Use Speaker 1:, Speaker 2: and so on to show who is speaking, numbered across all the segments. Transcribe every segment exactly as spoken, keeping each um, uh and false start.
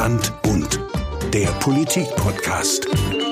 Speaker 1: Stadtland Bund, der Politik-Podcast.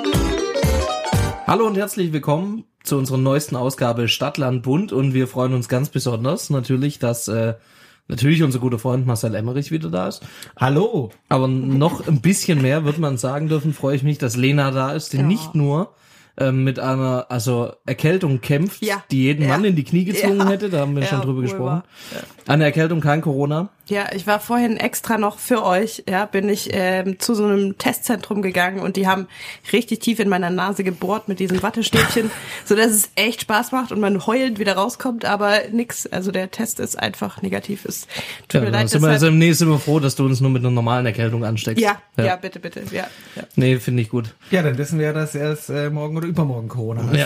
Speaker 2: Hallo und herzlich willkommen zu unserer neuesten Ausgabe Stadtland Bund und wir freuen uns ganz besonders natürlich, dass äh, natürlich unser guter Freund Marcel Emmerich wieder da ist.
Speaker 3: Hallo!
Speaker 2: Aber noch ein bisschen mehr, wird man sagen dürfen, freue ich mich, dass Lena da ist, die ja. nicht nur ähm, mit einer also Erkältung kämpft,
Speaker 4: ja.
Speaker 2: die jeden ja. Mann in die Knie gezwungen
Speaker 4: ja.
Speaker 2: hätte, da haben wir
Speaker 4: ja,
Speaker 2: schon drüber gesprochen.
Speaker 4: Ja.
Speaker 2: Eine Erkältung, kein Corona.
Speaker 4: Ja, ich war vorhin extra noch für euch, ja, bin ich ähm, zu so einem Testzentrum gegangen und die haben richtig tief in meiner Nase gebohrt mit diesen Wattestäbchen, so dass es echt Spaß macht und man heulend wieder rauskommt, aber nix, also der Test ist einfach negativ. Es tut
Speaker 2: ja,
Speaker 4: mir leid,
Speaker 2: sind wir also im nächsten Mal froh, dass du uns nur mit einer normalen Erkältung ansteckst.
Speaker 4: Ja, ja, ja, bitte, bitte, ja. ja.
Speaker 2: Nee, finde ich gut.
Speaker 3: Ja, dann wissen wir ja, dass erst äh, morgen oder übermorgen Corona hast.
Speaker 2: Ja,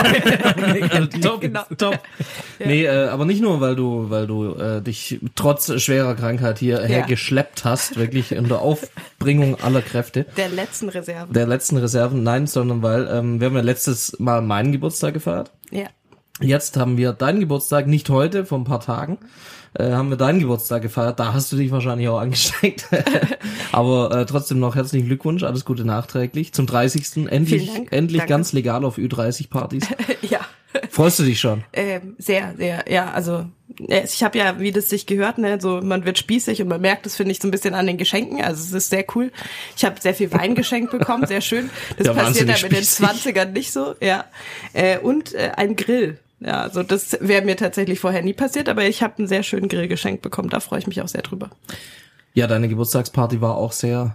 Speaker 2: ja. top, genau. top. Ja. Nee, äh, aber nicht nur, weil du, weil du äh, dich trotz schwerer Krankheit hierher ja. geschleppt hast, wirklich in der Aufbringung aller Kräfte.
Speaker 4: Der letzten Reserven.
Speaker 2: Der letzten Reserven, nein, sondern weil ähm, wir haben ja letztes Mal meinen Geburtstag gefeiert.
Speaker 4: Ja.
Speaker 2: Jetzt haben wir deinen Geburtstag, nicht heute, vor ein paar Tagen, äh, haben wir deinen Geburtstag gefeiert. Da hast du dich wahrscheinlich auch angesteckt. Aber äh, trotzdem noch herzlichen Glückwunsch, alles Gute nachträglich. Zum dreißigsten Endlich, endlich
Speaker 4: Danke.
Speaker 2: Ganz legal auf Ü dreißig Partys.
Speaker 4: Ja.
Speaker 2: Freust du dich schon?
Speaker 4: Ähm, sehr, sehr, ja, also ich habe ja, wie das sich gehört, ne, so man wird spießig und man merkt, das finde ich so ein bisschen an den Geschenken, also es ist sehr cool. Ich habe sehr viel Wein geschenkt bekommen, sehr schön. Das ja, passiert ja mit den zwanzigern nicht so, ja. Äh, und äh, ein Grill. Ja, also das wäre mir tatsächlich vorher nie passiert, aber ich habe einen sehr schönen Grill geschenkt bekommen, da freue ich mich auch sehr drüber.
Speaker 2: Ja, deine Geburtstagsparty war auch sehr,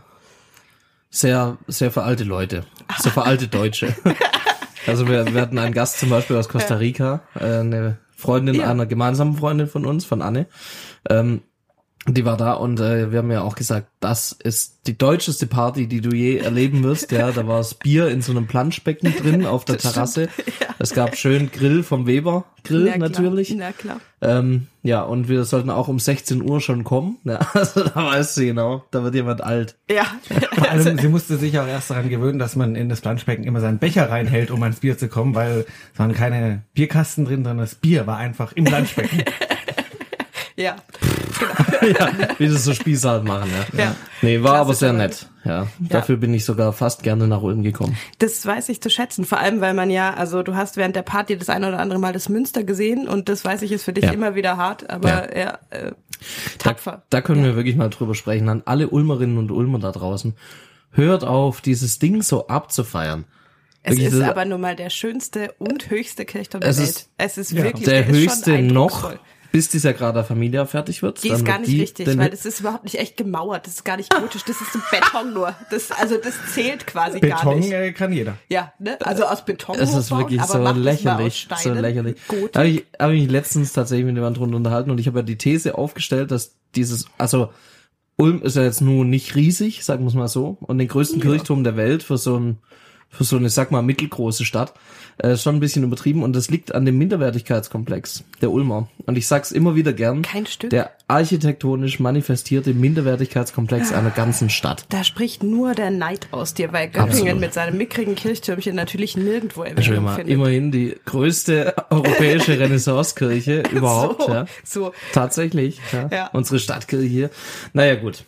Speaker 2: sehr, sehr für alte Leute, so für alte Deutsche. Also wir, wir hatten einen Gast zum Beispiel aus Costa Rica, äh, eine Freundin ja. einer gemeinsamen Freundin von uns, von Anne, ähm, die war da und äh, wir haben ja auch gesagt, das ist die deutscheste Party, die du je erleben wirst. Ja, da war das Bier in so einem Planschbecken drin auf der das Terrasse. Ja. Es gab schön Grill vom Weber Grill
Speaker 4: Na
Speaker 2: natürlich.
Speaker 4: Na klar.
Speaker 2: Ähm, ja, und wir sollten auch um sechzehn Uhr schon kommen. Ja, also da weißt du genau, da wird jemand alt.
Speaker 4: Ja.
Speaker 3: Vor allem, sie musste sich auch erst daran gewöhnen, dass man in das Planschbecken immer seinen Becher reinhält, um ans Bier zu kommen, weil es waren keine Bierkasten drin, sondern das Bier war einfach im Planschbecken.
Speaker 4: Ja, genau.
Speaker 2: Ja, wie das so Spießer halt machen, ja. ja. Nee, war aber sehr nett. Ja, ja, dafür bin ich sogar fast gerne nach Ulm gekommen.
Speaker 4: Das weiß ich zu schätzen, vor allem, weil man ja, also du hast während der Party das eine oder andere Mal das Münster gesehen und das weiß ich ist für dich ja. immer wieder hart, aber ja, ja äh, tapfer.
Speaker 2: Da, da können
Speaker 4: ja.
Speaker 2: wir wirklich mal drüber sprechen, an alle Ulmerinnen und Ulmer da draußen. Hört auf, dieses Ding so abzufeiern.
Speaker 4: Es wirklich, ist aber nun mal der schönste und höchste Kirchturm der Welt.
Speaker 2: Ist,
Speaker 4: es ist
Speaker 2: ja.
Speaker 4: wirklich
Speaker 2: der,
Speaker 4: der
Speaker 2: höchste
Speaker 4: ist schon
Speaker 2: noch. Bis dieser Grad der Familie fertig wird.
Speaker 4: Die ist gar nicht die, richtig, weil das ist überhaupt nicht echt gemauert. Das ist gar nicht gotisch. Das ist ein Beton nur. Das, also das zählt quasi
Speaker 3: Beton,
Speaker 4: gar nicht.
Speaker 3: Beton kann jeder.
Speaker 4: Ja, ne? Also aus Beton.
Speaker 2: Es ist wirklich so lächerlich. So lächerlich. Da habe ich, hab ich mich letztens tatsächlich mit jemandem drunter unterhalten und ich habe ja die These aufgestellt, dass dieses, also Ulm ist ja jetzt nur nicht riesig, sagen wir es mal so, und den größten ja. Kirchturm der Welt für so ein für so eine, sag mal, mittelgroße Stadt, äh, schon ein bisschen übertrieben und das liegt an dem Minderwertigkeitskomplex der Ulmer. Und ich sag's immer wieder gern,
Speaker 4: kein Stück.
Speaker 2: Der architektonisch manifestierte Minderwertigkeitskomplex ja. einer ganzen Stadt.
Speaker 4: Da spricht nur der Neid aus dir, weil Göppingen Absolut. mit seinem mickrigen Kirchtürmchen natürlich nirgendwo Erwähnung
Speaker 2: mal,
Speaker 4: findet.
Speaker 2: Immerhin die größte europäische Renaissancekirche überhaupt.
Speaker 4: So,
Speaker 2: ja.
Speaker 4: so.
Speaker 2: Tatsächlich, ja.
Speaker 4: Ja.
Speaker 2: Unsere Stadtkirche hier. Naja, gut.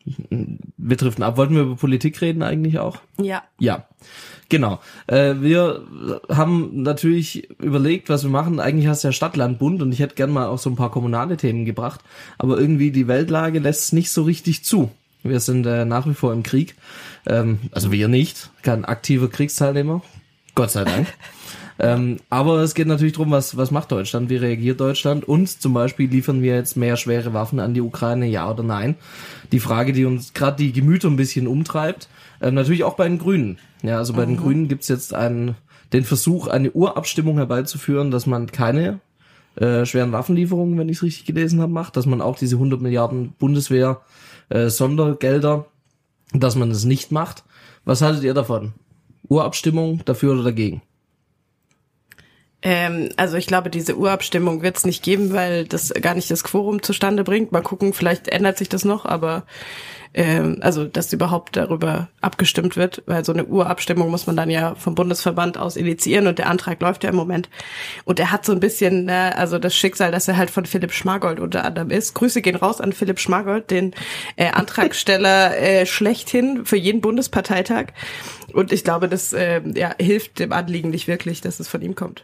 Speaker 2: Wir driften ab. Wollten wir über Politik reden eigentlich auch?
Speaker 4: Ja.
Speaker 2: Ja, genau. Äh, wir haben natürlich überlegt, was wir machen. Eigentlich hast du ja Stadtland Bund und ich hätte gern mal auch so ein paar kommunale Themen gebracht. Aber irgendwie die Weltlage lässt es nicht so richtig zu. Wir sind äh, nach wie vor im Krieg. Ähm, also wir nicht. Kein aktiver Kriegsteilnehmer. Gott sei Dank. Ähm, aber es geht natürlich darum, was, was macht Deutschland, wie reagiert Deutschland und zum Beispiel liefern wir jetzt mehr schwere Waffen an die Ukraine, ja oder nein? Die Frage, die uns gerade die Gemüter ein bisschen umtreibt, ähm, natürlich auch bei den Grünen. Ja, also bei mhm. den Grünen gibt's jetzt einen, den Versuch, eine Urabstimmung herbeizuführen, dass man keine äh, schweren Waffenlieferungen, wenn ich es richtig gelesen habe, macht, dass man auch diese hundert Milliarden Bundeswehr äh, Sondergelder, dass man das nicht macht. Was haltet ihr davon? Urabstimmung, dafür oder dagegen?
Speaker 4: Ähm, also ich glaube, diese Urabstimmung wird es nicht geben, weil das gar nicht das Quorum zustande bringt. Mal gucken, vielleicht ändert sich das noch, aber ähm, also dass überhaupt darüber abgestimmt wird, weil so eine Urabstimmung muss man dann ja vom Bundesverband aus initiieren und der Antrag läuft ja im Moment. Und er hat so ein bisschen, ne, also das Schicksal, dass er halt von Philipp Schmargold unter anderem ist. Grüße gehen raus an Philipp Schmargold, den äh, Antragsteller äh, schlechthin für jeden Bundesparteitag. Und ich glaube, das äh, ja, hilft dem Anliegen nicht wirklich, dass es von ihm kommt.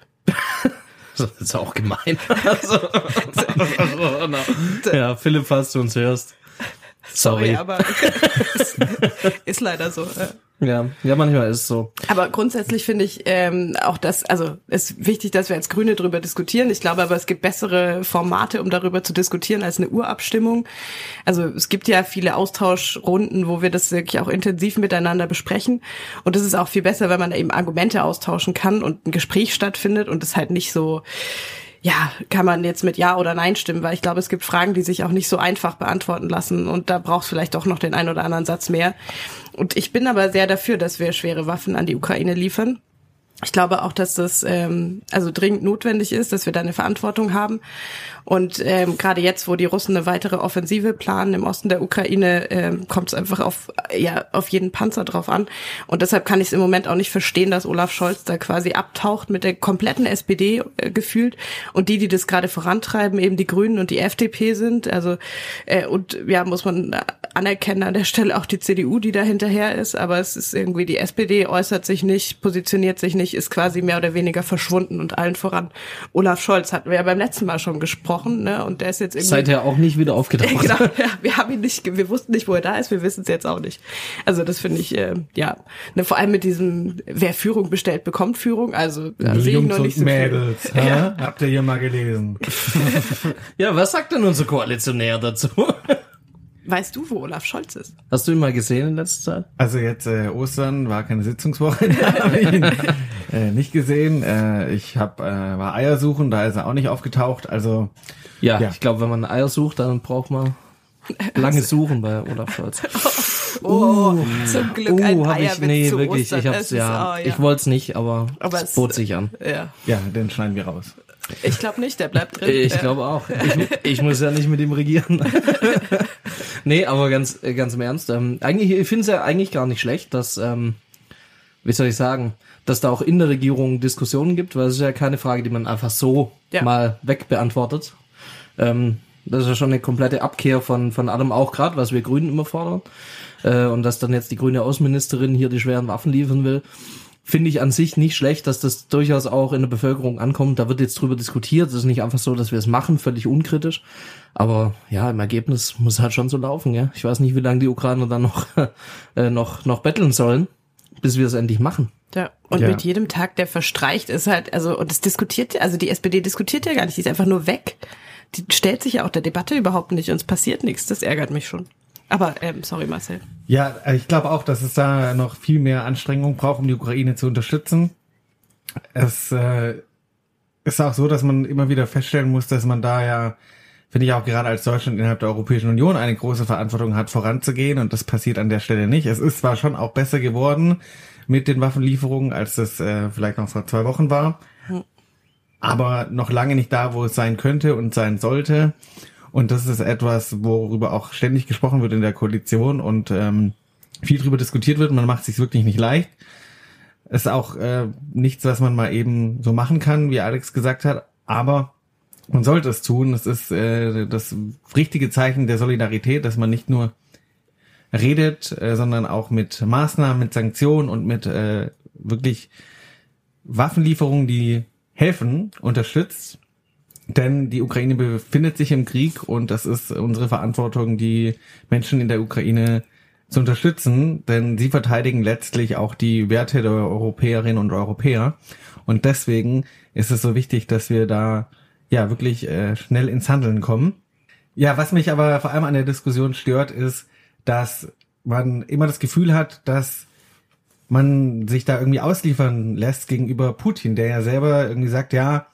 Speaker 2: Das ist auch gemein. Also, also, no. Ja, Philipp, falls du uns hörst. Sorry,
Speaker 4: Sorry aber ist, ist leider so.
Speaker 2: Ja, ja, manchmal ist es so.
Speaker 4: Aber grundsätzlich finde ich ähm, auch das, also es ist wichtig, dass wir als Grüne darüber diskutieren. Ich glaube aber, es gibt bessere Formate, um darüber zu diskutieren, als eine Urabstimmung. Also es gibt ja viele Austauschrunden, wo wir das wirklich auch intensiv miteinander besprechen. Und das ist auch viel besser, wenn man eben Argumente austauschen kann und ein Gespräch stattfindet und es halt nicht so, ja, kann man jetzt mit Ja oder Nein stimmen, weil ich glaube, es gibt Fragen, die sich auch nicht so einfach beantworten lassen und da braucht es vielleicht doch noch den einen oder anderen Satz mehr. Und ich bin aber sehr dafür, dass wir schwere Waffen an die Ukraine liefern. Ich glaube auch, dass das ähm, also dringend notwendig ist, dass wir da eine Verantwortung haben. Und ähm, gerade jetzt, wo die Russen eine weitere Offensive planen im Osten der Ukraine, ähm, kommt es einfach auf ja auf jeden Panzer drauf an. Und deshalb kann ich es im Moment auch nicht verstehen, dass Olaf Scholz da quasi abtaucht mit der kompletten S P D äh, gefühlt. Und die, die das gerade vorantreiben, eben die Grünen und die F D P sind. Also äh, und ja, muss man anerkennen an der Stelle auch die C D U, die da hinterher ist. Aber es ist irgendwie, die S P D äußert sich nicht, positioniert sich nicht, ist quasi mehr oder weniger verschwunden und allen voran. Olaf Scholz hatten wir ja beim letzten Mal schon gesprochen. Ne? Und der ist jetzt irgendwie
Speaker 2: seither auch nicht wieder aufgetaucht.
Speaker 4: Genau, ja, wir haben ihn nicht, wir wussten nicht, wo er da ist, wir wissen es jetzt auch nicht. Also das finde ich, äh, ja, ne, vor allem mit diesem, wer Führung bestellt, bekommt Führung. Also da sehe ich noch nicht so
Speaker 3: Mädels,
Speaker 4: viel. Ja.
Speaker 3: Habt ihr hier mal gelesen?
Speaker 2: Ja, was sagt denn unser Koalitionär dazu?
Speaker 4: Weißt du, wo Olaf Scholz ist?
Speaker 2: Hast du ihn mal gesehen in letzter Zeit?
Speaker 3: Also jetzt äh, Ostern war keine Sitzungswoche, da habe ich ihn äh, nicht gesehen. Äh, ich hab, äh, war Eier suchen, da ist er auch nicht aufgetaucht. Also
Speaker 2: Ja,
Speaker 3: Ja.
Speaker 2: ich glaube, wenn man Eier sucht, dann braucht man lange Suchen bei Olaf Scholz.
Speaker 4: Oh, zum Glück ein
Speaker 2: hab
Speaker 4: Eierwitz
Speaker 2: ich, nee,
Speaker 4: zu
Speaker 2: wirklich,
Speaker 4: Ostern.
Speaker 2: ich hab's,
Speaker 4: Es ist,
Speaker 2: ja,
Speaker 4: oh, ja.
Speaker 2: ich wollte es nicht, aber,
Speaker 4: Aber
Speaker 2: es
Speaker 4: es-
Speaker 2: bot sich an.
Speaker 4: Ja,
Speaker 3: ja, den schneiden wir raus.
Speaker 4: ich glaube nicht, der bleibt drin.
Speaker 2: Ich
Speaker 4: Ja.
Speaker 2: glaube auch. Ich, ich muss ja nicht mit ihm regieren. Nee, aber ganz, äh, ganz im Ernst. Ähm, eigentlich, ich finde es ja eigentlich gar nicht schlecht, dass, ähm, wie soll ich sagen, dass da auch in der Regierung Diskussionen gibt, weil es ist ja keine Frage, die man einfach so
Speaker 4: Ja.
Speaker 2: mal wegbeantwortet. Ähm, das ist ja schon eine komplette Abkehr von, von allem, auch gerade, was wir Grünen immer fordern. Äh, und dass dann jetzt die grüne Außenministerin hier die schweren Waffen liefern will, finde ich an sich nicht schlecht, dass das durchaus auch in der Bevölkerung ankommt. Da wird jetzt drüber diskutiert. Es ist nicht einfach so, dass wir es machen, völlig unkritisch. Aber ja, im Ergebnis muss halt schon so laufen. Ja, ich weiß nicht, wie lange die Ukrainer dann noch äh, noch noch betteln sollen, bis wir es endlich machen.
Speaker 4: Ja, und
Speaker 3: Ja.
Speaker 4: mit jedem Tag, der verstreicht, ist halt, also, und es diskutiert, also die S P D diskutiert ja gar nicht, die ist einfach nur weg. Die stellt sich ja auch der Debatte überhaupt nicht und es passiert nichts. Das ärgert mich schon. Aber, ähm, sorry Marcel.
Speaker 3: Ja, ich glaube auch, dass es da noch viel mehr Anstrengung braucht, um die Ukraine zu unterstützen. Es äh, ist auch so, dass man immer wieder feststellen muss, dass man da ja, finde ich auch gerade als Deutschland innerhalb der Europäischen Union eine große Verantwortung hat, voranzugehen, und das passiert an der Stelle nicht. Es ist zwar schon auch besser geworden mit den Waffenlieferungen, als das äh, vielleicht noch vor zwei Wochen war, aber noch lange nicht da, wo es sein könnte und sein sollte. Und das ist etwas, worüber auch ständig gesprochen wird in der Koalition und ähm, viel drüber diskutiert wird. Man macht es sich wirklich nicht leicht. Es ist auch äh, nichts, was man mal eben so machen kann, wie Alex gesagt hat, aber man sollte es tun. Es ist äh, das richtige Zeichen der Solidarität, dass man nicht nur redet, äh, sondern auch mit Maßnahmen, mit Sanktionen und mit äh, wirklich Waffenlieferungen, die helfen, unterstützt. Denn die Ukraine befindet sich im Krieg und das ist unsere Verantwortung, die Menschen in der Ukraine zu unterstützen, denn sie verteidigen letztlich auch die Werte der Europäerinnen und Europäer. Und deswegen ist es so wichtig, dass wir da ja wirklich äh, schnell ins Handeln kommen. Ja, was mich aber vor allem an der Diskussion stört, ist, dass man immer das Gefühl hat, dass man sich da irgendwie ausliefern lässt gegenüber Putin, der ja selber irgendwie sagt, ja,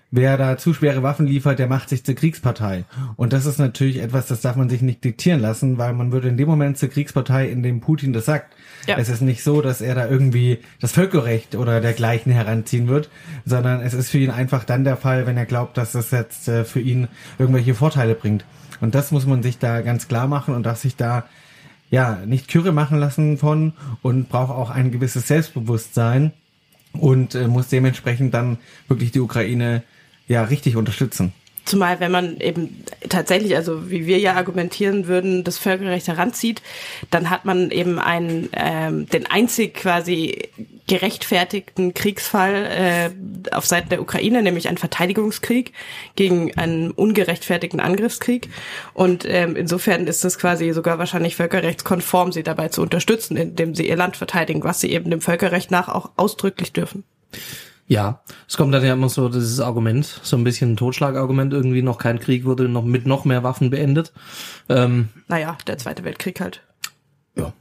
Speaker 3: wer da zu schwere Waffen liefert, der macht sich zur Kriegspartei. Und das ist natürlich etwas, das darf man sich nicht diktieren lassen, weil man würde in dem Moment zur Kriegspartei, in dem Putin das sagt. Ja. Es ist nicht so, dass er da irgendwie das Völkerrecht oder dergleichen heranziehen wird, sondern es ist für ihn einfach dann der Fall, wenn er glaubt, dass das jetzt äh, für ihn irgendwelche Vorteile bringt. Und das muss man sich da ganz klar machen und darf sich da ja nicht Kürre machen lassen von und braucht auch ein gewisses Selbstbewusstsein und äh, muss dementsprechend dann wirklich die Ukraine ja richtig unterstützen.
Speaker 4: Zumal, wenn man eben tatsächlich, also wie wir ja argumentieren würden, das Völkerrecht heranzieht, dann hat man eben einen, ähm, den einzig quasi gerechtfertigten Kriegsfall äh, auf Seiten der Ukraine, nämlich einen Verteidigungskrieg gegen einen ungerechtfertigten Angriffskrieg. Und ähm, insofern ist es quasi sogar wahrscheinlich völkerrechtskonform, sie dabei zu unterstützen, indem sie ihr Land verteidigen, was sie eben dem Völkerrecht nach auch ausdrücklich dürfen.
Speaker 2: Ja, es kommt dann ja immer so dieses Argument, so ein bisschen ein Totschlagargument, irgendwie noch kein Krieg wurde noch mit noch mehr Waffen beendet. Ähm,
Speaker 4: naja, der Zweite Weltkrieg halt.
Speaker 2: Ja.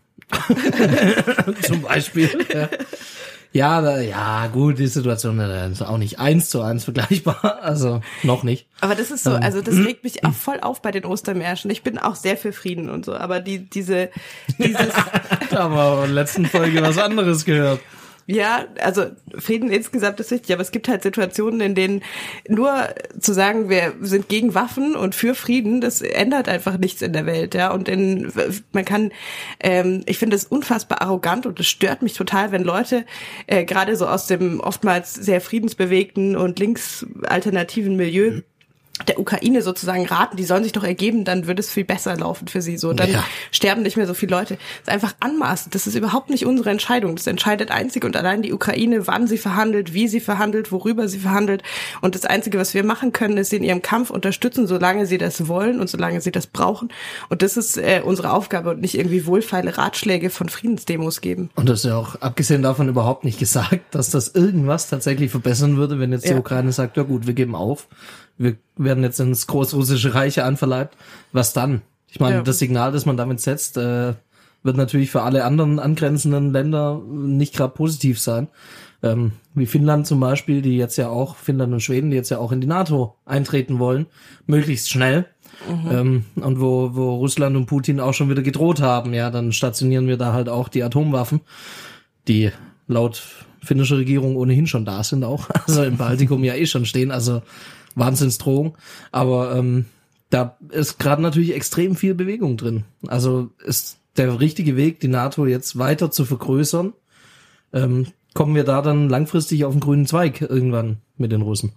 Speaker 2: Zum Beispiel. Ja. Ja, da, ja, gut, die Situation ist auch nicht eins zu eins vergleichbar, also noch nicht.
Speaker 4: Aber das ist so, also das regt mich auch voll auf bei den Ostermärschen. Ich bin auch sehr für Frieden und so, aber die, diese, dieses...
Speaker 2: Da haben wir in der letzten Folge was anderes gehört.
Speaker 4: Ja, also Frieden insgesamt ist wichtig, aber es gibt halt Situationen, in denen nur zu sagen, wir sind gegen Waffen und für Frieden, das ändert einfach nichts in der Welt, ja. Und in, man kann, ähm, ich finde es unfassbar arrogant und es stört mich total, wenn Leute äh, gerade so aus dem oftmals sehr friedensbewegten und linksalternativen Milieu der Ukraine sozusagen raten, die sollen sich doch ergeben, dann würde es viel besser laufen für sie. So, dann ja. sterben nicht mehr so viele Leute. Das ist einfach anmaßend. Das ist überhaupt nicht unsere Entscheidung. Das entscheidet einzig und allein die Ukraine, wann sie verhandelt, wie sie verhandelt, worüber sie verhandelt. Und das Einzige, was wir machen können, ist sie in ihrem Kampf unterstützen, solange sie das wollen und solange sie das brauchen. Und das ist äh, unsere Aufgabe und nicht irgendwie wohlfeile Ratschläge von Friedensdemos geben.
Speaker 2: Und das ist ja auch abgesehen davon überhaupt nicht gesagt, dass das irgendwas tatsächlich verbessern würde, wenn jetzt die ja. Ukraine sagt, ja gut, wir geben auf. Wir werden jetzt ins Großrussische Reich anverleibt. Was dann? Ich meine, ja. das Signal, das man damit setzt, äh, wird natürlich für alle anderen angrenzenden Länder nicht gerade positiv sein. Ähm, wie Finnland zum Beispiel, die jetzt ja auch, Finnland und Schweden, die jetzt ja auch in die NATO eintreten wollen, möglichst schnell. Mhm. Ähm, und wo, wo Russland und Putin auch schon wieder gedroht haben, ja, dann stationieren wir da halt auch die Atomwaffen, die laut finnischer Regierung ohnehin schon da sind auch, also im Baltikum ja eh schon stehen, also Wahnsinnsdrohung, aber ähm, da ist gerade natürlich extrem viel Bewegung drin. Also ist der richtige Weg, die NATO jetzt weiter zu vergrößern. Ähm, kommen wir da dann langfristig auf den grünen Zweig irgendwann mit den Russen?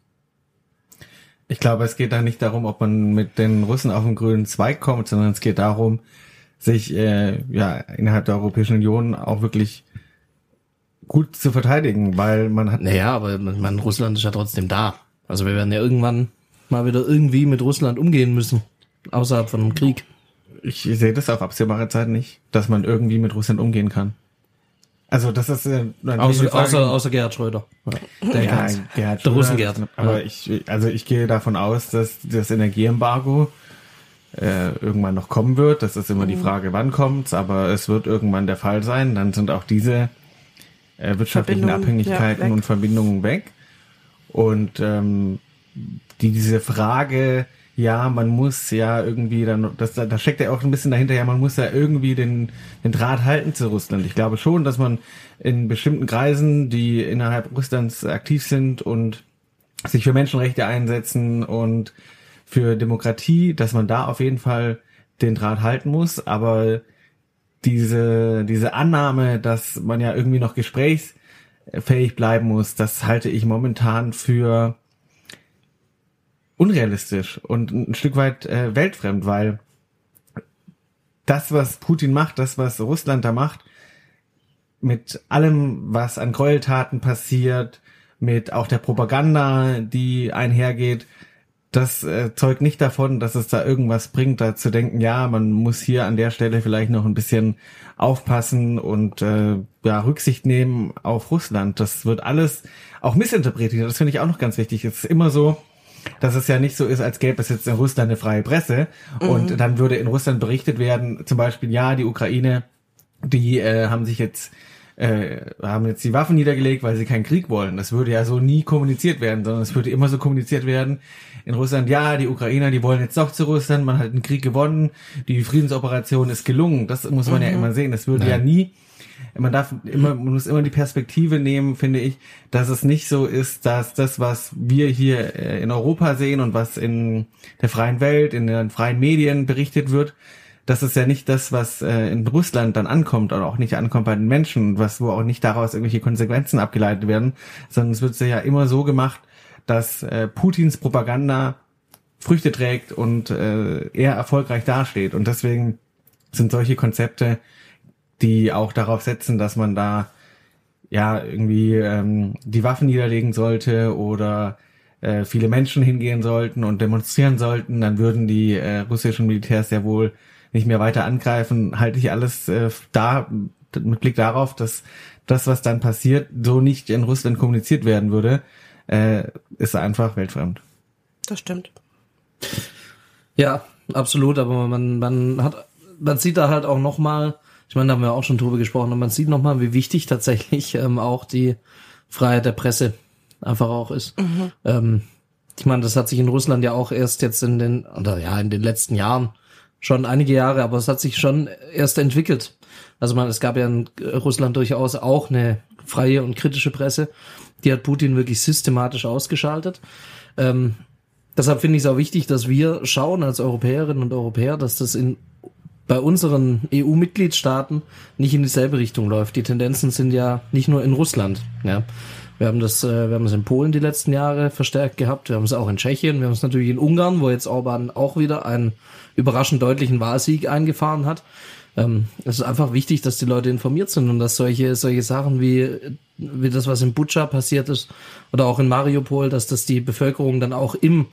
Speaker 3: Ich glaube, es geht da nicht darum, ob man mit den Russen auf den grünen Zweig kommt, sondern es geht darum, sich äh, ja innerhalb der Europäischen Union auch wirklich gut zu verteidigen, weil man hat...
Speaker 2: Naja, aber man, Russland ist ja trotzdem da. Also wir werden ja irgendwann mal wieder irgendwie mit Russland umgehen müssen, außerhalb von einem Krieg.
Speaker 3: Ich sehe das auf absehbare Zeit nicht, dass man irgendwie mit Russland umgehen kann. Also das ist äh,
Speaker 2: außer, außer, außer Gerhard Schröder.
Speaker 3: Ja, der, ja, Gerhard
Speaker 2: der Russengerd.
Speaker 3: Aber
Speaker 2: ja.
Speaker 3: ich, also ich gehe davon aus, dass das Energieembargo äh, irgendwann noch kommen wird. Das ist immer mhm. die Frage, wann kommt's, aber es wird irgendwann der Fall sein. Dann sind auch diese äh, wirtschaftlichen Abhängigkeiten ja, und Verbindungen weg. Und ähm, die diese Frage, ja, man muss ja irgendwie dann, das, da steckt ja auch ein bisschen dahinter, ja, man muss ja irgendwie den, den Draht halten zu Russland. Ich glaube schon, dass man in bestimmten Kreisen, die innerhalb Russlands aktiv sind und sich für Menschenrechte einsetzen und für Demokratie, dass man da auf jeden Fall den Draht halten muss. Aber diese, diese Annahme, dass man ja irgendwie noch Gesprächs fähig bleiben muss, das halte ich momentan für unrealistisch und ein Stück weit äh, weltfremd, weil das, was Putin macht, das, was Russland da macht, mit allem, was an Gräueltaten passiert, mit auch der Propaganda, die einhergeht, das äh, zeugt nicht davon, dass es da irgendwas bringt, da zu denken, ja, man muss hier an der Stelle vielleicht noch ein bisschen aufpassen und äh, ja, Rücksicht nehmen auf Russland. Das wird alles auch missinterpretiert. Das finde ich auch noch ganz wichtig. Es ist immer so, dass es ja nicht so ist, als gäbe es jetzt in Russland eine freie Presse mhm. und dann würde in Russland berichtet werden, zum Beispiel, ja, die Ukraine, die äh, haben sich jetzt äh, haben jetzt die Waffen niedergelegt, weil sie keinen Krieg wollen. Das würde ja so nie kommuniziert werden, sondern es würde immer so kommuniziert werden in Russland, ja, die Ukrainer, die wollen jetzt doch zu Russland, man hat den Krieg gewonnen, die Friedensoperation ist gelungen. Das muss man mhm. ja immer sehen. Das würde ja, ja nie, man darf immer, man muss immer die Perspektive nehmen, finde ich, dass es nicht so ist, dass das, was wir hier in Europa sehen und was in der freien Welt, in den freien Medien berichtet wird, das ist ja nicht das, was äh, in Russland dann ankommt oder auch nicht ankommt bei den Menschen, was wo auch nicht daraus irgendwelche Konsequenzen abgeleitet werden, sondern es wird ja immer so gemacht, dass äh, Putins Propaganda Früchte trägt und äh, eher erfolgreich dasteht. Und deswegen sind solche Konzepte, die auch darauf setzen, dass man da ja irgendwie ähm, die Waffen niederlegen sollte oder äh, viele Menschen hingehen sollten und demonstrieren sollten, dann würden die äh, russischen Militärs ja wohl nicht mehr weiter angreifen, halte ich alles äh, da mit Blick darauf, dass das, was dann passiert, so nicht in Russland kommuniziert werden würde, äh, ist einfach weltfremd.
Speaker 4: Das stimmt.
Speaker 2: Ja, absolut, aber man man hat man sieht da halt auch nochmal, ich meine, da haben wir auch schon drüber gesprochen, und man sieht nochmal, wie wichtig tatsächlich ähm, auch die Freiheit der Presse einfach auch ist. Mhm. Ähm, ich meine, das hat sich in Russland ja auch erst jetzt in den, oder ja, in den letzten Jahren schon einige Jahre, aber es hat sich schon erst entwickelt. Also man, es gab ja in Russland durchaus auch eine freie und kritische Presse. Die hat Putin wirklich systematisch ausgeschaltet. Ähm, deshalb finde ich es auch wichtig, dass wir schauen als Europäerinnen und Europäer, dass das in bei unseren E U-Mitgliedstaaten nicht in dieselbe Richtung läuft. Die Tendenzen sind ja nicht nur in Russland. Ja. Wir haben das, äh, wir haben es in Polen die letzten Jahre verstärkt gehabt. Wir haben es auch in Tschechien. Wir haben es natürlich in Ungarn, wo jetzt Orban auch wieder einen überraschend deutlichen Wahlsieg eingefahren hat. Ähm, es ist einfach wichtig, dass die Leute informiert sind und dass solche solche Sachen wie wie das, was in Butscha passiert ist oder auch in Mariupol, dass das die Bevölkerung dann auch im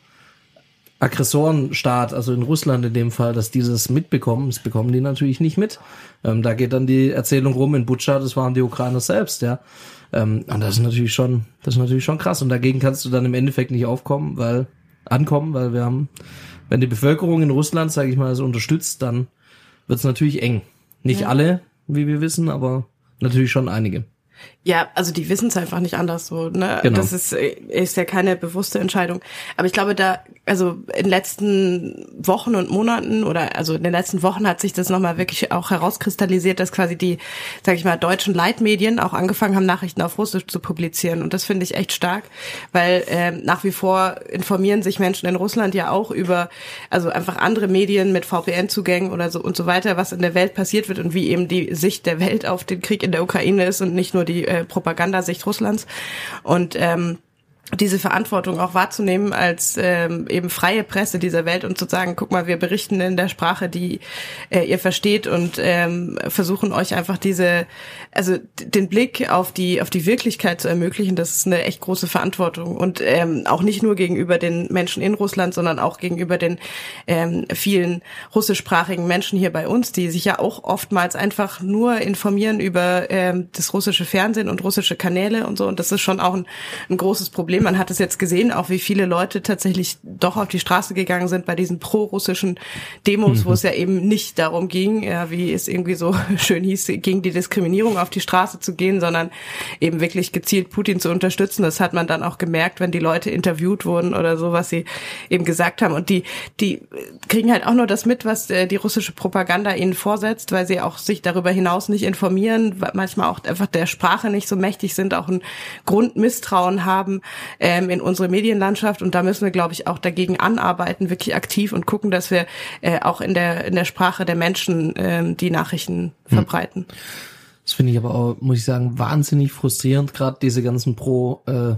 Speaker 2: Aggressorenstaat, also in Russland in dem Fall, dass dieses mitbekommen, das bekommen die natürlich nicht mit. Ähm, da geht dann die Erzählung rum, in Butscha, das waren die Ukrainer selbst, ja. Ähm, und das ist natürlich schon, das ist natürlich schon krass. Und dagegen kannst du dann im Endeffekt nicht aufkommen, weil, ankommen, weil wir haben, wenn die Bevölkerung in Russland, sage ich mal, so unterstützt, dann wird's natürlich eng. Nicht ja. alle, wie wir wissen, aber natürlich schon einige.
Speaker 4: Ja, also die wissen es einfach nicht anders so, ne?
Speaker 2: Genau.
Speaker 4: Das ist ist ja keine bewusste Entscheidung. Aber ich glaube, da, also in den letzten Wochen und Monaten oder also in den letzten Wochen hat sich das nochmal wirklich auch herauskristallisiert, dass quasi die, sag ich mal, deutschen Leitmedien auch angefangen haben, Nachrichten auf Russisch zu publizieren. Und das finde ich echt stark, weil äh, nach wie vor informieren sich Menschen in Russland ja auch über, also einfach andere Medien mit V P N-Zugängen oder so und so weiter, was in der Welt passiert wird und wie eben die Sicht der Welt auf den Krieg in der Ukraine ist und nicht nur die äh, Propagandasicht Russlands. Und ähm, diese Verantwortung auch wahrzunehmen als ähm, eben freie Presse dieser Welt und zu sagen, guck mal, wir berichten in der Sprache, die äh, ihr versteht und ähm, versuchen euch einfach diese, also den Blick auf die auf die Wirklichkeit zu ermöglichen, das ist eine echt große Verantwortung und ähm, auch nicht nur gegenüber den Menschen in Russland, sondern auch gegenüber den ähm, vielen russischsprachigen Menschen hier bei uns, die sich ja auch oftmals einfach nur informieren über ähm, das russische Fernsehen und russische Kanäle und so und das ist schon auch ein, ein großes Problem. Man hat es jetzt gesehen, auch wie viele Leute tatsächlich doch auf die Straße gegangen sind bei diesen pro-russischen Demos, mhm. wo es ja eben nicht darum ging, ja, wie es irgendwie so schön hieß, gegen die Diskriminierung auf die Straße zu gehen, sondern eben wirklich gezielt Putin zu unterstützen. Das hat man dann auch gemerkt, wenn die Leute interviewt wurden oder so, was sie eben gesagt haben. Und die, die kriegen halt auch nur das mit, was die russische Propaganda ihnen vorsetzt, weil sie auch sich darüber hinaus nicht informieren, manchmal auch einfach der Sprache nicht so mächtig sind, auch ein Grundmisstrauen haben Ähm, in unsere Medienlandschaft und da müssen wir, glaube ich, auch dagegen anarbeiten, wirklich aktiv und gucken, dass wir äh, auch in der in der Sprache der Menschen äh, die Nachrichten hm. verbreiten.
Speaker 2: Das finde ich aber auch, muss ich sagen, wahnsinnig frustrierend, gerade diese ganzen pro äh,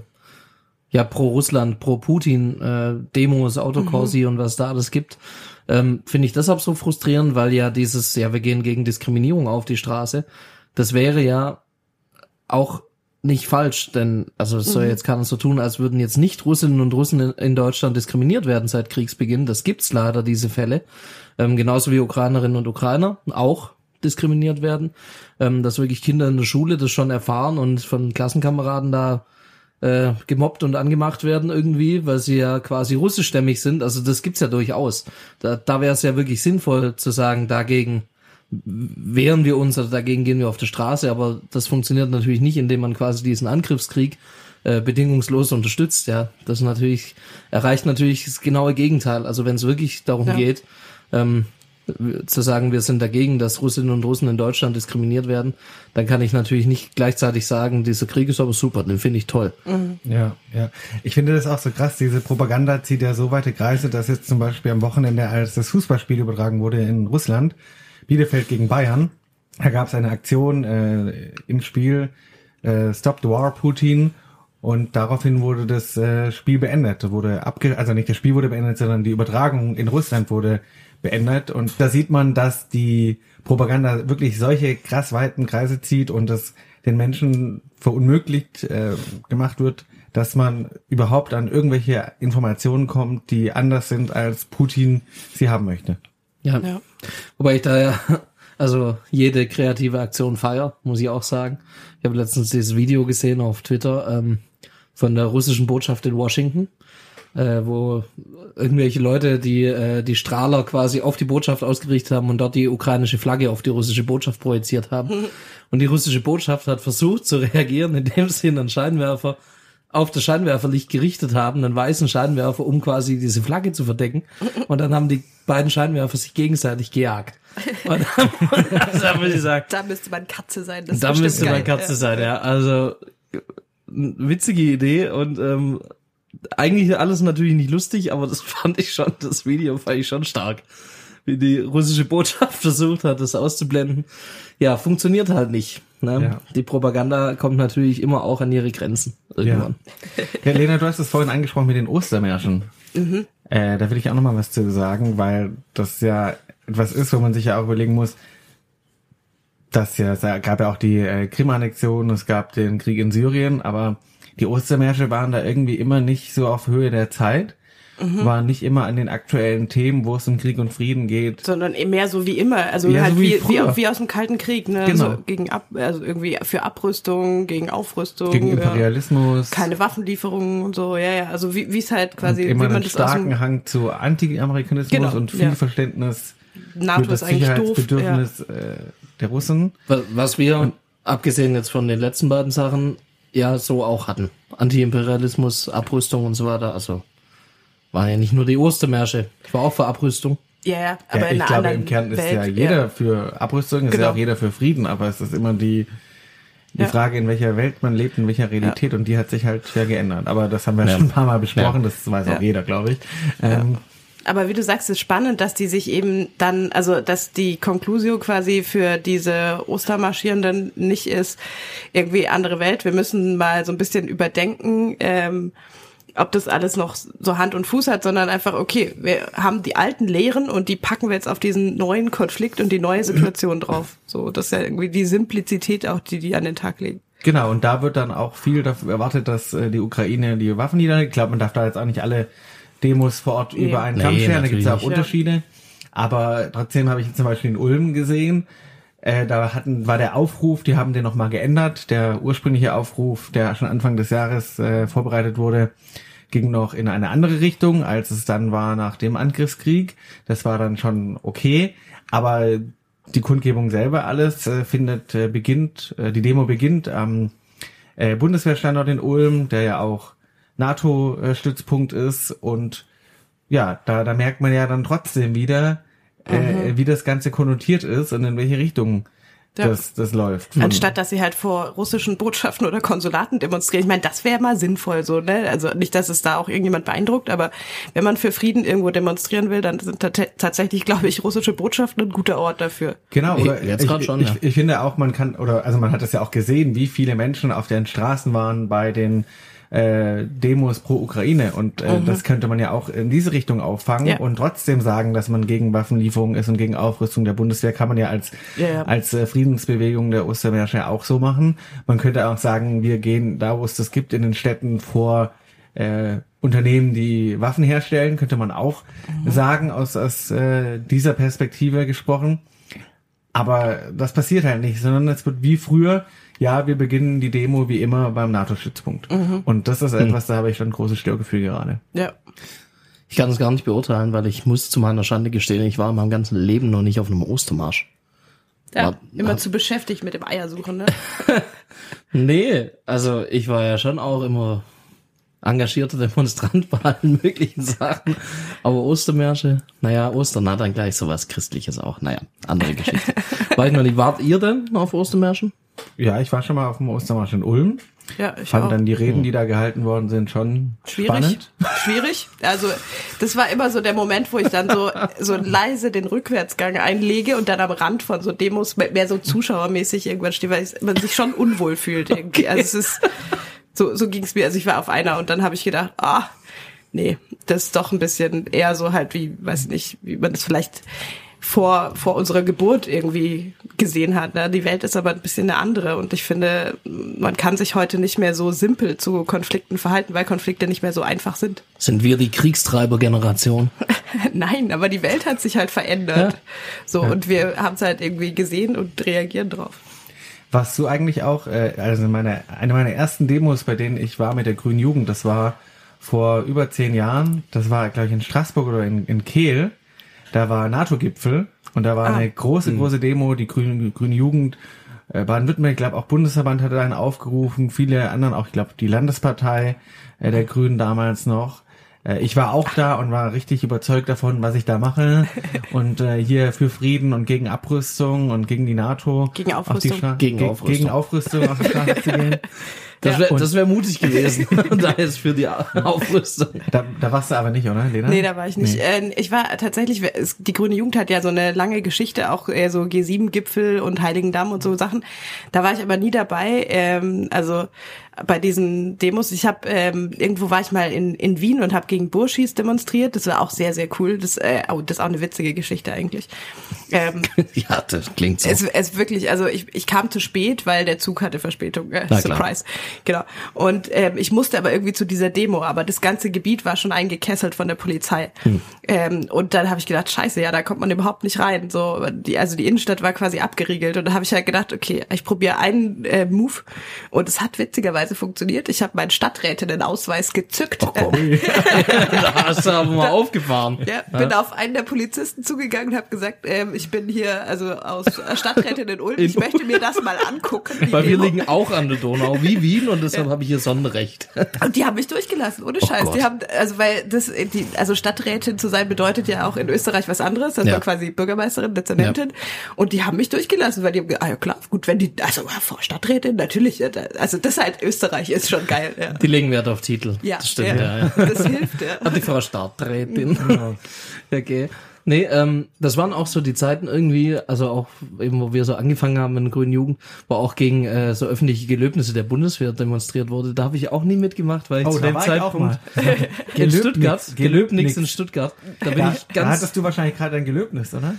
Speaker 2: ja pro Russland, pro Putin äh, Demos, Autokorsi mhm. und was da alles gibt. Ähm, finde ich deshalb so frustrierend, weil ja dieses, ja, wir gehen gegen Diskriminierung auf die Straße, das wäre ja auch nicht falsch, denn also es soll jetzt keiner so tun, als würden jetzt nicht Russinnen und Russen in, in Deutschland diskriminiert werden seit Kriegsbeginn. Das gibt's leider, diese Fälle. Ähm, genauso wie Ukrainerinnen und Ukrainer auch diskriminiert werden. Ähm, dass wirklich Kinder in der Schule das schon erfahren und von Klassenkameraden da äh, gemobbt und angemacht werden irgendwie, weil sie ja quasi russischstämmig sind. Also das gibt's ja durchaus. Da, da wäre es ja wirklich sinnvoll zu sagen, dagegen wehren wir uns, also dagegen gehen wir auf die Straße, aber das funktioniert natürlich nicht, indem man quasi diesen Angriffskrieg äh, bedingungslos unterstützt, ja. Das natürlich, erreicht natürlich das genaue Gegenteil. Also wenn es wirklich darum ja. geht, ähm, zu sagen, wir sind dagegen, dass Russinnen und Russen in Deutschland diskriminiert werden, dann kann ich natürlich nicht gleichzeitig sagen, dieser Krieg ist aber super, den finde ich toll.
Speaker 3: Mhm. Ja, ja. Ich finde das auch so krass, diese Propaganda zieht ja so weite Kreise, dass jetzt zum Beispiel am Wochenende, als das Fußballspiel übertragen wurde in Russland, Bielefeld gegen Bayern, da gab es eine Aktion äh, im Spiel, äh, Stop the War Putin, und daraufhin wurde das äh, Spiel beendet, wurde abge, also nicht das Spiel wurde beendet, sondern die Übertragung in Russland wurde beendet, und da sieht man, dass die Propaganda wirklich solche krass weiten Kreise zieht und das den Menschen verunmöglicht äh, gemacht wird, dass man überhaupt an irgendwelche Informationen kommt, die anders sind, als Putin sie haben möchte.
Speaker 2: Ja, ja. Wobei ich da ja, also jede kreative Aktion feier, muss ich auch sagen. Ich habe letztens dieses Video gesehen auf Twitter ähm, von der russischen Botschaft in Washington, äh, wo irgendwelche Leute, die äh, die Strahler quasi auf die Botschaft ausgerichtet haben und dort die ukrainische Flagge auf die russische Botschaft projiziert haben. Und die russische Botschaft hat versucht zu reagieren, indem sie einen Scheinwerfer auf das Scheinwerferlicht gerichtet haben, einen weißen Scheinwerfer, um quasi diese Flagge zu verdecken. Und dann haben die beiden Scheinwerfer sich gegenseitig gejagt. Und dann, also da muss ich sagen,
Speaker 4: da müsste man Katze sein. Das
Speaker 2: da müsste man
Speaker 4: geil.
Speaker 2: Katze ja. sein, ja. Also witzige Idee und ähm, eigentlich alles natürlich nicht lustig, aber das fand ich schon, das Video fand ich schon stark. Wie die russische Botschaft versucht hat, das auszublenden. Ja, funktioniert halt nicht. Ne? Ja. Die Propaganda kommt natürlich immer auch an ihre Grenzen irgendwann.
Speaker 3: Ja. Ja, Lena, du hast es vorhin angesprochen mit den Ostermärschen. Mhm. Äh, da will ich auch noch mal was zu sagen, weil das ja etwas ist, wo man sich ja auch überlegen muss, dass ja, es gab ja auch die äh, Krim-Annexion, es gab den Krieg in Syrien, aber die Ostermärsche waren da irgendwie immer nicht so auf Höhe der Zeit, mhm. waren nicht immer an den aktuellen Themen, wo es um Krieg und Frieden geht.
Speaker 4: Sondern mehr so wie immer, also ja, halt so wie, wie, wie, wie aus dem Kalten Krieg, ne?
Speaker 3: Genau.
Speaker 4: So gegen Ab, also irgendwie für Abrüstung, gegen Aufrüstung.
Speaker 3: Gegen Imperialismus.
Speaker 4: Ja, keine Waffenlieferungen und so, ja, ja, also wie es halt quasi,
Speaker 3: und immer
Speaker 4: wie man
Speaker 3: einen
Speaker 4: das
Speaker 3: starken
Speaker 4: aus dem,
Speaker 3: Hang zu Anti-Amerikanismus
Speaker 4: genau,
Speaker 3: und viel
Speaker 4: ja.
Speaker 3: Verständnis
Speaker 4: NATO
Speaker 3: für das
Speaker 4: ist eigentlich
Speaker 3: Sicherheitsbedürfnis
Speaker 4: doof, ja.
Speaker 3: äh, der Russen.
Speaker 2: Was wir, und, abgesehen jetzt von den letzten beiden Sachen, ja so auch hatten. Anti-Imperialismus, Abrüstung und so weiter. Also war ja nicht nur die Ostermärsche. Ich war auch für Abrüstung.
Speaker 4: Ja, ja, aber
Speaker 3: ja,
Speaker 4: in
Speaker 3: ich
Speaker 4: einer
Speaker 3: glaube,
Speaker 4: anderen
Speaker 3: im Kern ist
Speaker 4: Welt,
Speaker 3: ja jeder
Speaker 4: ja.
Speaker 3: für Abrüstung, ist
Speaker 4: genau.
Speaker 3: ja auch jeder für Frieden, aber es ist immer die die
Speaker 4: ja.
Speaker 3: Frage, in welcher Welt man lebt, in welcher Realität, ja. und die hat sich halt ja geändert. Aber das haben wir ja. schon ein paar Mal besprochen, ja. das weiß
Speaker 4: ja.
Speaker 3: auch jeder, glaube ich.
Speaker 4: Ja.
Speaker 3: Ähm,
Speaker 4: Aber wie du sagst, ist spannend, dass die sich eben dann, also dass die Conclusio quasi für diese Ostermarschierenden nicht ist, irgendwie andere Welt. Wir müssen mal so ein bisschen überdenken, ähm, ob das alles noch so Hand und Fuß hat, sondern einfach, okay, wir haben die alten Lehren und die packen wir jetzt auf diesen neuen Konflikt und die neue Situation drauf. So, das ist ja irgendwie die Simplizität auch, die die an den Tag legen.
Speaker 3: Genau, und da wird dann auch viel dafür erwartet, dass äh, die Ukraine die Waffen niederlegt. Ich glaube, man darf da jetzt auch nicht alle Demos vor Ort nee. über einen Kamm
Speaker 2: nee,
Speaker 3: scheren, da gibt es auch
Speaker 2: nicht.
Speaker 3: Unterschiede. Ja. Aber trotzdem habe ich zum Beispiel in Ulm gesehen, äh, da hatten war der Aufruf, die haben den nochmal geändert. Der ursprüngliche Aufruf, der schon Anfang des Jahres äh, vorbereitet wurde, ging noch in eine andere Richtung, als es dann war nach dem Angriffskrieg. Das war dann schon okay, aber die Kundgebung selber alles äh, findet, äh, beginnt, äh, die Demo beginnt am äh, Bundeswehrstandort in Ulm, der ja auch NATO-Stützpunkt ist, und ja, da, da merkt man ja dann trotzdem wieder, äh, mhm. wie das Ganze konnotiert ist und in welche Richtung ja. das, das läuft. Von
Speaker 4: Anstatt, dass sie halt vor russischen Botschaften oder Konsulaten demonstrieren. Ich meine, das wäre mal sinnvoll so, ne? Also nicht, dass es da auch irgendjemand beeindruckt, aber wenn man für Frieden irgendwo demonstrieren will, dann sind t- tatsächlich, glaube ich, russische Botschaften ein guter Ort dafür.
Speaker 3: Genau, oder
Speaker 2: jetzt
Speaker 3: ich,
Speaker 2: ich, schon,
Speaker 3: ich,
Speaker 2: ja.
Speaker 3: ich finde auch, man kann, oder also man hat es ja auch gesehen, wie viele Menschen auf den Straßen waren bei den äh, Demos pro Ukraine, und äh, mhm. das könnte man ja auch in diese Richtung auffangen ja. und trotzdem sagen, dass man gegen Waffenlieferungen ist und gegen Aufrüstung der Bundeswehr, kann man ja als
Speaker 4: ja, ja.
Speaker 3: als äh, Friedensbewegung der Ostermärsche auch so machen. Man könnte auch sagen, wir gehen da, wo es das gibt, in den Städten vor äh, Unternehmen, die Waffen herstellen, könnte man auch mhm. sagen, aus, aus äh, dieser Perspektive gesprochen. Aber das passiert halt nicht, sondern es wird wie früher, ja, wir beginnen die Demo wie immer beim NATO-Stützpunkt. Mhm. Und das ist etwas, da habe ich schon ein großes Störgefühl gerade.
Speaker 4: Ja.
Speaker 2: Ich kann es gar nicht beurteilen, weil ich muss zu meiner Schande gestehen, ich war in meinem ganzen Leben noch nicht auf einem Ostermarsch.
Speaker 4: Ja,
Speaker 2: war,
Speaker 4: immer
Speaker 2: hab,
Speaker 4: zu beschäftigt mit dem Eiersuchen, ne?
Speaker 2: Nee, also ich war ja schon auch immer engagierter Demonstrant bei allen möglichen Sachen. Aber Ostermärsche, naja, Ostern hat dann gleich sowas Christliches auch. Naja, andere Geschichte. Weiß ich noch nicht, wart ihr denn auf Ostermärschen?
Speaker 3: Ja, ich war schon mal auf dem Ostermarsch in Ulm.
Speaker 4: Ja, ich
Speaker 3: Fand
Speaker 4: auch.
Speaker 3: dann die Reden, die da gehalten worden sind, schon
Speaker 4: Schwierig,
Speaker 3: spannend.
Speaker 4: schwierig. Also das war immer so der Moment, wo ich dann so so leise den Rückwärtsgang einlege und dann am Rand von so Demos mehr so zuschauermäßig irgendwann stehe, weil man sich schon unwohl fühlt irgendwie. Also es ist so so ging es mir. Also ich war auf einer und dann habe ich gedacht, ah nee, das ist doch ein bisschen eher so halt wie, weiß ich nicht, wie man das vielleicht vor vor unserer Geburt irgendwie gesehen hat. Ne? Die Welt ist aber ein bisschen eine andere und ich finde, man kann sich heute nicht mehr so simpel zu Konflikten verhalten, weil Konflikte nicht mehr so einfach sind.
Speaker 2: Sind wir die Kriegstreiber-Generation?
Speaker 4: Nein, aber die Welt hat sich halt verändert.
Speaker 2: Ja.
Speaker 4: So, und wir haben es halt irgendwie gesehen und reagieren drauf.
Speaker 3: Warst du eigentlich auch, äh, also meine, eine meiner ersten Demos, bei denen ich war mit der Grünen Jugend, das war vor über zehn Jahren, das war, glaube ich, in Straßburg oder in, in Kehl. Da war NATO-Gipfel und da war
Speaker 4: Ah.
Speaker 3: eine große, große Demo, die Grüne, Grüne Jugend, äh, Baden-Württemberg, ich glaube auch Bundesverband hatte einen aufgerufen, viele anderen auch, ich glaube die Landespartei äh, der Grünen damals noch. Äh, ich war auch da und war richtig überzeugt davon, was ich da mache und äh, hier für Frieden und gegen Abrüstung und gegen die NATO.
Speaker 4: Gegen
Speaker 3: auf
Speaker 4: Aufrüstung.
Speaker 3: die Stra-
Speaker 2: Gegen
Speaker 3: ge-
Speaker 2: Aufrüstung.
Speaker 3: Gegen Aufrüstung auf die Straße zu gehen.
Speaker 2: Das
Speaker 4: Ja.
Speaker 2: wäre das wär mutig gewesen. Da ist für die Aufrüstung.
Speaker 3: Da, da warst du aber nicht, oder, Lena?
Speaker 4: Nee, da war ich nicht.
Speaker 3: Nee.
Speaker 4: Äh, ich war tatsächlich, es- die Grüne Jugend hat ja so eine lange Geschichte, auch eher so G sieben Gipfel und Heiligendamm und so Sachen. Da war ich aber nie dabei. Ähm, also bei diesen Demos, ich habe ähm, irgendwo war ich mal in in Wien und habe gegen Burschis demonstriert. Das war auch sehr sehr cool. Das äh, oh, das ist auch eine witzige Geschichte eigentlich. Ähm,
Speaker 2: Ja, das klingt so.
Speaker 4: Es, es wirklich, also ich, ich kam zu spät, weil der Zug hatte Verspätung. Äh,
Speaker 2: Na klar.
Speaker 4: Surprise. Genau. Und ähm, ich musste aber irgendwie zu dieser Demo, aber das ganze Gebiet war schon eingekesselt von der Polizei.
Speaker 2: Hm.
Speaker 4: Ähm, und dann habe ich gedacht, scheiße, ja, da kommt man überhaupt nicht rein. So, die, also die Innenstadt war quasi abgeriegelt. Und da habe ich halt gedacht, okay, ich probiere einen äh, Move. Und es hat witzigerweise funktioniert. Ich habe meinen Stadträtinnen-Ausweis gezückt.
Speaker 2: Oh, komm. Da hast du aber mal aufgefahren.
Speaker 4: Ja, bin auf einen der Polizisten zugegangen und habe gesagt, ähm, ich bin hier also aus Stadträtin in Ulm, ich
Speaker 2: In
Speaker 4: möchte mir das mal angucken. die
Speaker 2: Weil wir
Speaker 4: Demo.
Speaker 2: liegen auch an der Donau, wie Wien, und deshalb habe ich hier Sonnenrecht.
Speaker 4: Und die haben mich durchgelassen, ohne
Speaker 2: Oh
Speaker 4: Scheiß.
Speaker 2: Gott.
Speaker 4: Die haben, also weil das, die, also Stadträtin zu sein bedeutet ja auch in Österreich was anderes. Das
Speaker 2: Ja.
Speaker 4: war quasi Bürgermeisterin, Dezernentin. Und die haben mich durchgelassen, weil die haben gesagt, ah ja klar, gut, wenn die, also Frau Stadträtin, natürlich, ja, da- also das halt Österreich ist schon geil. Ja,
Speaker 2: Die legen Wert auf Titel.
Speaker 4: ja,
Speaker 2: Das stimmt, ja.
Speaker 4: ja.
Speaker 2: ja.
Speaker 4: Das hilft, ja.
Speaker 2: Hat die Frau Stadträtin. Okay. Nee, ähm, das waren auch so die Zeiten irgendwie, also auch eben, wo wir so angefangen haben in der Grünen Jugend, wo auch gegen äh, so öffentliche Gelöbnisse der Bundeswehr demonstriert wurde. Da habe ich auch nie mitgemacht, weil ich
Speaker 3: Oh,
Speaker 2: zu
Speaker 3: da
Speaker 2: dem
Speaker 3: war ich auch
Speaker 2: Zeitpunkt
Speaker 3: mal.
Speaker 2: in
Speaker 3: Gelöbnix,
Speaker 2: Stuttgart,
Speaker 3: Gelöbnix.
Speaker 2: Gelöbnix in Stuttgart, da bin
Speaker 3: Da,
Speaker 2: ich
Speaker 3: da
Speaker 2: ganz
Speaker 3: hattest du wahrscheinlich gerade ein Gelöbnis, oder?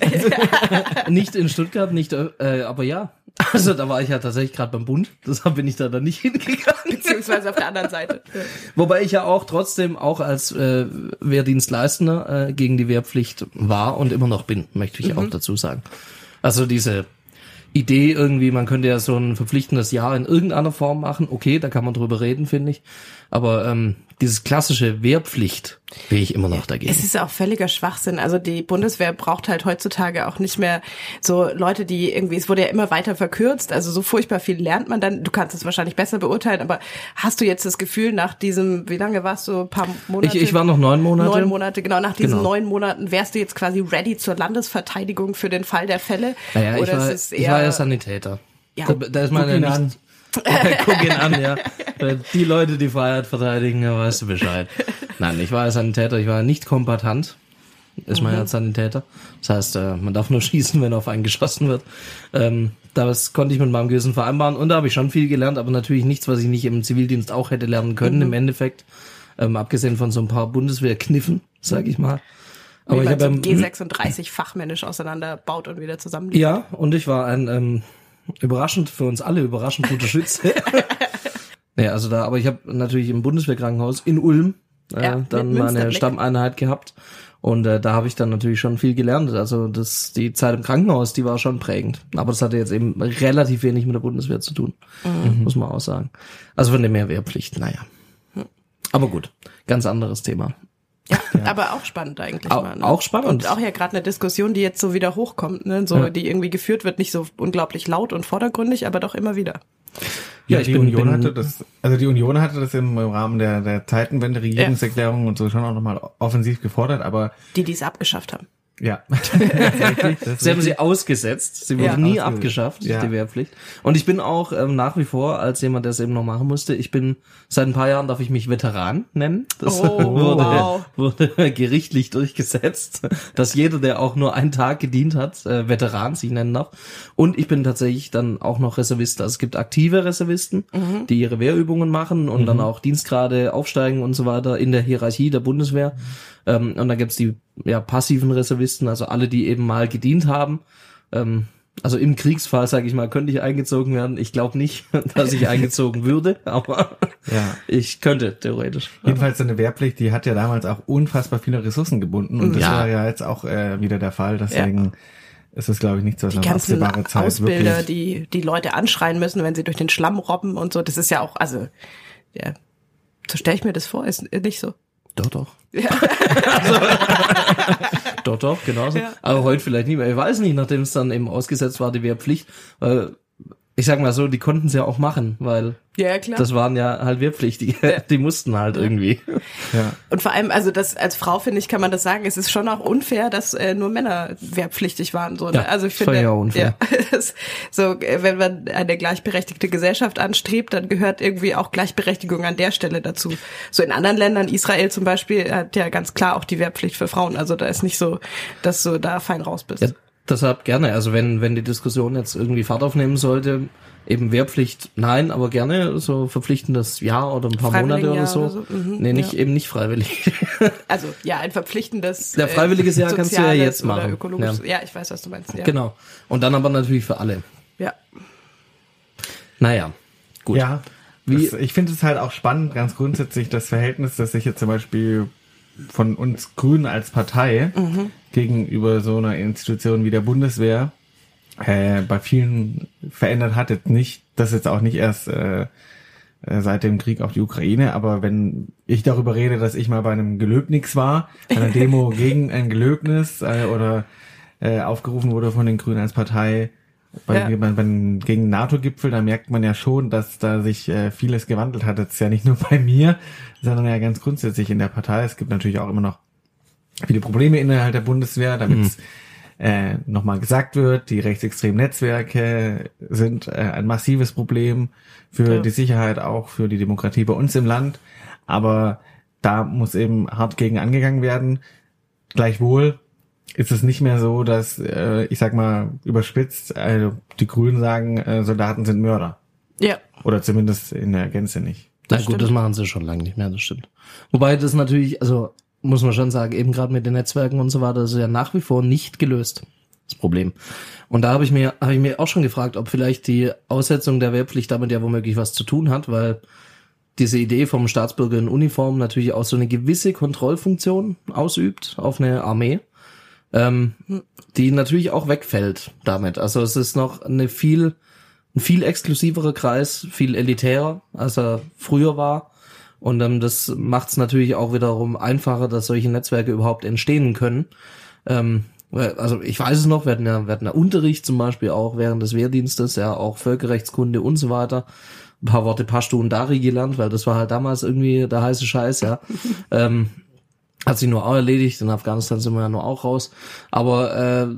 Speaker 2: nicht in Stuttgart, nicht, äh, aber ja. Also da war ich ja tatsächlich gerade beim Bund, deshalb bin ich da dann nicht hingegangen.
Speaker 4: Beziehungsweise auf der anderen Seite. Ja.
Speaker 2: Wobei ich ja auch trotzdem auch als äh, Wehrdienstleistender äh, gegen die Wehrpflicht war und immer noch bin, möchte ich auch dazu sagen. Also diese Idee irgendwie, man könnte ja so ein verpflichtendes Jahr in irgendeiner Form machen, okay, da kann man drüber reden, finde ich. Aber ähm, dieses klassische Wehrpflicht bin ich immer noch dagegen.
Speaker 4: Es ist auch völliger Schwachsinn. Also die Bundeswehr braucht halt heutzutage auch nicht mehr so Leute, die irgendwie, es wurde ja immer weiter verkürzt, also so furchtbar viel lernt man dann. Du kannst es wahrscheinlich besser beurteilen, aber hast du jetzt das Gefühl, nach diesem, wie lange warst du, ein paar Monate?
Speaker 2: Ich, ich war noch neun Monate.
Speaker 4: Neun Monate, genau. Nach diesen
Speaker 2: Genau.
Speaker 4: neun Monaten wärst du jetzt quasi ready zur Landesverteidigung für den Fall der Fälle?
Speaker 2: Naja, ich
Speaker 4: Oder
Speaker 2: war,
Speaker 4: ist es
Speaker 2: ich war ja
Speaker 4: eher-
Speaker 2: Sanitäter.
Speaker 4: Ja.
Speaker 2: Da, da ist man
Speaker 3: Guck
Speaker 2: ja
Speaker 3: ihn
Speaker 2: nicht...
Speaker 3: an.
Speaker 2: Guck ihn an, ja. Die Leute, die Freiheit verteidigen, ja, weißt du Bescheid. Nein, ich war ja Sanitäter, ich war nicht kombatant. Ist man ja Sanitäter. Das heißt, äh, man darf nur schießen, wenn auf einen geschossen wird. Ähm, das konnte ich mit meinem Gewissen vereinbaren und da habe ich schon viel gelernt, aber natürlich nichts, was ich nicht im Zivildienst auch hätte lernen können,
Speaker 4: Mhm.
Speaker 2: im Endeffekt. Ähm, abgesehen von so ein paar Bundeswehrkniffen, sag ich mal.
Speaker 4: wie
Speaker 2: Aber ich
Speaker 4: man
Speaker 2: habe
Speaker 4: so ein
Speaker 2: ähm,
Speaker 4: G sechsunddreißig fachmännisch auseinanderbaut und wieder zusammenlegt.
Speaker 2: ja, und ich war ein ähm, überraschend, für uns alle überraschend guter Schütze. Ja, also da, aber ich habe natürlich im Bundeswehrkrankenhaus in Ulm äh,
Speaker 4: Ja, mit
Speaker 2: dann
Speaker 4: Münsterblick.
Speaker 2: meine Stammeinheit gehabt. Und äh, da habe ich dann natürlich schon viel gelernt. Also das, die Zeit im Krankenhaus, die war schon prägend. Aber das hatte jetzt eben relativ wenig mit der Bundeswehr zu tun,
Speaker 4: Mhm.
Speaker 2: muss man auch sagen. Also von dem her Wehrpflicht, naja. Aber gut, ganz anderes Thema.
Speaker 4: Ja, ja, aber auch spannend eigentlich
Speaker 2: auch,
Speaker 4: mal. Ne?
Speaker 2: Auch spannend.
Speaker 4: Und auch ja gerade eine Diskussion, die jetzt so wieder hochkommt, ne? So, ja. die irgendwie geführt wird, nicht so unglaublich laut und vordergründig, aber doch immer wieder.
Speaker 3: Ja, ja, die bin, Union bin, hatte das, also die Union hatte das im Rahmen der, der Zeitenwende, Regierungserklärung ja. und so schon auch nochmal offensiv gefordert, aber.
Speaker 4: Die, die es abgeschafft haben.
Speaker 3: Ja.
Speaker 2: Sie haben sie ausgesetzt. Sie wurde ja, nie abgeschafft, ja. die Wehrpflicht. Und ich bin auch ähm, nach wie vor, als jemand, der es eben noch machen musste, ich bin, seit ein paar Jahren darf ich mich Veteran nennen. Das
Speaker 4: oh,
Speaker 2: wurde,
Speaker 4: wow.
Speaker 2: wurde gerichtlich durchgesetzt, dass jeder, der auch nur einen Tag gedient hat, äh, Veteran sich nennen darf. Und ich bin tatsächlich dann auch noch Reservist. Also es gibt aktive Reservisten, mhm. die ihre Wehrübungen machen und mhm. dann auch Dienstgrade aufsteigen und so weiter in der Hierarchie der Bundeswehr. Ähm, und dann gibt's die ja passiven Reservisten, also alle, die eben mal gedient haben. Ähm, also im Kriegsfall, sage ich mal, könnte ich eingezogen werden. Ich glaube nicht, dass ich eingezogen würde, aber ja. ich könnte theoretisch.
Speaker 3: Jedenfalls so eine Wehrpflicht, die hat ja damals auch unfassbar viele Ressourcen gebunden und das ja. war ja jetzt auch äh, wieder der Fall. Deswegen ja. ist es, glaube ich, nicht so
Speaker 4: eine absehbare Zeit. Die Ausbilder, die die Leute anschreien müssen, wenn sie durch den Schlamm robben und so, das ist ja auch, also ja, so stelle ich mir das vor, ist nicht so.
Speaker 2: Doch, doch. Ja. Also, doch, doch, genauso. Ja. Aber heute vielleicht nicht mehr. Ich weiß nicht, nachdem es dann eben ausgesetzt war, die Wehrpflicht, weil ich sag mal so, die konnten es ja auch machen, weil
Speaker 4: ja, klar.
Speaker 2: das waren ja halt Wehrpflichtige, ja. die mussten halt ja. irgendwie.
Speaker 3: Ja.
Speaker 4: Und vor allem, also das als Frau, finde ich, kann man das sagen, es ist schon auch unfair, dass äh, nur Männer wehrpflichtig waren. So, ne?
Speaker 2: Ja,
Speaker 4: also ich
Speaker 2: das
Speaker 4: finde,
Speaker 2: war ja unfair.
Speaker 4: Ja, das, so, wenn man eine gleichberechtigte Gesellschaft anstrebt, dann gehört irgendwie auch Gleichberechtigung an der Stelle dazu. So in anderen Ländern, Israel zum Beispiel, hat ja ganz klar auch die Wehrpflicht für Frauen. Also da ist nicht so, dass du da fein raus bist.
Speaker 2: Ja. Deshalb gerne, also wenn wenn die Diskussion jetzt irgendwie Fahrt aufnehmen sollte, eben Wehrpflicht, nein, aber gerne so verpflichtendes Jahr oder ein paar Monate oder so. Oder so. Mhm, nee, nicht ja. eben nicht freiwillig.
Speaker 4: Also ja, ein verpflichtendes
Speaker 2: Der freiwilliges Jahr kannst du ja jetzt machen.
Speaker 4: Ja. ja, ich weiß, was du meinst. Ja.
Speaker 2: Genau. Und dann aber natürlich für alle.
Speaker 4: Ja.
Speaker 2: Naja, gut.
Speaker 3: Ja, Wie, das, ich finde es halt auch spannend, ganz grundsätzlich das Verhältnis, dass sich jetzt zum Beispiel von uns Grünen als Partei mhm. gegenüber so einer Institution wie der Bundeswehr äh, bei vielen verändert hat. Jetzt nicht, das jetzt auch nicht erst äh, seit dem Krieg auf die Ukraine, aber wenn ich darüber rede, dass ich mal bei einem Gelöbnis war, einer Demo gegen ein Gelöbnis äh, oder äh, aufgerufen wurde von den Grünen als Partei, bei, ja. bei, bei, gegen NATO-Gipfel, da merkt man ja schon, dass da sich äh, vieles gewandelt hat. Das ist ja nicht nur bei mir, sondern ja ganz grundsätzlich in der Partei. Es gibt natürlich auch immer noch viele Probleme innerhalb der Bundeswehr, damit es mhm. äh, nochmal gesagt wird, die rechtsextremen Netzwerke sind äh, ein massives Problem für ja. die Sicherheit, auch für die Demokratie bei uns im Land. Aber da muss eben hart gegen angegangen werden. Gleichwohl ist es nicht mehr so, dass, äh, ich sag mal, überspitzt, also die Grünen sagen, äh, Soldaten sind Mörder.
Speaker 4: Ja.
Speaker 3: Oder zumindest in der Gänze nicht.
Speaker 2: Na gut, stimmt. Das machen sie schon lange nicht mehr, das stimmt. Wobei das natürlich, also muss man schon sagen, eben gerade mit den Netzwerken und so weiter, das ist ja nach wie vor nicht gelöst, das Problem. Und da habe ich mir habe ich mir auch schon gefragt, ob vielleicht die Aussetzung der Wehrpflicht damit ja womöglich was zu tun hat, weil diese Idee vom Staatsbürger in Uniform natürlich auch so eine gewisse Kontrollfunktion ausübt auf eine Armee. Ähm, die natürlich auch wegfällt damit. Also es ist noch eine viel, ein viel exklusiverer Kreis, viel elitärer, als er früher war. Und ähm, das macht es natürlich auch wiederum einfacher, dass solche Netzwerke überhaupt entstehen können. Ähm, also ich weiß es noch, wir hatten ja, wir hatten ja Unterricht zum Beispiel auch während des Wehrdienstes, ja auch Völkerrechtskunde und so weiter. Ein paar Worte Pashto und Dari gelernt, weil das war halt damals irgendwie der heiße Scheiß, ja. ähm, Hat sich nur auch erledigt, in Afghanistan sind wir ja nur auch raus. Aber äh,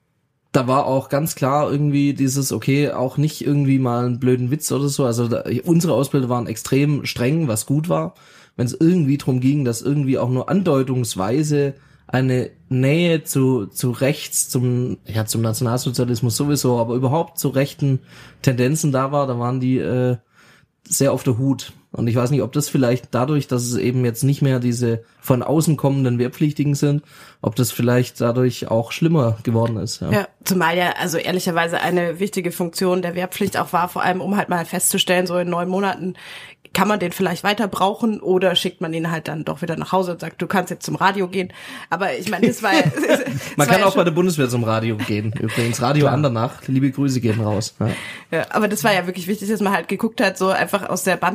Speaker 2: da war auch ganz klar irgendwie dieses, okay, auch nicht irgendwie mal einen blöden Witz oder so. Also da, unsere Ausbilder waren extrem streng, was gut war. Wenn es irgendwie drum ging, dass irgendwie auch nur andeutungsweise eine Nähe zu zu rechts, zum ja zum Nationalsozialismus sowieso, aber überhaupt zu rechten Tendenzen da war, da waren die äh, sehr auf der Hut. Und ich weiß nicht, ob das vielleicht dadurch, dass es eben jetzt nicht mehr diese von außen kommenden Wehrpflichtigen sind, ob das vielleicht dadurch auch schlimmer geworden ist. Ja,
Speaker 4: ja, zumal ja, also ehrlicherweise eine wichtige Funktion der Wehrpflicht auch war, vor allem um halt mal festzustellen, so in neun Monaten kann man den vielleicht weiter brauchen oder schickt man ihn halt dann doch wieder nach Hause und sagt, du kannst jetzt zum Radio gehen. Aber ich meine, das war ja... Das
Speaker 2: man
Speaker 4: war
Speaker 2: kann
Speaker 4: ja
Speaker 2: auch bei der Bundeswehr zum Radio gehen. Übrigens, Radio
Speaker 3: Klar.
Speaker 2: Andernach, liebe Grüße gehen raus. Ja.
Speaker 4: Ja, aber das war ja wirklich wichtig, dass man halt geguckt hat, so einfach aus der Bandbreite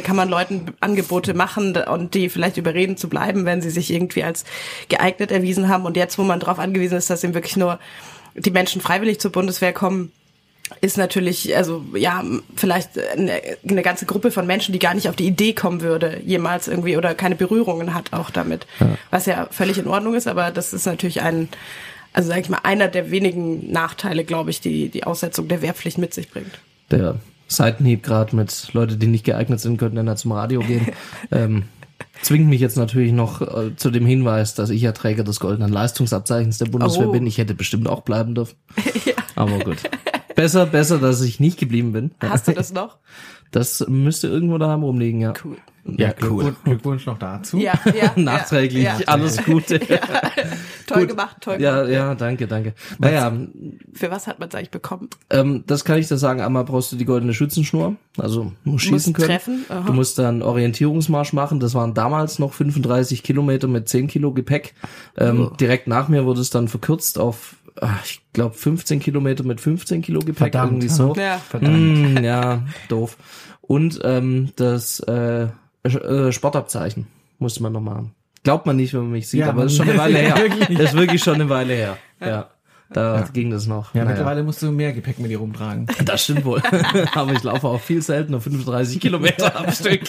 Speaker 4: kann man Leuten Angebote machen und die vielleicht überreden zu bleiben, wenn sie sich irgendwie als geeignet erwiesen haben. Und jetzt, wo man darauf angewiesen ist, dass eben wirklich nur die Menschen freiwillig zur Bundeswehr kommen, ist natürlich, also ja, vielleicht eine, eine ganze Gruppe von Menschen, die gar nicht auf die Idee kommen würde, jemals irgendwie oder keine Berührungen hat auch damit, ja. Was ja völlig in Ordnung ist, aber das ist natürlich ein, also sag ich mal, einer der wenigen Nachteile, glaube ich, die die Aussetzung der Wehrpflicht mit sich bringt.
Speaker 2: Der Seitenhieb gerade mit Leute, die nicht geeignet sind, könnten dann zum Radio gehen. ähm, zwingt mich jetzt natürlich noch äh, zu dem Hinweis, dass ich ja Träger des goldenen Leistungsabzeichens der Bundeswehr oh. bin. Ich hätte bestimmt auch bleiben dürfen. Ja. Aber gut. Besser, besser, dass ich nicht geblieben bin.
Speaker 4: Hast du das noch?
Speaker 2: Das müsste irgendwo daheim rumliegen, ja.
Speaker 4: Cool.
Speaker 3: Ja, cool. Glückwunsch noch dazu.
Speaker 4: Ja, ja.
Speaker 2: Nachträglich.
Speaker 4: Ja.
Speaker 2: Alles Gute.
Speaker 4: Ja. Toll gemacht, toll gemacht.
Speaker 2: Ja, ja, danke, danke. Naja.
Speaker 4: Für was hat man es eigentlich bekommen?
Speaker 2: Ähm, das kann ich dir sagen. Einmal brauchst du die goldene Schützenschnur. Also, musst schießen können.
Speaker 4: Treffen. Aha.
Speaker 2: Du musst dann Orientierungsmarsch machen. Das waren damals noch fünfunddreißig Kilometer mit zehn Kilo Gepäck. Ähm, oh. Direkt nach mir wurde es dann verkürzt auf, ach, ich glaube, fünfzehn Kilometer mit fünfzehn Kilo Gepäck.
Speaker 3: Verdammt.
Speaker 2: Irgendwie so.
Speaker 4: Ja.
Speaker 2: Verdammt. Mm, ja, doof. Und ähm, das äh, äh, Sportabzeichen musste man noch mal haben. Glaubt man nicht, wenn man mich sieht,
Speaker 3: ja,
Speaker 2: aber das ist schon eine Weile her. Das ist wirklich schon eine Weile her. Ja, da ja. ging das noch.
Speaker 3: Ja,
Speaker 2: naja.
Speaker 3: Mittlerweile musst du mehr Gepäck mit dir rumtragen.
Speaker 2: Das stimmt wohl. Aber ich laufe auch viel seltener fünfunddreißig Kilometer am Stück.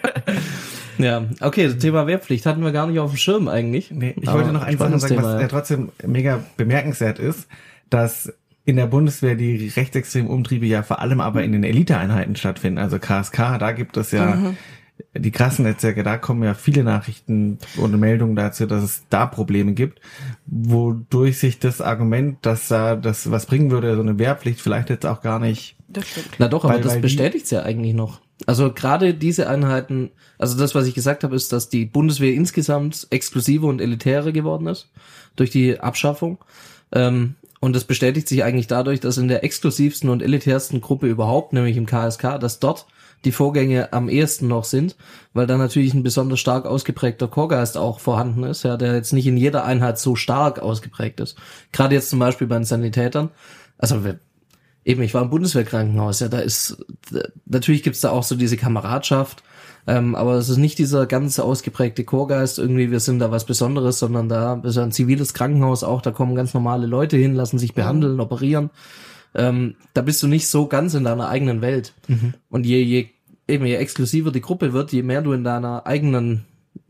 Speaker 2: Ja, okay, das Thema Wehrpflicht hatten wir gar nicht auf dem Schirm eigentlich.
Speaker 3: Nee, ich aber wollte noch eins sagen,
Speaker 2: Thema,
Speaker 3: was ja trotzdem mega bemerkenswert ist, dass in der Bundeswehr die rechtsextremen Umtriebe ja vor allem aber in den Eliteeinheiten stattfinden. Also K S K, da gibt es ja mhm. die krassen Netzwerke, da kommen ja viele Nachrichten und Meldungen dazu, dass es da Probleme gibt, wodurch sich das Argument, dass da das was bringen würde, so eine Wehrpflicht, vielleicht jetzt auch gar nicht.
Speaker 4: Das stimmt.
Speaker 2: Na doch, aber
Speaker 3: weil,
Speaker 2: das
Speaker 3: weil
Speaker 2: bestätigt's ja eigentlich noch. Also gerade diese Einheiten, also das, was ich gesagt habe, ist, dass die Bundeswehr insgesamt exklusiver und elitärer geworden ist durch die Abschaffung. Ähm, Und das bestätigt sich eigentlich dadurch, dass in der exklusivsten und elitärsten Gruppe überhaupt, nämlich im K S K, dass dort die Vorgänge am ehesten noch sind, weil da natürlich ein besonders stark ausgeprägter Chorgeist auch vorhanden ist, ja, der jetzt nicht in jeder Einheit so stark ausgeprägt ist. Gerade jetzt zum Beispiel bei den Sanitätern. Also wir, eben, ich war im Bundeswehrkrankenhaus, ja, da ist, natürlich gibt's da auch so diese Kameradschaft, Ähm, aber es ist nicht dieser ganz ausgeprägte Chorgeist, irgendwie wir sind da was Besonderes, sondern da ist ja ein ziviles Krankenhaus auch, da kommen ganz normale Leute hin, lassen sich behandeln, operieren. Ähm, da bist du nicht so ganz in deiner eigenen Welt. Mhm. Und je, je, eben je exklusiver die Gruppe wird, je mehr du in deiner eigenen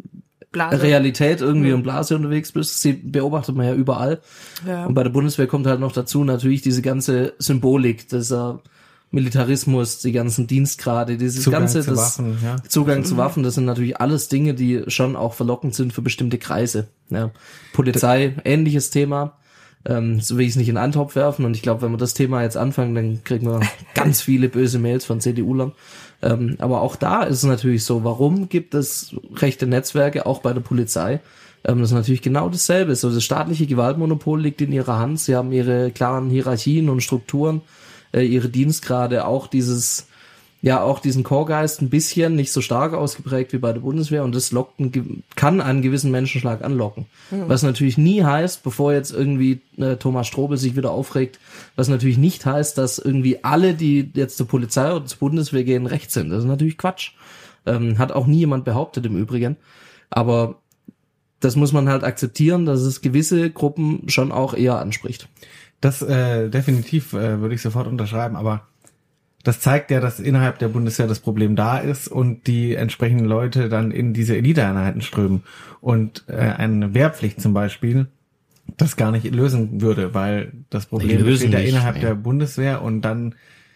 Speaker 2: Blase. Realität irgendwie mhm. und Blase unterwegs bist, sie beobachtet man ja überall. Ja. Und bei der Bundeswehr kommt halt noch dazu natürlich diese ganze Symbolik, dieser Militarismus, die ganzen Dienstgrade, dieses
Speaker 3: Zugang
Speaker 2: ganze
Speaker 3: zu
Speaker 2: das
Speaker 3: Waffen, ja.
Speaker 2: Zugang
Speaker 3: mhm.
Speaker 2: zu Waffen, das sind natürlich alles Dinge, die schon auch verlockend sind für bestimmte Kreise. Ja. Polizei, ähnliches Thema. Ähm, so will ich es nicht in einen Topf werfen und ich glaube, wenn wir das Thema jetzt anfangen, dann kriegen wir ganz viele böse Mails von C D U-Lern. Ähm, aber auch da ist es natürlich so, warum gibt es rechte Netzwerke auch bei der Polizei? Ähm, das ist natürlich genau dasselbe. So, das staatliche Gewaltmonopol liegt in ihrer Hand. Sie haben ihre klaren Hierarchien und Strukturen, äh, ihre Dienstgrade, auch dieses, ja, auch diesen Chorgeist ein bisschen, nicht so stark ausgeprägt wie bei der Bundeswehr und das lockt einen, kann einen gewissen Menschenschlag anlocken. Mhm. Was natürlich nie heißt, bevor jetzt irgendwie äh, Thomas Strobel sich wieder aufregt, was natürlich nicht heißt, dass irgendwie alle, die jetzt zur Polizei oder zur Bundeswehr gehen, rechts sind. Das ist natürlich Quatsch. Ähm, hat auch nie jemand behauptet im Übrigen. Aber das muss man halt akzeptieren, dass es gewisse Gruppen schon auch eher anspricht.
Speaker 3: Das äh, definitiv äh, würde ich sofort unterschreiben, aber das zeigt ja, dass innerhalb der Bundeswehr das Problem da ist und die entsprechenden Leute dann in diese Eliteeinheiten strömen. Und äh, eine Wehrpflicht zum Beispiel das gar nicht lösen würde, weil das Problem besteht ja innerhalb ja. der Bundeswehr und dann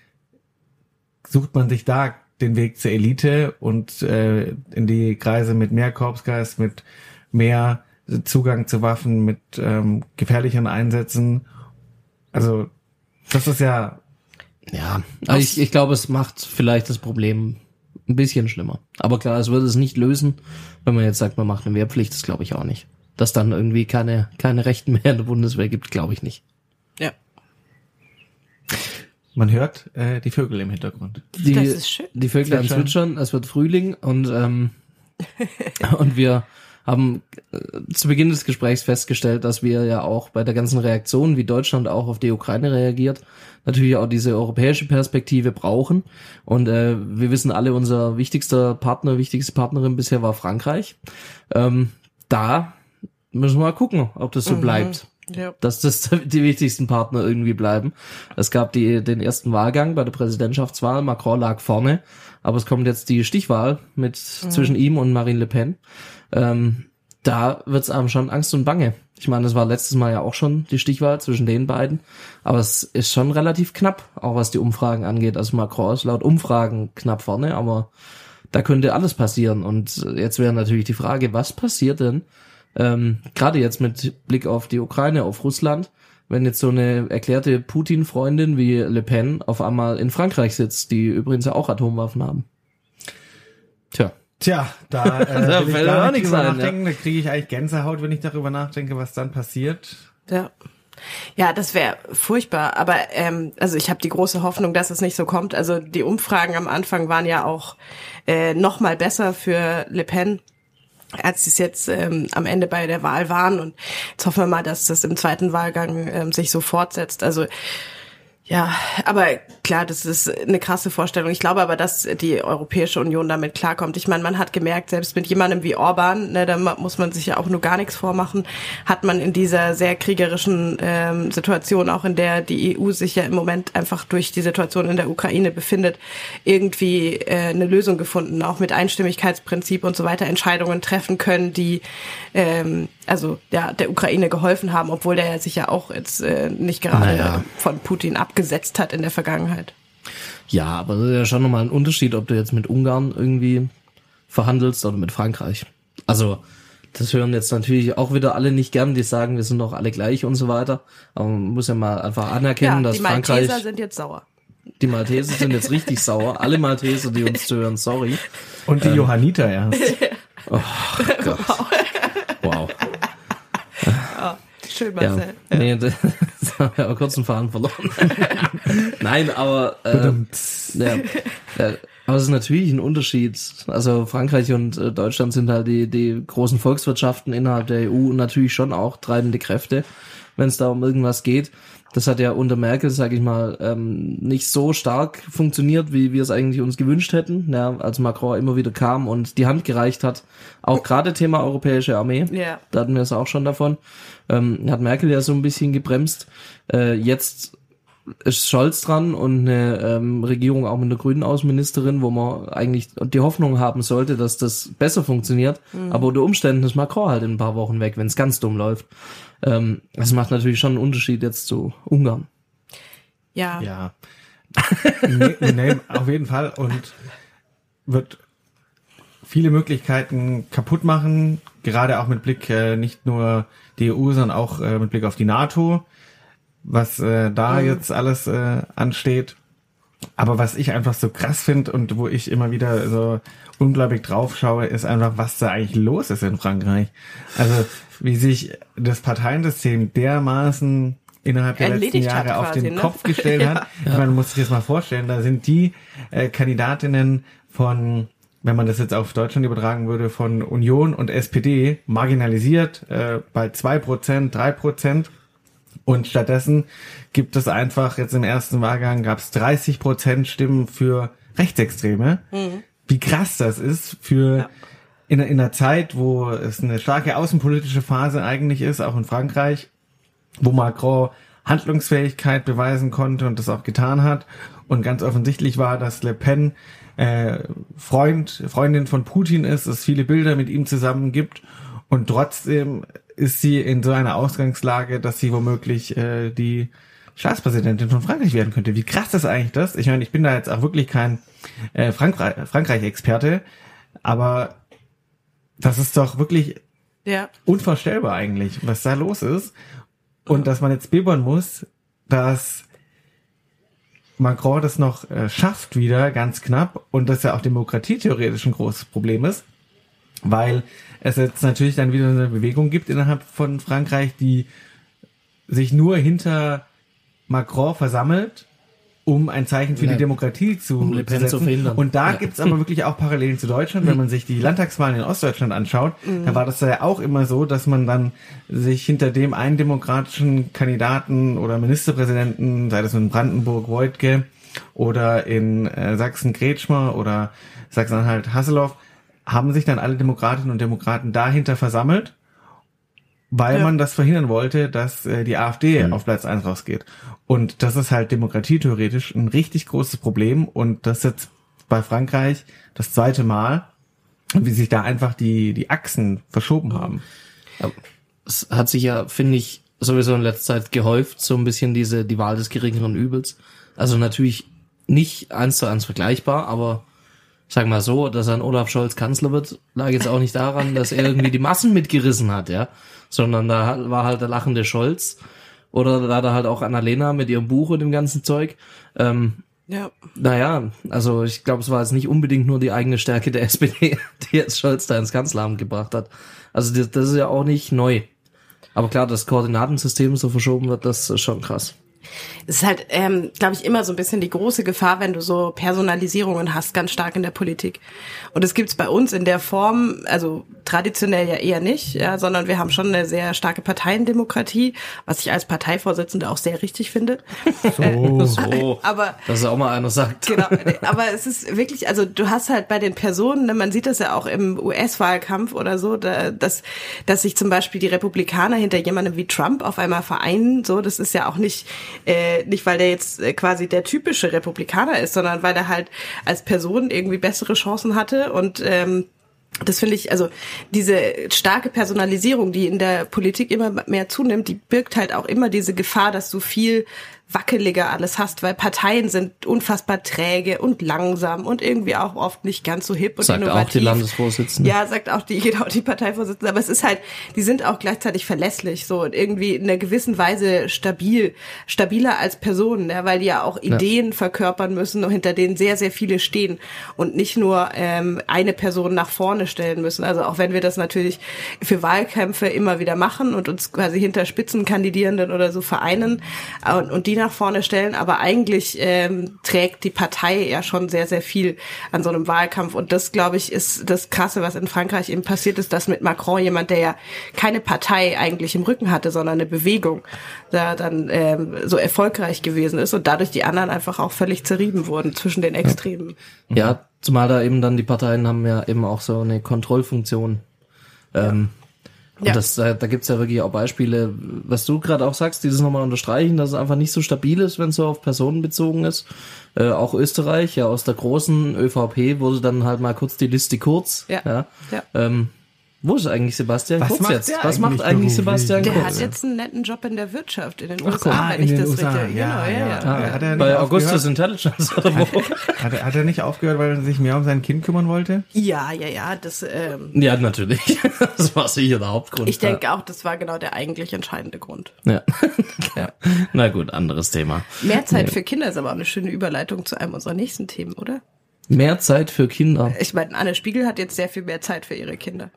Speaker 3: sucht man sich da den Weg zur Elite und äh, in die Kreise mit mehr Korpsgeist, mit mehr Zugang zu Waffen, mit ähm, gefährlicheren Einsätzen. Also das ist ja...
Speaker 2: Ja, also ich, ich glaube, es macht vielleicht das Problem ein bisschen schlimmer. Aber klar, es würde es nicht lösen, wenn man jetzt sagt, man macht eine Wehrpflicht, das glaube ich auch nicht. Dass dann irgendwie keine keine Rechten mehr in der Bundeswehr gibt, glaube ich nicht.
Speaker 4: Ja.
Speaker 3: Man hört äh, die Vögel im Hintergrund.
Speaker 2: Die,
Speaker 4: das ist schön.
Speaker 2: Die Vögel zwitschern, es wird Frühling und ähm, und wir haben äh, zu Beginn des Gesprächs festgestellt, dass wir ja auch bei der ganzen Reaktion, wie Deutschland auch auf die Ukraine reagiert, natürlich auch diese europäische Perspektive brauchen. Und äh, wir wissen alle, unser wichtigster Partner, wichtigste Partnerin bisher war Frankreich. Ähm, da müssen wir mal gucken, ob das so mhm. bleibt. Ja. Dass das die wichtigsten Partner irgendwie bleiben. Es gab die den ersten Wahlgang bei der Präsidentschaftswahl. Macron lag vorne, aber es kommt jetzt die Stichwahl mit mhm. zwischen ihm und Marine Le Pen. Ähm, da wird's einem schon Angst und Bange. Ich meine, das war letztes Mal ja auch schon die Stichwahl zwischen den beiden, aber es ist schon relativ knapp, auch was die Umfragen angeht. Also Macron ist laut Umfragen knapp vorne, aber da könnte alles passieren. Und jetzt wäre natürlich die Frage, was passiert denn, Ähm, gerade jetzt mit Blick auf die Ukraine, auf Russland, wenn jetzt so eine erklärte Putin-Freundin wie Le Pen auf einmal in Frankreich sitzt, die übrigens ja auch Atomwaffen haben. Tja.
Speaker 3: Tja, da, äh,
Speaker 2: da
Speaker 3: will
Speaker 2: fällt
Speaker 3: ich gar
Speaker 2: auch
Speaker 3: nicht
Speaker 2: nichts
Speaker 3: drüber
Speaker 2: ein,
Speaker 3: nachdenken.
Speaker 2: ja.
Speaker 3: Da kriege ich eigentlich Gänsehaut, wenn ich darüber nachdenke, was dann passiert.
Speaker 4: Ja. Ja, das wäre furchtbar. Aber ähm, also ich habe die große Hoffnung, dass es nicht so kommt. Also die Umfragen am Anfang waren ja auch äh, noch mal besser für Le Pen, als sie es jetzt ähm, am Ende bei der Wahl waren. Und jetzt hoffen wir mal, dass das im zweiten Wahlgang ähm, sich so fortsetzt. Also ja, aber klar, das ist eine krasse Vorstellung. Ich glaube aber, dass die Europäische Union damit klarkommt. Ich meine, man hat gemerkt, selbst mit jemandem wie Orban, ne, da muss man sich ja auch nur gar nichts vormachen, hat man in dieser sehr kriegerischen ähm, Situation, auch in der die E U sich ja im Moment einfach durch die Situation in der Ukraine befindet, irgendwie äh, eine Lösung gefunden, auch mit Einstimmigkeitsprinzip und so weiter Entscheidungen treffen können, die ähm, also ja der Ukraine geholfen haben, obwohl der sich ja auch jetzt äh, nicht gerade
Speaker 2: naja.
Speaker 4: von Putin abgesetzt hat in der Vergangenheit.
Speaker 2: Ja, aber das ist ja schon nochmal ein Unterschied, ob du jetzt mit Ungarn irgendwie verhandelst oder mit Frankreich. Also das hören jetzt natürlich auch wieder alle nicht gern, die sagen, wir sind doch alle gleich und so weiter. Aber man muss ja mal einfach anerkennen,
Speaker 4: ja,
Speaker 2: dass Frankreich...
Speaker 4: die Malteser sind jetzt sauer.
Speaker 2: Die Malteser sind jetzt richtig sauer. Alle Malteser, die uns zuhören, sorry.
Speaker 3: Und die ähm, Johanniter erst.
Speaker 2: Oh Gott. Wow.
Speaker 4: Oh, schön, Marcel.
Speaker 2: Ja, nee, das haben wir aber kurz einen Faden verloren. Nein, aber äh, ja, ja, aber es ist natürlich ein Unterschied. Also Frankreich und äh, Deutschland sind halt die die großen Volkswirtschaften innerhalb der E U und natürlich schon auch treibende Kräfte, wenn es da um irgendwas geht. Das hat ja unter Merkel, sag ich mal, ähm, nicht so stark funktioniert, wie wir es eigentlich uns gewünscht hätten, ja, als Macron immer wieder kam und die Hand gereicht hat. Auch gerade Thema europäische Armee,
Speaker 4: ja.
Speaker 2: Da hatten wir es auch schon davon. Ähm, hat Merkel ja so ein bisschen gebremst. Äh, jetzt ist Scholz dran und eine ähm, Regierung auch mit einer grünen Außenministerin, wo man eigentlich die Hoffnung haben sollte, dass das besser funktioniert. Mhm. Aber unter Umständen ist Macron halt in ein paar Wochen weg, wenn es ganz dumm läuft. Ähm, das macht natürlich schon einen Unterschied jetzt zu Ungarn.
Speaker 4: Ja.
Speaker 3: Ja. nee, nee, auf jeden Fall. Und wird viele Möglichkeiten kaputt machen, gerade auch mit Blick äh, nicht nur die E U, sondern auch äh, mit Blick auf die NATO, was äh, da mhm. jetzt alles äh, ansteht. Aber was ich einfach so krass finde und wo ich immer wieder so unglaublich drauf schaue, ist einfach, was da eigentlich los ist in Frankreich. Also wie sich das Parteiensystem dermaßen innerhalb der
Speaker 4: Erledigt
Speaker 3: letzten Jahre
Speaker 4: quasi,
Speaker 3: auf den
Speaker 4: ne?
Speaker 3: Kopf gestellt hat. Ja. Ich meine, man muss sich das mal vorstellen, da sind die äh, Kandidatinnen von, wenn man das jetzt auf Deutschland übertragen würde, von Union und S P D marginalisiert, äh, bei zwei Prozent, drei Prozent. Und stattdessen gibt es einfach, jetzt im ersten Wahlgang gab es dreißig Prozent Stimmen für Rechtsextreme. Mhm. Wie krass das ist für ja. in, in einer Zeit, wo es eine starke außenpolitische Phase eigentlich ist, auch in Frankreich, wo Macron Handlungsfähigkeit beweisen konnte und das auch getan hat. Und ganz offensichtlich war, dass Le Pen äh, Freund, Freundin von Putin ist, es viele Bilder mit ihm zusammen gibt. Und trotzdem ist sie in so einer Ausgangslage, dass sie womöglich äh, die Staatspräsidentin von Frankreich werden könnte. Wie krass ist eigentlich das? Ich meine, ich bin da jetzt auch wirklich kein äh, Frankreich, Frankreich-Experte, aber das ist doch wirklich
Speaker 4: ja.
Speaker 3: unvorstellbar eigentlich, was da los ist. Und dass man jetzt bibbern muss, dass Macron das noch äh, schafft wieder, ganz knapp, und das ja auch demokratietheoretisch ein großes Problem ist, weil es jetzt natürlich dann wieder eine Bewegung gibt innerhalb von Frankreich, die sich nur hinter Macron versammelt um ein Zeichen für ja. die Demokratie zu,
Speaker 2: um Le Pen zu,
Speaker 3: zu
Speaker 2: verhindern.
Speaker 3: Und da
Speaker 2: ja.
Speaker 3: gibt's aber wirklich auch Parallelen zu Deutschland. Wenn man sich die Landtagswahlen in Ostdeutschland anschaut, mhm. da war das ja auch immer so, dass man dann sich hinter dem einen demokratischen Kandidaten oder Ministerpräsidenten, sei das in Brandenburg Woidke oder in äh, Sachsen Kretschmer oder Sachsen-Anhalt Hasselhoff, haben sich dann alle Demokratinnen und Demokraten dahinter versammelt, weil ja. man das verhindern wollte, dass äh, die AfD mhm. auf Platz eins rausgeht. Und das ist halt demokratietheoretisch ein richtig großes Problem. Und das ist jetzt bei Frankreich das zweite Mal, wie sich da einfach die die Achsen verschoben haben.
Speaker 2: Es hat sich ja, finde ich, sowieso in letzter Zeit gehäuft, so ein bisschen diese die Wahl des geringeren Übels. Also natürlich nicht eins zu eins vergleichbar, aber sag mal so, dass ein Olaf Scholz Kanzler wird, lag jetzt auch nicht daran, dass er irgendwie die Massen mitgerissen hat, ja, sondern da war halt der lachende Scholz oder da da halt auch Annalena mit ihrem Buch und dem ganzen Zeug. Ähm, ja. Naja, also ich glaube, es war jetzt nicht unbedingt nur die eigene Stärke der S P D, die jetzt Scholz da ins Kanzleramt gebracht hat. Also das, das ist ja auch nicht neu. Aber klar, das Koordinatensystem so verschoben wird, das ist schon krass.
Speaker 4: Es ist halt, ähm, glaube ich, immer so ein bisschen die große Gefahr, wenn du so Personalisierungen hast, ganz stark in der Politik. Und das gibt's bei uns in der Form, also traditionell ja eher nicht, ja, sondern wir haben schon eine sehr starke Parteiendemokratie, was ich als Parteivorsitzende auch sehr richtig finde.
Speaker 2: So, so. Aber dass auch mal einer sagt.
Speaker 4: Genau, aber es ist wirklich, also du hast halt bei den Personen, ne, man sieht das ja auch im U S-Wahlkampf oder so, da, dass dass sich zum Beispiel die Republikaner hinter jemandem wie Trump auf einmal vereinen, so, das ist ja auch nicht Äh, nicht, weil der jetzt äh, quasi der typische Republikaner ist, sondern weil er halt als Person irgendwie bessere Chancen hatte und ähm, das finde ich, also diese starke Personalisierung, die in der Politik immer mehr zunimmt, die birgt halt auch immer diese Gefahr, dass du viel wackeliger alles hast, weil Parteien sind unfassbar träge und langsam und irgendwie auch oft nicht ganz so hip und
Speaker 2: sagt
Speaker 4: innovativ.
Speaker 2: Sagt auch die Landesvorsitzende.
Speaker 4: Ja, sagt auch die, genau, die Parteivorsitzende. Aber es ist halt, die sind auch gleichzeitig verlässlich, so und irgendwie in einer gewissen Weise stabil, stabiler als Personen, ja, weil die ja auch Ideen ja. verkörpern müssen und hinter denen sehr, sehr viele stehen und nicht nur ähm, eine Person nach vorne stellen müssen. Also auch wenn wir das natürlich für Wahlkämpfe immer wieder machen und uns quasi hinter Spitzenkandidierenden oder so vereinen und, und die nach vorne stellen, aber eigentlich ähm, trägt die Partei ja schon sehr, sehr viel an so einem Wahlkampf und das, glaube ich, ist das Krasse, was in Frankreich eben passiert ist, dass mit Macron jemand, der ja keine Partei eigentlich im Rücken hatte, sondern eine Bewegung, da dann ähm, so erfolgreich gewesen ist und dadurch die anderen einfach auch völlig zerrieben wurden zwischen den Extremen.
Speaker 2: Ja, zumal da eben dann die Parteien haben ja eben auch so eine Kontrollfunktion. Ähm, ja. Und ja. das, da, da gibt's ja wirklich auch Beispiele, was du gerade auch sagst, dieses nochmal unterstreichen, dass es einfach nicht so stabil ist, wenn es so auf Personen bezogen ist. Äh, auch Österreich, ja, aus der großen ÖVP wurde dann halt mal kurz die Liste kurz. Ja. ja. ja. Ähm, wo ist eigentlich Sebastian
Speaker 3: was
Speaker 2: Kurz
Speaker 3: macht
Speaker 2: jetzt?
Speaker 3: Der
Speaker 2: Was macht eigentlich Sebastian
Speaker 4: der
Speaker 2: Kurz?
Speaker 4: Der hat jetzt einen netten Job in der Wirtschaft in den
Speaker 3: Ach,
Speaker 4: U S A,
Speaker 3: ah,
Speaker 4: wenn
Speaker 3: in
Speaker 4: ich
Speaker 3: den
Speaker 4: das
Speaker 3: U S A.
Speaker 4: richtig...
Speaker 3: Ja,
Speaker 4: genau, ja, ja.
Speaker 3: ja.
Speaker 4: ja.
Speaker 3: Hat er
Speaker 2: Bei Augustus Intelligence oder wo?
Speaker 3: Hat er, hat er nicht aufgehört, weil er sich mehr um sein Kind kümmern wollte?
Speaker 4: Ja, ja, ja. Das, ähm,
Speaker 2: ja, natürlich. Das war sicher der Hauptgrund.
Speaker 4: Ich denke auch, das war genau der eigentlich entscheidende Grund.
Speaker 2: Ja. ja. Na gut, anderes Thema.
Speaker 4: Mehr Zeit ja. für Kinder ist aber auch eine schöne Überleitung zu einem unserer nächsten Themen, oder?
Speaker 2: Mehr Zeit für Kinder.
Speaker 4: Ich meine, Anne Spiegel hat jetzt sehr viel mehr Zeit für ihre Kinder.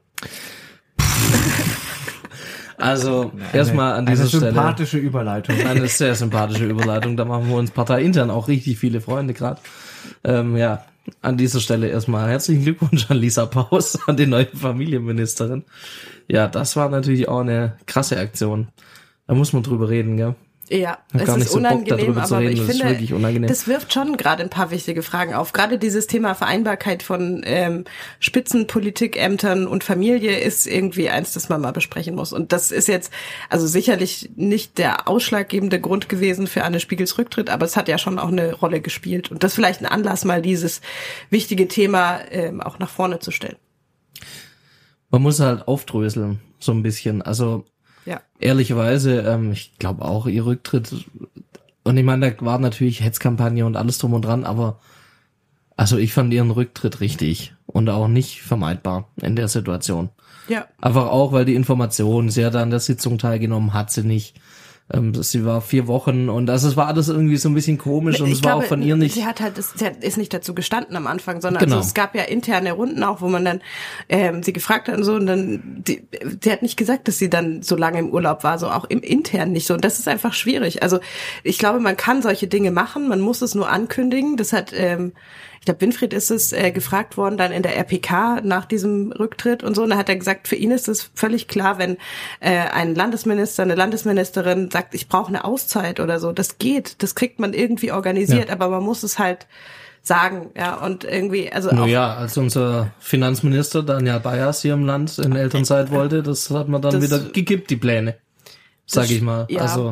Speaker 2: Also erstmal an dieser Stelle.
Speaker 3: Eine sympathische Überleitung.
Speaker 2: Eine sehr sympathische Überleitung. Da machen wir uns parteiintern auch richtig viele Freunde gerade. Ähm, ja, an dieser Stelle erstmal herzlichen Glückwunsch an Lisa Paus, an die neue Familienministerin. Ja, das war natürlich auch eine krasse Aktion. Da muss man drüber reden, gell?
Speaker 4: Ja, es ist
Speaker 2: so
Speaker 4: unangenehm,
Speaker 2: Bock,
Speaker 4: aber ich
Speaker 2: das
Speaker 4: finde, das wirft schon gerade ein paar wichtige Fragen auf. Gerade dieses Thema Vereinbarkeit von ähm, Spitzenpolitikämtern und Familie ist irgendwie eins, das man mal besprechen muss. Und das ist jetzt also sicherlich nicht der ausschlaggebende Grund gewesen für Anne Spiegels Rücktritt, aber es hat ja schon auch eine Rolle gespielt. Und das ist vielleicht ein Anlass, mal dieses wichtige Thema ähm, auch nach vorne zu stellen.
Speaker 2: Man muss halt aufdröseln, so ein bisschen. Also ja. Ehrlicherweise, ähm, ich glaube auch, ihr Rücktritt, und ich meine, da war natürlich Hetzkampagne und alles drum und dran, aber also ich fand ihren Rücktritt richtig und auch nicht vermeidbar in der Situation.
Speaker 4: Ja.
Speaker 2: Einfach auch, weil die Information, sie hat an der Sitzung teilgenommen, hat sie nicht. Ähm, sie war vier Wochen und also es war alles irgendwie so ein bisschen komisch und
Speaker 4: ich
Speaker 2: es war
Speaker 4: glaube,
Speaker 2: auch von ihr nicht...
Speaker 4: Sie hat halt, sie hat, ist nicht dazu gestanden am Anfang, sondern
Speaker 2: Genau.
Speaker 4: also es gab ja interne Runden auch, wo man dann ähm, sie gefragt hat und so und dann, die, sie hat nicht gesagt, dass sie dann so lange im Urlaub war, so auch im intern nicht so und das ist einfach schwierig. Also ich glaube, man kann solche Dinge machen, man muss es nur ankündigen. Das hat, ähm, ich glaube, Winfried ist es äh, gefragt worden dann in der R P K nach diesem Rücktritt und so und da hat er gesagt, für ihn ist es völlig klar, wenn äh, ein Landesminister, eine Landesministerin sagt, ich brauche eine Auszeit oder so, das geht, das kriegt man irgendwie organisiert, ja. Aber man muss es halt sagen, ja, und irgendwie, also auch,
Speaker 2: ja, als unser Finanzminister Daniel Bayers hier im Land in Elternzeit wollte, das hat man dann das, wieder gekippt, die Pläne, sag ich mal. Ja. Also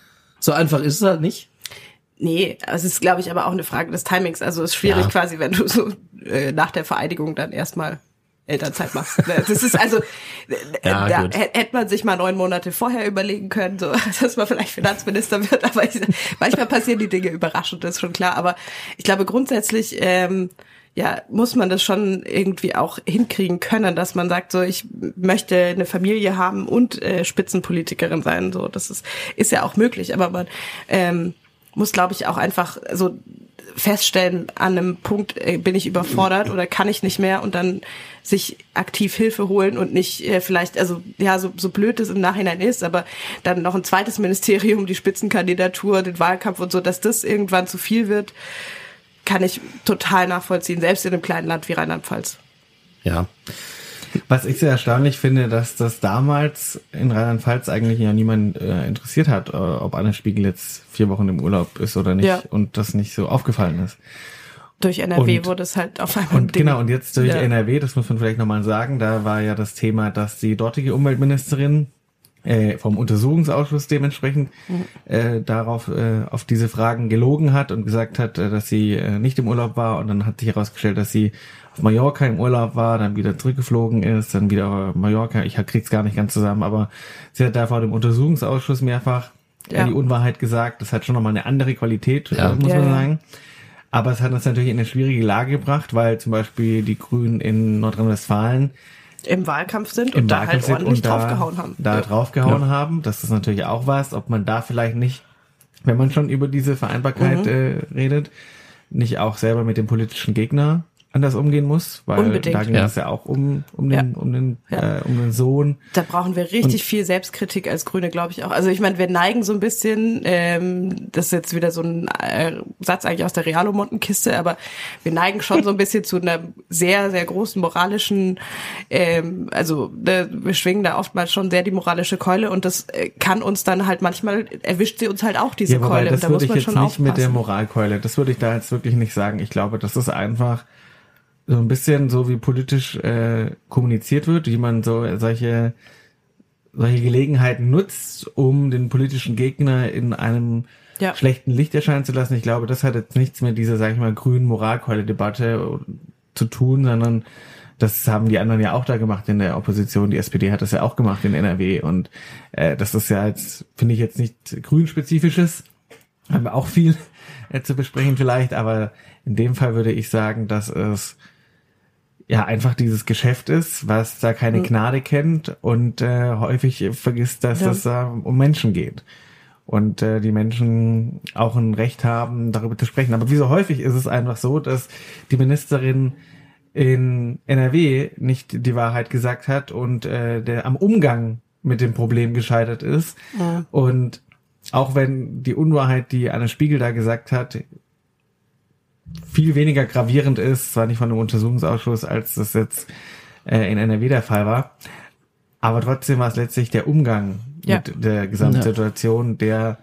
Speaker 2: so einfach ist es halt nicht.
Speaker 4: Nee, es ist, glaube ich, aber auch eine Frage des Timings. Also es ist schwierig ja. quasi, wenn du so äh, nach der Vereidigung dann erstmal Elternzeit machst. Das ist also, ja, da gut. hätte man sich mal neun Monate vorher überlegen können, so dass man vielleicht Finanzminister wird. Aber ich, manchmal passieren die Dinge überraschend, das ist schon klar. Aber ich glaube grundsätzlich, ähm, ja, muss man das schon irgendwie auch hinkriegen können, dass man sagt, so ich möchte eine Familie haben und äh, Spitzenpolitikerin sein. So, das ist ist ja auch möglich. Aber man ähm, muss, glaube ich, auch einfach so feststellen, an einem Punkt äh, bin ich überfordert oder kann ich nicht mehr und dann sich aktiv Hilfe holen und nicht äh, vielleicht, also ja, so, so blöd es im Nachhinein ist, aber dann noch ein zweites Ministerium, die Spitzenkandidatur, den Wahlkampf und so, dass das irgendwann zu viel wird, kann ich total nachvollziehen, selbst in einem kleinen Land wie Rheinland-Pfalz.
Speaker 3: Ja. Was ich sehr erstaunlich finde, dass das damals in Rheinland-Pfalz eigentlich ja niemand äh, interessiert hat, äh, ob Anne Spiegel jetzt vier Wochen im Urlaub ist oder nicht, ja. Und das nicht so aufgefallen ist.
Speaker 4: Durch N R W und, wurde es halt auf einmal
Speaker 3: und Ding. Genau, und jetzt durch ja. N R W, das muss man vielleicht nochmal sagen, da war ja das Thema, dass die dortige Umweltministerin äh, vom Untersuchungsausschuss dementsprechend mhm. äh, darauf äh, auf diese Fragen gelogen hat und gesagt hat, äh, dass sie äh, nicht im Urlaub war, und dann hat sich herausgestellt, dass sie auf Mallorca im Urlaub war, dann wieder zurückgeflogen ist, dann wieder auf Mallorca, ich krieg's gar nicht ganz zusammen, aber sie hat da vor dem Untersuchungsausschuss mehrfach ja. die Unwahrheit gesagt. Das hat schon nochmal eine andere Qualität, ja. muss ja, man sagen. Aber es hat uns natürlich in eine schwierige Lage gebracht, weil zum Beispiel die Grünen in Nordrhein-Westfalen
Speaker 4: im Wahlkampf sind und da halt ordentlich da, draufgehauen haben.
Speaker 3: Da ja. draufgehauen ja. haben. Das ist natürlich auch was, ob man da vielleicht nicht, wenn man schon über diese Vereinbarkeit mhm. äh, redet, nicht auch selber mit dem politischen Gegner anders umgehen muss, weil
Speaker 4: Unbedingt.
Speaker 3: da ging es ja. ja auch um um den ja. um den ja. äh, um den Sohn.
Speaker 4: Da brauchen wir richtig und viel Selbstkritik als Grüne, glaube ich auch. Also ich meine, wir neigen so ein bisschen, ähm, das ist jetzt wieder so ein äh, Satz eigentlich aus der Realo-Montenkiste, aber wir neigen schon so ein bisschen zu einer sehr sehr großen moralischen, ähm, also ne, wir schwingen da oftmals schon sehr die moralische Keule und das äh, kann uns dann halt manchmal erwischt sie uns halt auch diese
Speaker 3: ja,
Speaker 4: Keule.
Speaker 3: Das
Speaker 4: und da
Speaker 3: würde
Speaker 4: muss
Speaker 3: ich
Speaker 4: man
Speaker 3: jetzt
Speaker 4: schon
Speaker 3: nicht
Speaker 4: aufpassen.
Speaker 3: Mit der Moralkeule. Das würde ich da jetzt wirklich nicht sagen. Ich glaube, das ist einfach so ein bisschen so, wie politisch äh, kommuniziert wird, wie man so solche solche Gelegenheiten nutzt, um den politischen Gegner in einem ja. schlechten Licht erscheinen zu lassen. Ich glaube, das hat jetzt nichts mit dieser, sag ich mal, grünen Moralkeule-Debatte zu tun, sondern das haben die anderen ja auch da gemacht in der Opposition. Die S P D hat das ja auch gemacht in N R W und äh, das ist ja jetzt, finde ich jetzt nicht grünspezifisches. Haben wir auch viel äh, zu besprechen vielleicht, aber in dem Fall würde ich sagen, dass es ja einfach dieses Geschäft ist, was da keine Gnade kennt und äh, häufig vergisst, dass ja. es da um Menschen geht. Und äh, die Menschen auch ein Recht haben, darüber zu sprechen. Aber wie so häufig ist es einfach so, dass die Ministerin in N R W nicht die Wahrheit gesagt hat und äh, der am Umgang mit dem Problem gescheitert ist. Ja. Und auch wenn die Unwahrheit, die Anne Spiegel da gesagt hat, viel weniger gravierend ist, zwar nicht von einem Untersuchungsausschuss, als das jetzt äh, in N R W der Fall war, aber trotzdem war es letztlich der Umgang ja. mit der Gesamtsituation, ja. der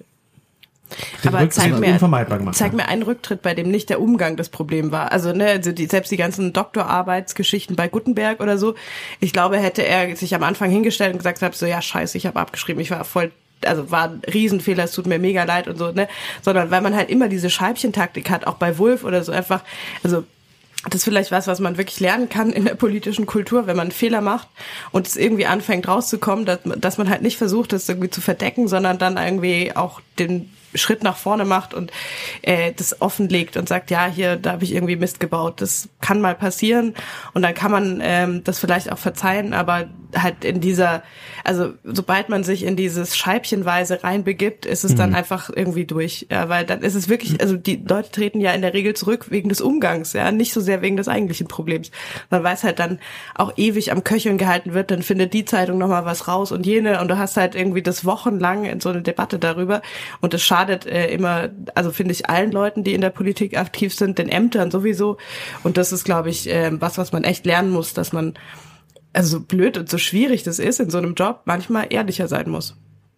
Speaker 3: den
Speaker 4: aber zeig mir,
Speaker 3: unvermeidbar gemacht
Speaker 4: zeig
Speaker 3: hat.
Speaker 4: mir einen Rücktritt, bei dem nicht der Umgang das Problem war. Also ne, also die, selbst die ganzen Doktorarbeitsgeschichten bei Gutenberg oder so, ich glaube, hätte er sich am Anfang hingestellt und gesagt, so ja scheiße, ich habe abgeschrieben, ich war voll also war ein Riesenfehler, es tut mir mega leid und so, ne, sondern weil man halt immer diese Scheibchentaktik hat, auch bei Wulff oder so einfach, also das ist vielleicht was, was man wirklich lernen kann in der politischen Kultur, wenn man einen Fehler macht und es irgendwie anfängt rauszukommen, dass, dass man halt nicht versucht, das irgendwie zu verdecken, sondern dann irgendwie auch den Schritt nach vorne macht und äh, das offenlegt und sagt, ja, hier, da habe ich irgendwie Mist gebaut. Das kann mal passieren und dann kann man ähm, das vielleicht auch verzeihen, aber halt in dieser, also sobald man sich in dieses Scheibchenweise reinbegibt, ist es mhm. dann einfach irgendwie durch. Ja, weil dann ist es wirklich, also die Leute treten ja in der Regel zurück wegen des Umgangs, ja, nicht so sehr wegen des eigentlichen Problems. Man weiß halt dann auch ewig am Köcheln gehalten wird, dann findet die Zeitung nochmal was raus und jene und du hast halt irgendwie das wochenlang in so eine Debatte darüber und es schadet äh, immer, also finde ich allen Leuten, die in der Politik aktiv sind, den Ämtern sowieso und das ist, glaube ich, äh, was, was man echt lernen muss, dass man, also so blöd und so schwierig das ist in so einem Job, manchmal ehrlicher sein muss.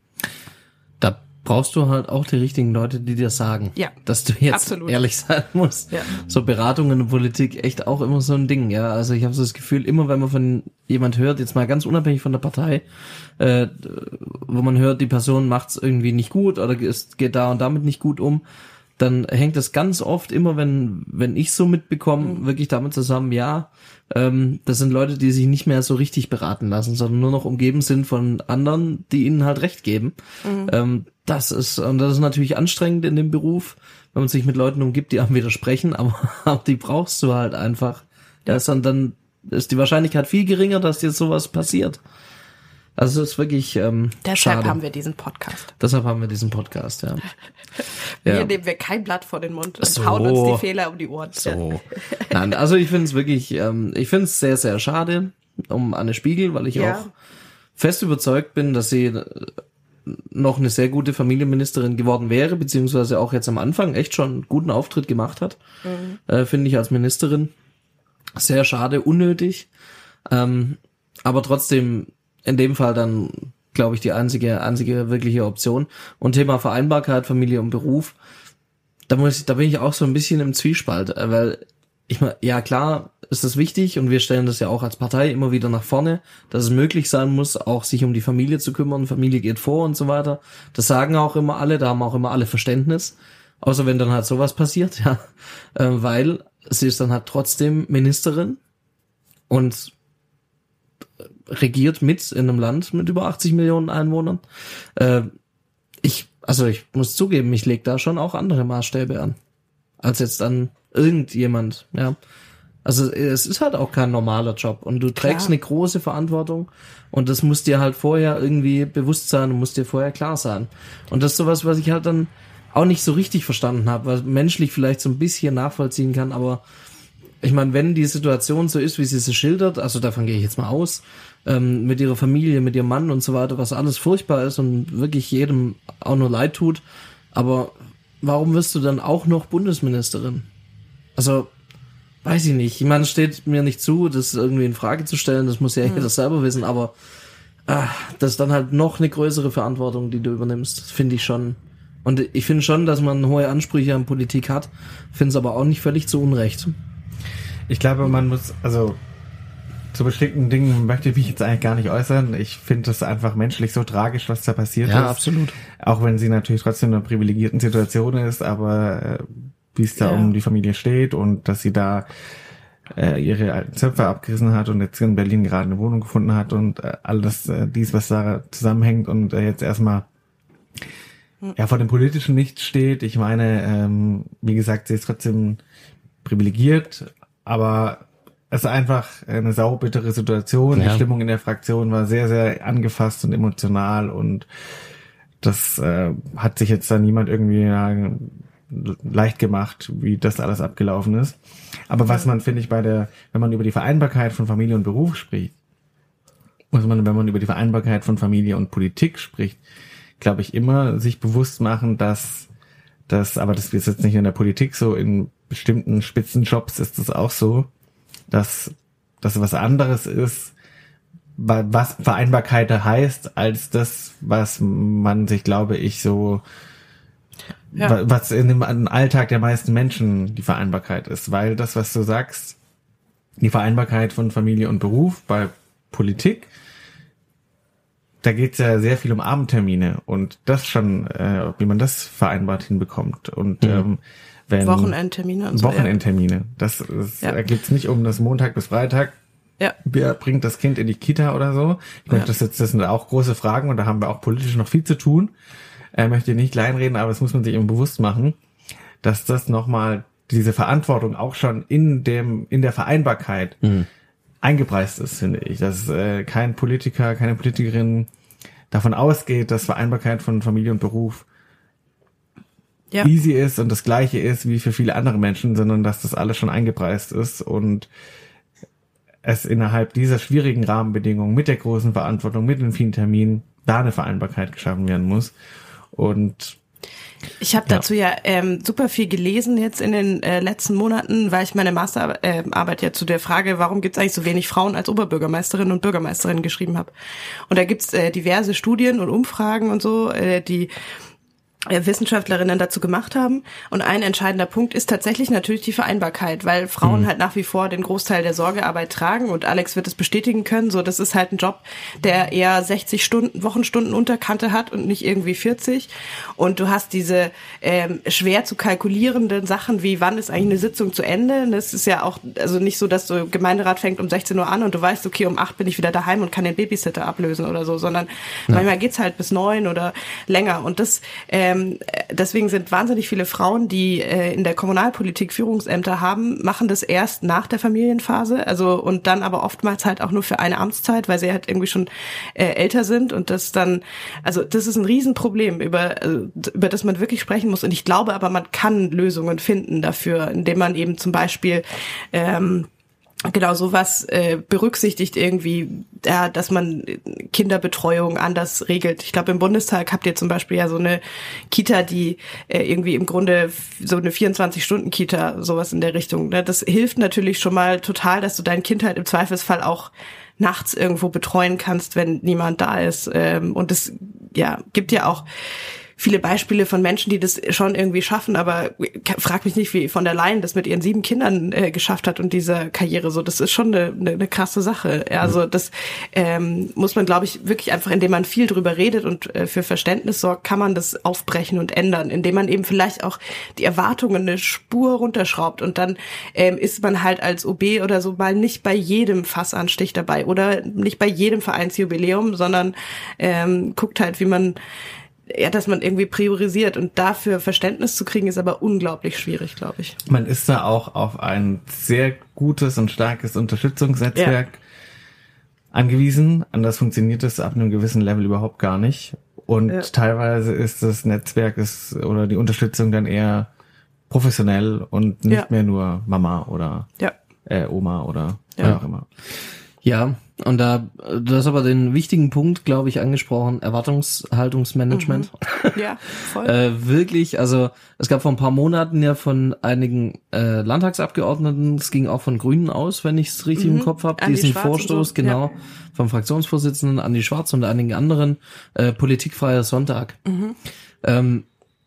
Speaker 2: Da brauchst du halt auch die richtigen Leute, die dir sagen,
Speaker 4: ja,
Speaker 2: dass du jetzt
Speaker 4: absolut.
Speaker 2: ehrlich sein musst. Ja. So Beratung in der Politik, echt auch immer so ein Ding. Ja, also ich habe so das Gefühl, immer wenn man von jemand hört, jetzt mal ganz unabhängig von der Partei, äh, wo man hört, die Person macht's irgendwie nicht gut oder es geht da und damit nicht gut um, dann hängt das ganz oft immer, wenn wenn ich so mitbekomme, mhm. wirklich damit zusammen, ja, ähm, das sind Leute, die sich nicht mehr so richtig beraten lassen, sondern nur noch umgeben sind von anderen, die ihnen halt Recht geben. Mhm. Ähm, das ist und das ist natürlich anstrengend in dem Beruf, wenn man sich mit Leuten umgibt, die einem widersprechen, aber, aber die brauchst du halt einfach. Ja. Das und dann ist die Wahrscheinlichkeit viel geringer, dass dir sowas passiert. Also es ist wirklich ähm,
Speaker 4: Deshalb
Speaker 2: schade.
Speaker 4: haben wir diesen Podcast.
Speaker 2: Deshalb haben wir diesen Podcast, ja.
Speaker 4: Hier
Speaker 2: ja.
Speaker 4: nehmen wir kein Blatt vor den Mund und
Speaker 2: so.
Speaker 4: hauen uns die Fehler um die Ohren.
Speaker 2: So. Nein, also ich finde es wirklich, ähm, ich finde es sehr, sehr schade um Anne Spiegel, weil ich ja. auch fest überzeugt bin, dass sie noch eine sehr gute Familienministerin geworden wäre, beziehungsweise auch jetzt am Anfang echt schon einen guten Auftritt gemacht hat, mhm. äh, finde ich als Ministerin. Sehr schade, unnötig, ähm, aber trotzdem in dem Fall dann, glaube ich, die einzige einzige wirkliche Option. Und Thema Vereinbarkeit, Familie und Beruf, da muss ich, da bin ich auch so ein bisschen im Zwiespalt, weil ich meine, ja klar ist das wichtig und wir stellen das ja auch als Partei immer wieder nach vorne, dass es möglich sein muss, auch sich um die Familie zu kümmern, Familie geht vor und so weiter. Das sagen auch immer alle, da haben auch immer alle Verständnis, außer wenn dann halt sowas passiert, ja, äh, weil sie ist dann halt trotzdem Ministerin und regiert mit in einem Land mit über achtzig Millionen Einwohnern. Äh, ich, also ich muss zugeben, ich lege da schon auch andere Maßstäbe an, als jetzt an irgendjemand, ja. Also es ist halt auch kein normaler Job und du trägst klar. Eine große Verantwortung und das muss dir halt vorher irgendwie bewusst sein und muss dir vorher klar sein. Und das ist sowas, was ich halt dann auch nicht so richtig verstanden habe, was menschlich vielleicht so ein bisschen nachvollziehen kann, aber ich meine, wenn die Situation so ist, wie sie sie schildert, also davon gehe ich jetzt mal aus, ähm, mit ihrer Familie, mit ihrem Mann und so weiter, was alles furchtbar ist und wirklich jedem auch nur leid tut, aber warum wirst du dann auch noch Bundesministerin? Also, weiß ich nicht. Ich meine, es steht mir nicht zu, das irgendwie in Frage zu stellen, das muss ja jeder mhm. selber wissen, aber ah, das ist dann halt noch eine größere Verantwortung, die du übernimmst, finde ich schon. Und ich finde schon, dass man hohe Ansprüche an Politik hat, finde es aber auch nicht völlig zu Unrecht.
Speaker 3: Ich glaube, man muss, also zu bestimmten Dingen möchte ich mich jetzt eigentlich gar nicht äußern. Ich finde es einfach menschlich so tragisch, was da passiert
Speaker 2: ja,
Speaker 3: ist.
Speaker 2: Ja, absolut.
Speaker 3: Auch wenn sie natürlich trotzdem in einer privilegierten Situation ist, aber äh, wie es da ja. um die Familie steht und dass sie da äh, ihre alten Zöpfe abgerissen hat und jetzt in Berlin gerade eine Wohnung gefunden hat und äh, alles äh, dies, was da zusammenhängt und äh, jetzt erstmal ja vor dem Politischen nicht steht. Ich meine, ähm, wie gesagt, sie ist trotzdem privilegiert, aber es ist einfach eine saubittere Situation. Ja. Die Stimmung in der Fraktion war sehr, sehr angefasst und emotional und das äh, hat sich jetzt da niemand irgendwie ja, leicht gemacht, wie das alles abgelaufen ist. Aber was man, finde ich, bei der, wenn man über die Vereinbarkeit von Familie und Beruf spricht, muss man, wenn man über die Vereinbarkeit von Familie und Politik spricht, glaube ich, immer sich bewusst machen, dass das, aber das ist jetzt nicht in der Politik so, in bestimmten Spitzenjobs ist das auch so, dass das was anderes ist, was Vereinbarkeit heißt, als das, was man sich, glaube ich, so, ja. was in dem Alltag der meisten Menschen die Vereinbarkeit ist. Weil das, was du sagst, die Vereinbarkeit von Familie und Beruf bei Politik, da geht es ja sehr viel um Abendtermine und das schon, äh, wie man das vereinbart hinbekommt. Und mhm. ähm, wenn
Speaker 4: Wochenendtermine und so.
Speaker 3: Wochenendtermine. Das ist, ja. Da geht's nicht um das Montag bis Freitag.
Speaker 4: Ja.
Speaker 3: Wer bringt das Kind in die Kita oder so? Ich meine, ja. das, jetzt, das sind auch große Fragen und da haben wir auch politisch noch viel zu tun. äh, möchte nicht kleinreden, aber das muss man sich eben bewusst machen, dass das nochmal diese Verantwortung auch schon in dem in der Vereinbarkeit mhm. eingepreist ist, finde ich. Dass äh, kein Politiker, keine Politikerin davon ausgeht, dass Vereinbarkeit von Familie und Beruf ja. easy ist und das Gleiche ist wie für viele andere Menschen, sondern dass das alles schon eingepreist ist und es innerhalb dieser schwierigen Rahmenbedingungen mit der großen Verantwortung, mit den vielen Terminen, da eine Vereinbarkeit geschaffen werden muss. Und
Speaker 4: ich habe dazu ja, ja ähm, super viel gelesen jetzt in den äh, letzten Monaten, weil ich meine Masterarbeit äh, ja zu der Frage, warum gibt es eigentlich so wenig Frauen als Oberbürgermeisterinnen und Bürgermeisterinnen geschrieben habe. Und da gibt's äh, diverse Studien und Umfragen und so, äh, die Wissenschaftlerinnen dazu gemacht haben. Und ein entscheidender Punkt ist tatsächlich natürlich die Vereinbarkeit, weil Frauen mhm. halt nach wie vor den Großteil der Sorgearbeit tragen und Alex wird es bestätigen können, so das ist halt ein Job, der eher sechzig Stunden, Wochenstunden Unterkante hat und nicht irgendwie vierzig. Und du hast diese ähm, schwer zu kalkulierenden Sachen wie, wann ist eigentlich eine Sitzung zu Ende? Das ist ja auch also nicht so, dass du Gemeinderat fängt um sechzehn Uhr an und du weißt, okay, um acht bin ich wieder daheim und kann den Babysitter ablösen oder so, sondern ja. manchmal geht's halt bis neun oder länger. Und das äh, deswegen sind wahnsinnig viele Frauen, die äh, in der Kommunalpolitik Führungsämter haben, machen das erst nach der Familienphase, also und dann aber oftmals halt auch nur für eine Amtszeit, weil sie halt irgendwie schon äh, älter sind und das dann, also das ist ein Riesenproblem, über äh, über das man wirklich sprechen muss und ich glaube aber, man kann Lösungen finden dafür, indem man eben zum Beispiel ähm, genau sowas äh, berücksichtigt irgendwie, ja, dass man Kinderbetreuung anders regelt. Ich glaube, im Bundestag habt ihr zum Beispiel ja so eine Kita, die äh, irgendwie im Grunde so eine vierundzwanzig-Stunden-Kita, sowas in der Richtung. Ne? Das hilft natürlich schon mal total, dass du dein Kind halt im Zweifelsfall auch nachts irgendwo betreuen kannst, wenn niemand da ist. Ähm, und es ja gibt ja auch viele Beispiele von Menschen, die das schon irgendwie schaffen, aber frag mich nicht, wie von der Leyen das mit ihren sieben Kindern äh, geschafft hat und diese Karriere so. Das ist schon eine, eine, eine krasse Sache. Also das ähm, muss man, glaube ich, wirklich einfach, indem man viel drüber redet und äh, für Verständnis sorgt, kann man das aufbrechen und ändern, indem man eben vielleicht auch die Erwartungen eine Spur runterschraubt und dann ähm, ist man halt als O B oder so mal nicht bei jedem Fassanstich dabei oder nicht bei jedem Vereinsjubiläum, sondern ähm, guckt halt, wie man ja, dass man irgendwie priorisiert und dafür Verständnis zu kriegen, ist aber unglaublich schwierig, glaube ich.
Speaker 3: Man ist da auch auf ein sehr gutes und starkes Unterstützungsnetzwerk ja. angewiesen. Anders funktioniert es ab einem gewissen Level überhaupt gar nicht. Und ja. teilweise ist das Netzwerk ist, oder die Unterstützung dann eher professionell und nicht ja. mehr nur Mama oder ja. äh, Oma oder ja. wer auch immer.
Speaker 2: Ja, und da, du hast aber den wichtigen Punkt, glaube ich, angesprochen, Erwartungshaltungsmanagement.
Speaker 4: Mhm. Ja, voll.
Speaker 2: äh, wirklich, also es gab vor ein paar Monaten ja von einigen äh, Landtagsabgeordneten, es ging auch von Grünen aus, wenn ich es richtig mhm. im Kopf habe, diesen Vorstoß, so. genau, ja. vom Fraktionsvorsitzenden Andi Schwarz und einigen anderen, äh, politikfreier Sonntag. Mhm. Ähm,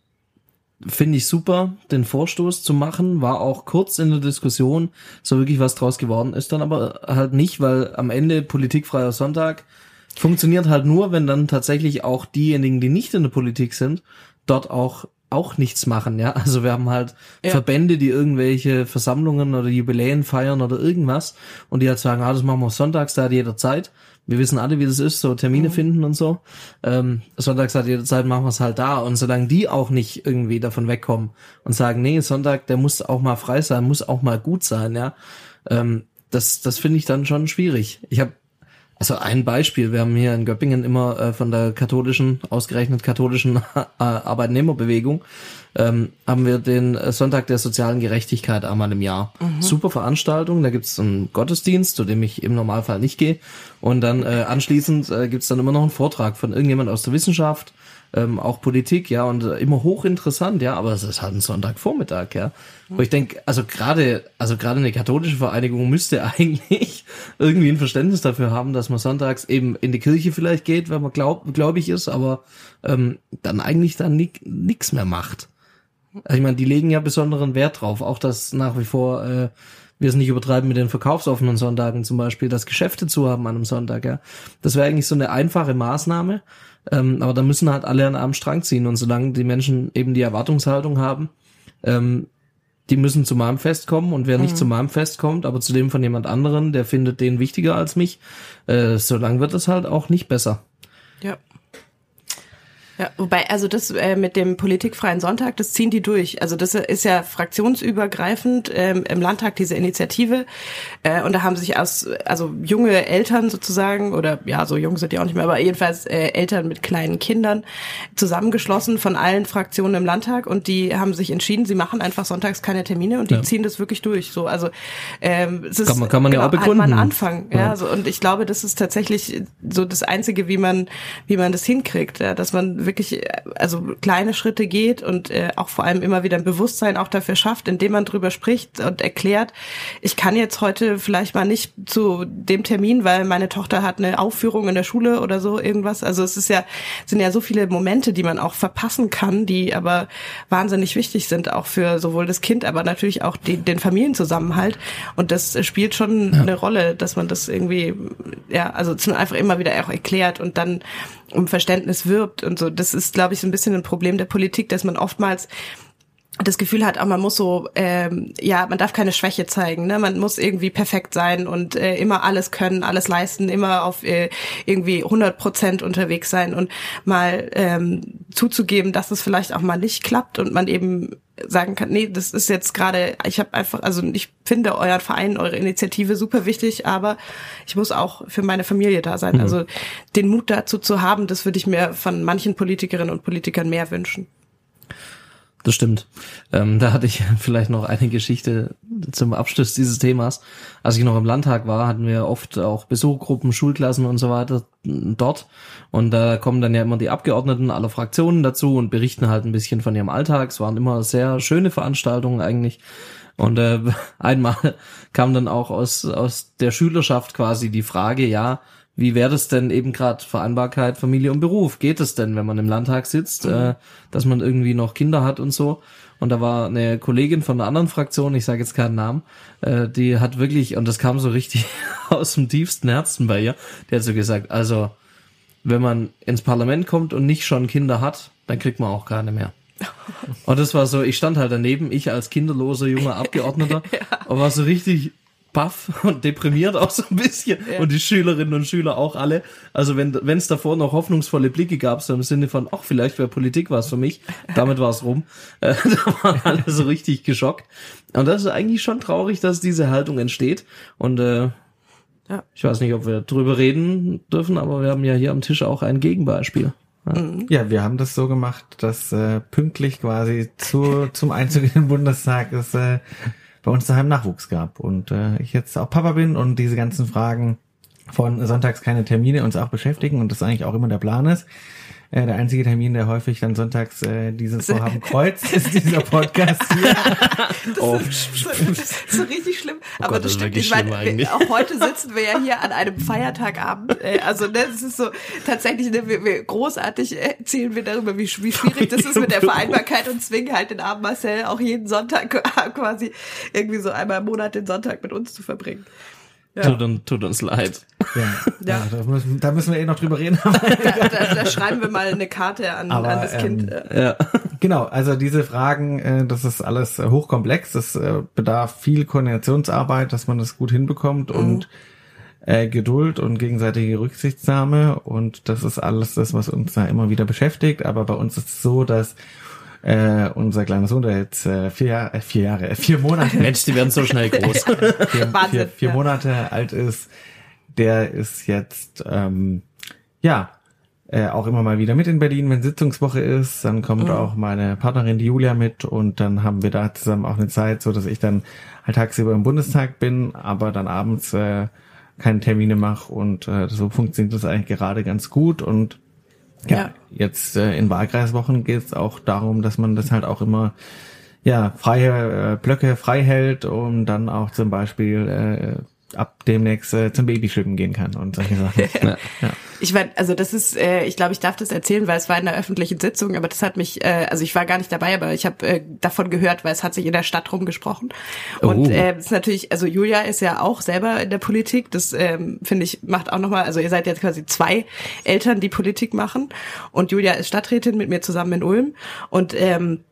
Speaker 2: Finde ich super, den Vorstoß zu machen, war auch kurz in der Diskussion, so wirklich was draus geworden ist dann aber halt nicht, weil am Ende politikfreier Sonntag funktioniert halt nur, wenn dann tatsächlich auch diejenigen, die nicht in der Politik sind, dort auch auch nichts machen, ja. Also wir haben halt ja. Verbände, die irgendwelche Versammlungen oder Jubiläen feiern oder irgendwas und die halt sagen, ah, das machen wir sonntags, da hat jeder Zeit. Wir wissen alle, wie das ist, so Termine mhm. finden und so. Ähm, sonntags hat jeder Zeit, machen wir es halt da. Und solange die auch nicht irgendwie davon wegkommen und sagen, nee, Sonntag, der muss auch mal frei sein, muss auch mal gut sein, ja. Ähm, das das finde ich dann schon schwierig. Ich habe Also ein Beispiel, wir haben hier in Göppingen immer äh, von der katholischen, ausgerechnet katholischen äh, Arbeitnehmerbewegung, ähm, haben wir den Sonntag der sozialen Gerechtigkeit einmal im Jahr. Mhm. Super Veranstaltung, da gibt's einen Gottesdienst, zu dem ich im Normalfall nicht gehe. Und dann äh, anschließend äh, gibt's dann immer noch einen Vortrag von irgendjemand aus der Wissenschaft, ähm, auch Politik, ja, und äh, immer hochinteressant, ja, aber es ist halt ein Sonntagvormittag, ja. Mhm. Wo ich denke, also gerade, also gerade eine katholische Vereinigung müsste eigentlich irgendwie ein Verständnis dafür haben, dass man sonntags eben in die Kirche vielleicht geht, wenn man glaub, gläubig ist, aber ähm, dann eigentlich dann ni- nix mehr macht. Also ich meine, die legen ja besonderen Wert drauf, auch dass nach wie vor äh, wir es nicht übertreiben mit den verkaufsoffenen Sonntagen zum Beispiel, dass Geschäfte zu haben an einem Sonntag, ja. Das wäre eigentlich so eine einfache Maßnahme, ähm, aber da müssen halt alle an einem Strang ziehen und solange die Menschen eben die Erwartungshaltung haben, ähm, die müssen zu meinem Fest kommen und wer mhm. nicht zu meinem Fest kommt, aber zu dem von jemand anderen, der findet den wichtiger als mich, äh, solange wird es halt auch nicht besser.
Speaker 4: Ja. Ja, wobei, also das äh, mit dem politikfreien Sonntag, das ziehen die durch. Also das ist ja fraktionsübergreifend ähm, im Landtag, diese Initiative. Äh, und da haben sich aus, also junge Eltern sozusagen, oder ja, so jung sind die auch nicht mehr, aber jedenfalls äh, Eltern mit kleinen Kindern zusammengeschlossen von allen Fraktionen im Landtag, und die haben sich entschieden, sie machen einfach sonntags keine Termine, und die ja. ziehen das wirklich durch. So, also ähm, es ist
Speaker 2: kann man, kann man genau, ja auch begründen.
Speaker 4: Halt mal ein Anfang. Ja, ja. So, und ich glaube, das ist tatsächlich so das Einzige, wie man, wie man das hinkriegt, ja, dass man wirklich also kleine Schritte geht und äh, auch vor allem immer wieder ein Bewusstsein auch dafür schafft, indem man drüber spricht und erklärt, ich kann jetzt heute vielleicht mal nicht zu dem Termin, weil meine Tochter hat eine Aufführung in der Schule oder so irgendwas. Also es ist ja sind ja so viele Momente, die man auch verpassen kann, die aber wahnsinnig wichtig sind, auch für sowohl das Kind, aber natürlich auch die, den Familienzusammenhalt. Und das spielt schon ja. eine Rolle, dass man das irgendwie, ja, also einfach immer wieder auch erklärt und dann um Verständnis wirbt und so. Das ist, glaube ich, so ein bisschen ein Problem der Politik, dass man oftmals das Gefühl hat, auch man muss so, ähm, ja, man darf keine Schwäche zeigen, ne? Man muss irgendwie perfekt sein und äh, immer alles können, alles leisten, immer auf äh, irgendwie hundert Prozent unterwegs sein und mal ähm, zuzugeben, dass es vielleicht auch mal nicht klappt und man eben sagen kann, nee, das ist jetzt gerade, ich habe einfach, also ich finde euren Verein, eure Initiative super wichtig, aber ich muss auch für meine Familie da sein. Mhm. Also den Mut dazu zu haben, das würde ich mir von manchen Politikerinnen und Politikern mehr wünschen.
Speaker 2: Das stimmt. Ähm, da hatte ich vielleicht noch eine Geschichte zum Abschluss dieses Themas. Als ich noch im Landtag war, hatten wir oft auch Besuchgruppen, Schulklassen und so weiter dort. Und da kommen dann ja immer die Abgeordneten aller Fraktionen dazu und berichten halt ein bisschen von ihrem Alltag. Es waren immer sehr schöne Veranstaltungen eigentlich. Und äh, einmal kam dann auch aus aus der Schülerschaft quasi die Frage, ja, wie wäre das denn eben gerade Vereinbarkeit, Familie und Beruf? Geht es denn, wenn man im Landtag sitzt, mhm. äh, dass man irgendwie noch Kinder hat und so? Und da war eine Kollegin von einer anderen Fraktion, ich sage jetzt keinen Namen, äh, die hat wirklich, und das kam so richtig aus dem tiefsten Herzen bei ihr, die hat so gesagt, also wenn man ins Parlament kommt und nicht schon Kinder hat, dann kriegt man auch keine mehr. Und das war so, ich stand halt daneben, ich als kinderloser junger Abgeordneter, ja. und war so richtig baff und deprimiert auch so ein bisschen. Ja. Und die Schülerinnen und Schüler auch alle. Also wenn wenn es davor noch hoffnungsvolle Blicke gab, so im Sinne von, ach, vielleicht wäre Politik was für mich. Damit war es rum. Äh, da waren alle so richtig geschockt. Und das ist eigentlich schon traurig, dass diese Haltung entsteht. Und äh, ja. ich weiß nicht, ob wir drüber reden dürfen, aber wir haben ja hier am Tisch auch ein Gegenbeispiel.
Speaker 3: Ja, ja, wir haben das so gemacht, dass äh, pünktlich quasi zu zum Einzug in den Bundestag ist äh, bei uns daheim Nachwuchs gab und äh, ich jetzt auch Papa bin und diese ganzen Fragen von sonntags keine Termine uns auch beschäftigen und das eigentlich auch immer der Plan ist. Äh, der einzige Termin, der häufig dann sonntags äh, dieses Vorhaben kreuzt, ist dieser Podcast hier.
Speaker 4: Das oh. ist, so, das ist so richtig schlimm.
Speaker 2: Oh
Speaker 4: Aber
Speaker 2: Gott,
Speaker 4: das,
Speaker 2: das
Speaker 4: stimmt. Ich meine, wir, auch heute sitzen wir ja hier an einem Feiertagabend. Äh, also ne, das ist so tatsächlich, ne, wir, wir großartig erzählen wir darüber, wie, wie schwierig das ist mit der Vereinbarkeit und zwingen halt den armen Marcel auch jeden Sonntag quasi irgendwie so einmal im Monat den Sonntag mit uns zu verbringen.
Speaker 2: Ja. Tut, uns, tut uns leid.
Speaker 3: Ja, ja. ja da, müssen, da müssen wir eh noch drüber reden.
Speaker 4: Da, da, da schreiben wir mal eine Karte an, Aber, an das Kind.
Speaker 3: Ähm, ja. Genau, also diese Fragen, äh, das ist alles äh, hochkomplex. Das äh, bedarf viel Koordinationsarbeit, dass man das gut hinbekommt mhm. und äh, Geduld und gegenseitige Rücksichtnahme. Und das ist alles das, was uns da immer wieder beschäftigt. Aber bei uns ist es so, dass Äh, unser kleiner Sohn, der jetzt äh, vier Jahre, äh, vier Jahre, äh, vier Monate.
Speaker 2: Mensch, die werden so schnell groß.
Speaker 3: vier, Wahnsinn, vier, vier ja. Monate alt ist. Der ist jetzt, ähm, ja, äh, auch immer mal wieder mit in Berlin, wenn Sitzungswoche ist. Dann kommt mhm. auch meine Partnerin, die Julia, mit und dann haben wir da zusammen auch eine Zeit, so dass ich dann halt tagsüber im Bundestag bin, aber dann abends äh, keine Termine mache und äh, so funktioniert das eigentlich gerade ganz gut und Ja, ja, jetzt äh, in Wahlkreiswochen geht es auch darum, dass man das halt auch immer ja freie äh, Blöcke frei hält und dann auch zum Beispiel äh, ab demnächst äh, zum Babyschwimmen gehen kann und solche Sachen. ja.
Speaker 4: Ja. Ich war, also das ist, äh, ich glaube, ich darf das erzählen, weil es war in der öffentlichen Sitzung, aber das hat mich, äh, also ich war gar nicht dabei, aber ich habe äh, davon gehört, weil es hat sich in der Stadt rumgesprochen. Und oh. äh, das ist natürlich, also Julia ist ja auch selber in der Politik, das ähm, finde ich, macht auch nochmal, also ihr seid jetzt quasi zwei Eltern, die Politik machen und Julia ist Stadträtin mit mir zusammen in Ulm und ähm,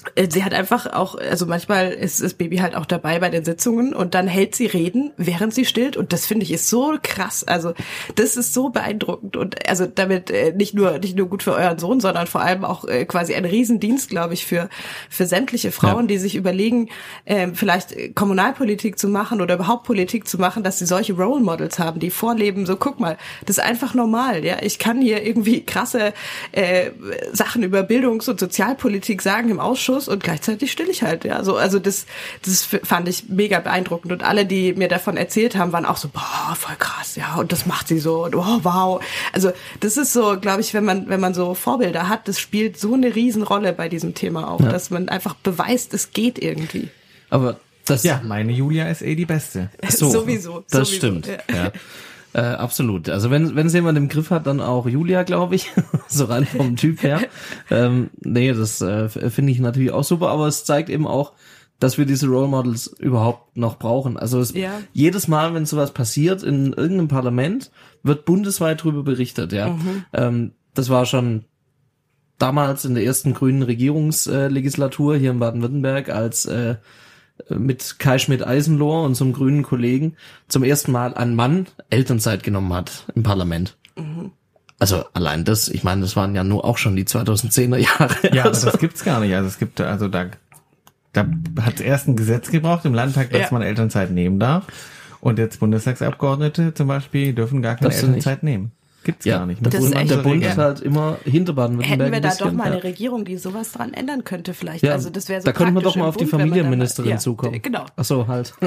Speaker 4: sie hat einfach auch, also manchmal ist das Baby halt auch dabei bei den Sitzungen und dann hält sie Reden, während sie stillt und das finde ich ist so krass, also das ist so beeindruckend und also damit äh, nicht nur nicht nur gut für euren Sohn, sondern vor allem auch äh, quasi ein Riesendienst, glaube ich, für für sämtliche Frauen, ja. die sich überlegen, äh, vielleicht Kommunalpolitik zu machen oder überhaupt Politik zu machen, dass sie solche Role Models haben, die vorleben, so guck mal, das ist einfach normal, ja, ich kann hier irgendwie krasse äh, Sachen über Bildungs- und Sozialpolitik sagen im Ausschuss und gleichzeitig still ich halt, ja, so, also das, das fand ich mega beeindruckend und alle, die mir davon erzählt haben, waren auch so, boah, voll krass, ja, und das macht sie so, und oh, wow, also das ist so, glaube ich, wenn man, wenn man so Vorbilder hat, das spielt so eine Riesenrolle bei diesem Thema auch, ja. dass man einfach beweist, es geht irgendwie.
Speaker 2: Aber das,
Speaker 3: ja, meine Julia ist eh die Beste.
Speaker 2: So,
Speaker 4: sowieso.
Speaker 2: Das
Speaker 4: sowieso,
Speaker 2: stimmt,
Speaker 4: ja.
Speaker 2: ja. Äh, absolut. Also wenn wenn es jemand im Griff hat, dann auch Julia, glaube ich. So rein vom Typ her. ähm, nee, das äh, finde ich natürlich auch super, aber es zeigt eben auch, dass wir diese Role Models überhaupt noch brauchen. Also es, ja. jedes Mal, wenn sowas passiert in irgendeinem Parlament, wird bundesweit drüber berichtet. Ja, mhm. ähm, das war schon damals in der ersten grünen Regierungslegislatur hier in Baden-Württemberg, als äh, mit Kai Schmidt-Eisenlohr und so einem grünen Kollegen zum ersten Mal ein Mann Elternzeit genommen hat im Parlament. Mhm. Also allein das, ich meine, das waren ja nur auch schon die zweitausendzehner Jahre.
Speaker 3: Ja,
Speaker 2: also.
Speaker 3: aber das gibt's gar nicht. Also es gibt, also da, da hat es erst ein Gesetz gebraucht im Landtag, dass ja. man Elternzeit nehmen darf. Und jetzt Bundestagsabgeordnete zum Beispiel dürfen gar keine Elternzeit nehmen. Gibt's
Speaker 2: ja,
Speaker 3: gar nicht.
Speaker 2: Der Bund, der Bund ist halt immer hinter Baden-Württemberg.
Speaker 4: Hätten wir da
Speaker 2: bisschen,
Speaker 4: doch mal eine
Speaker 2: ja.
Speaker 4: Regierung, die sowas dran ändern könnte vielleicht.
Speaker 2: Ja,
Speaker 4: also das wäre so
Speaker 2: da könnten wir doch mal
Speaker 4: im
Speaker 2: auf die
Speaker 4: Bund,
Speaker 2: Familienministerin
Speaker 4: ja,
Speaker 2: zukommen.
Speaker 4: Genau.
Speaker 2: Ach so, halt.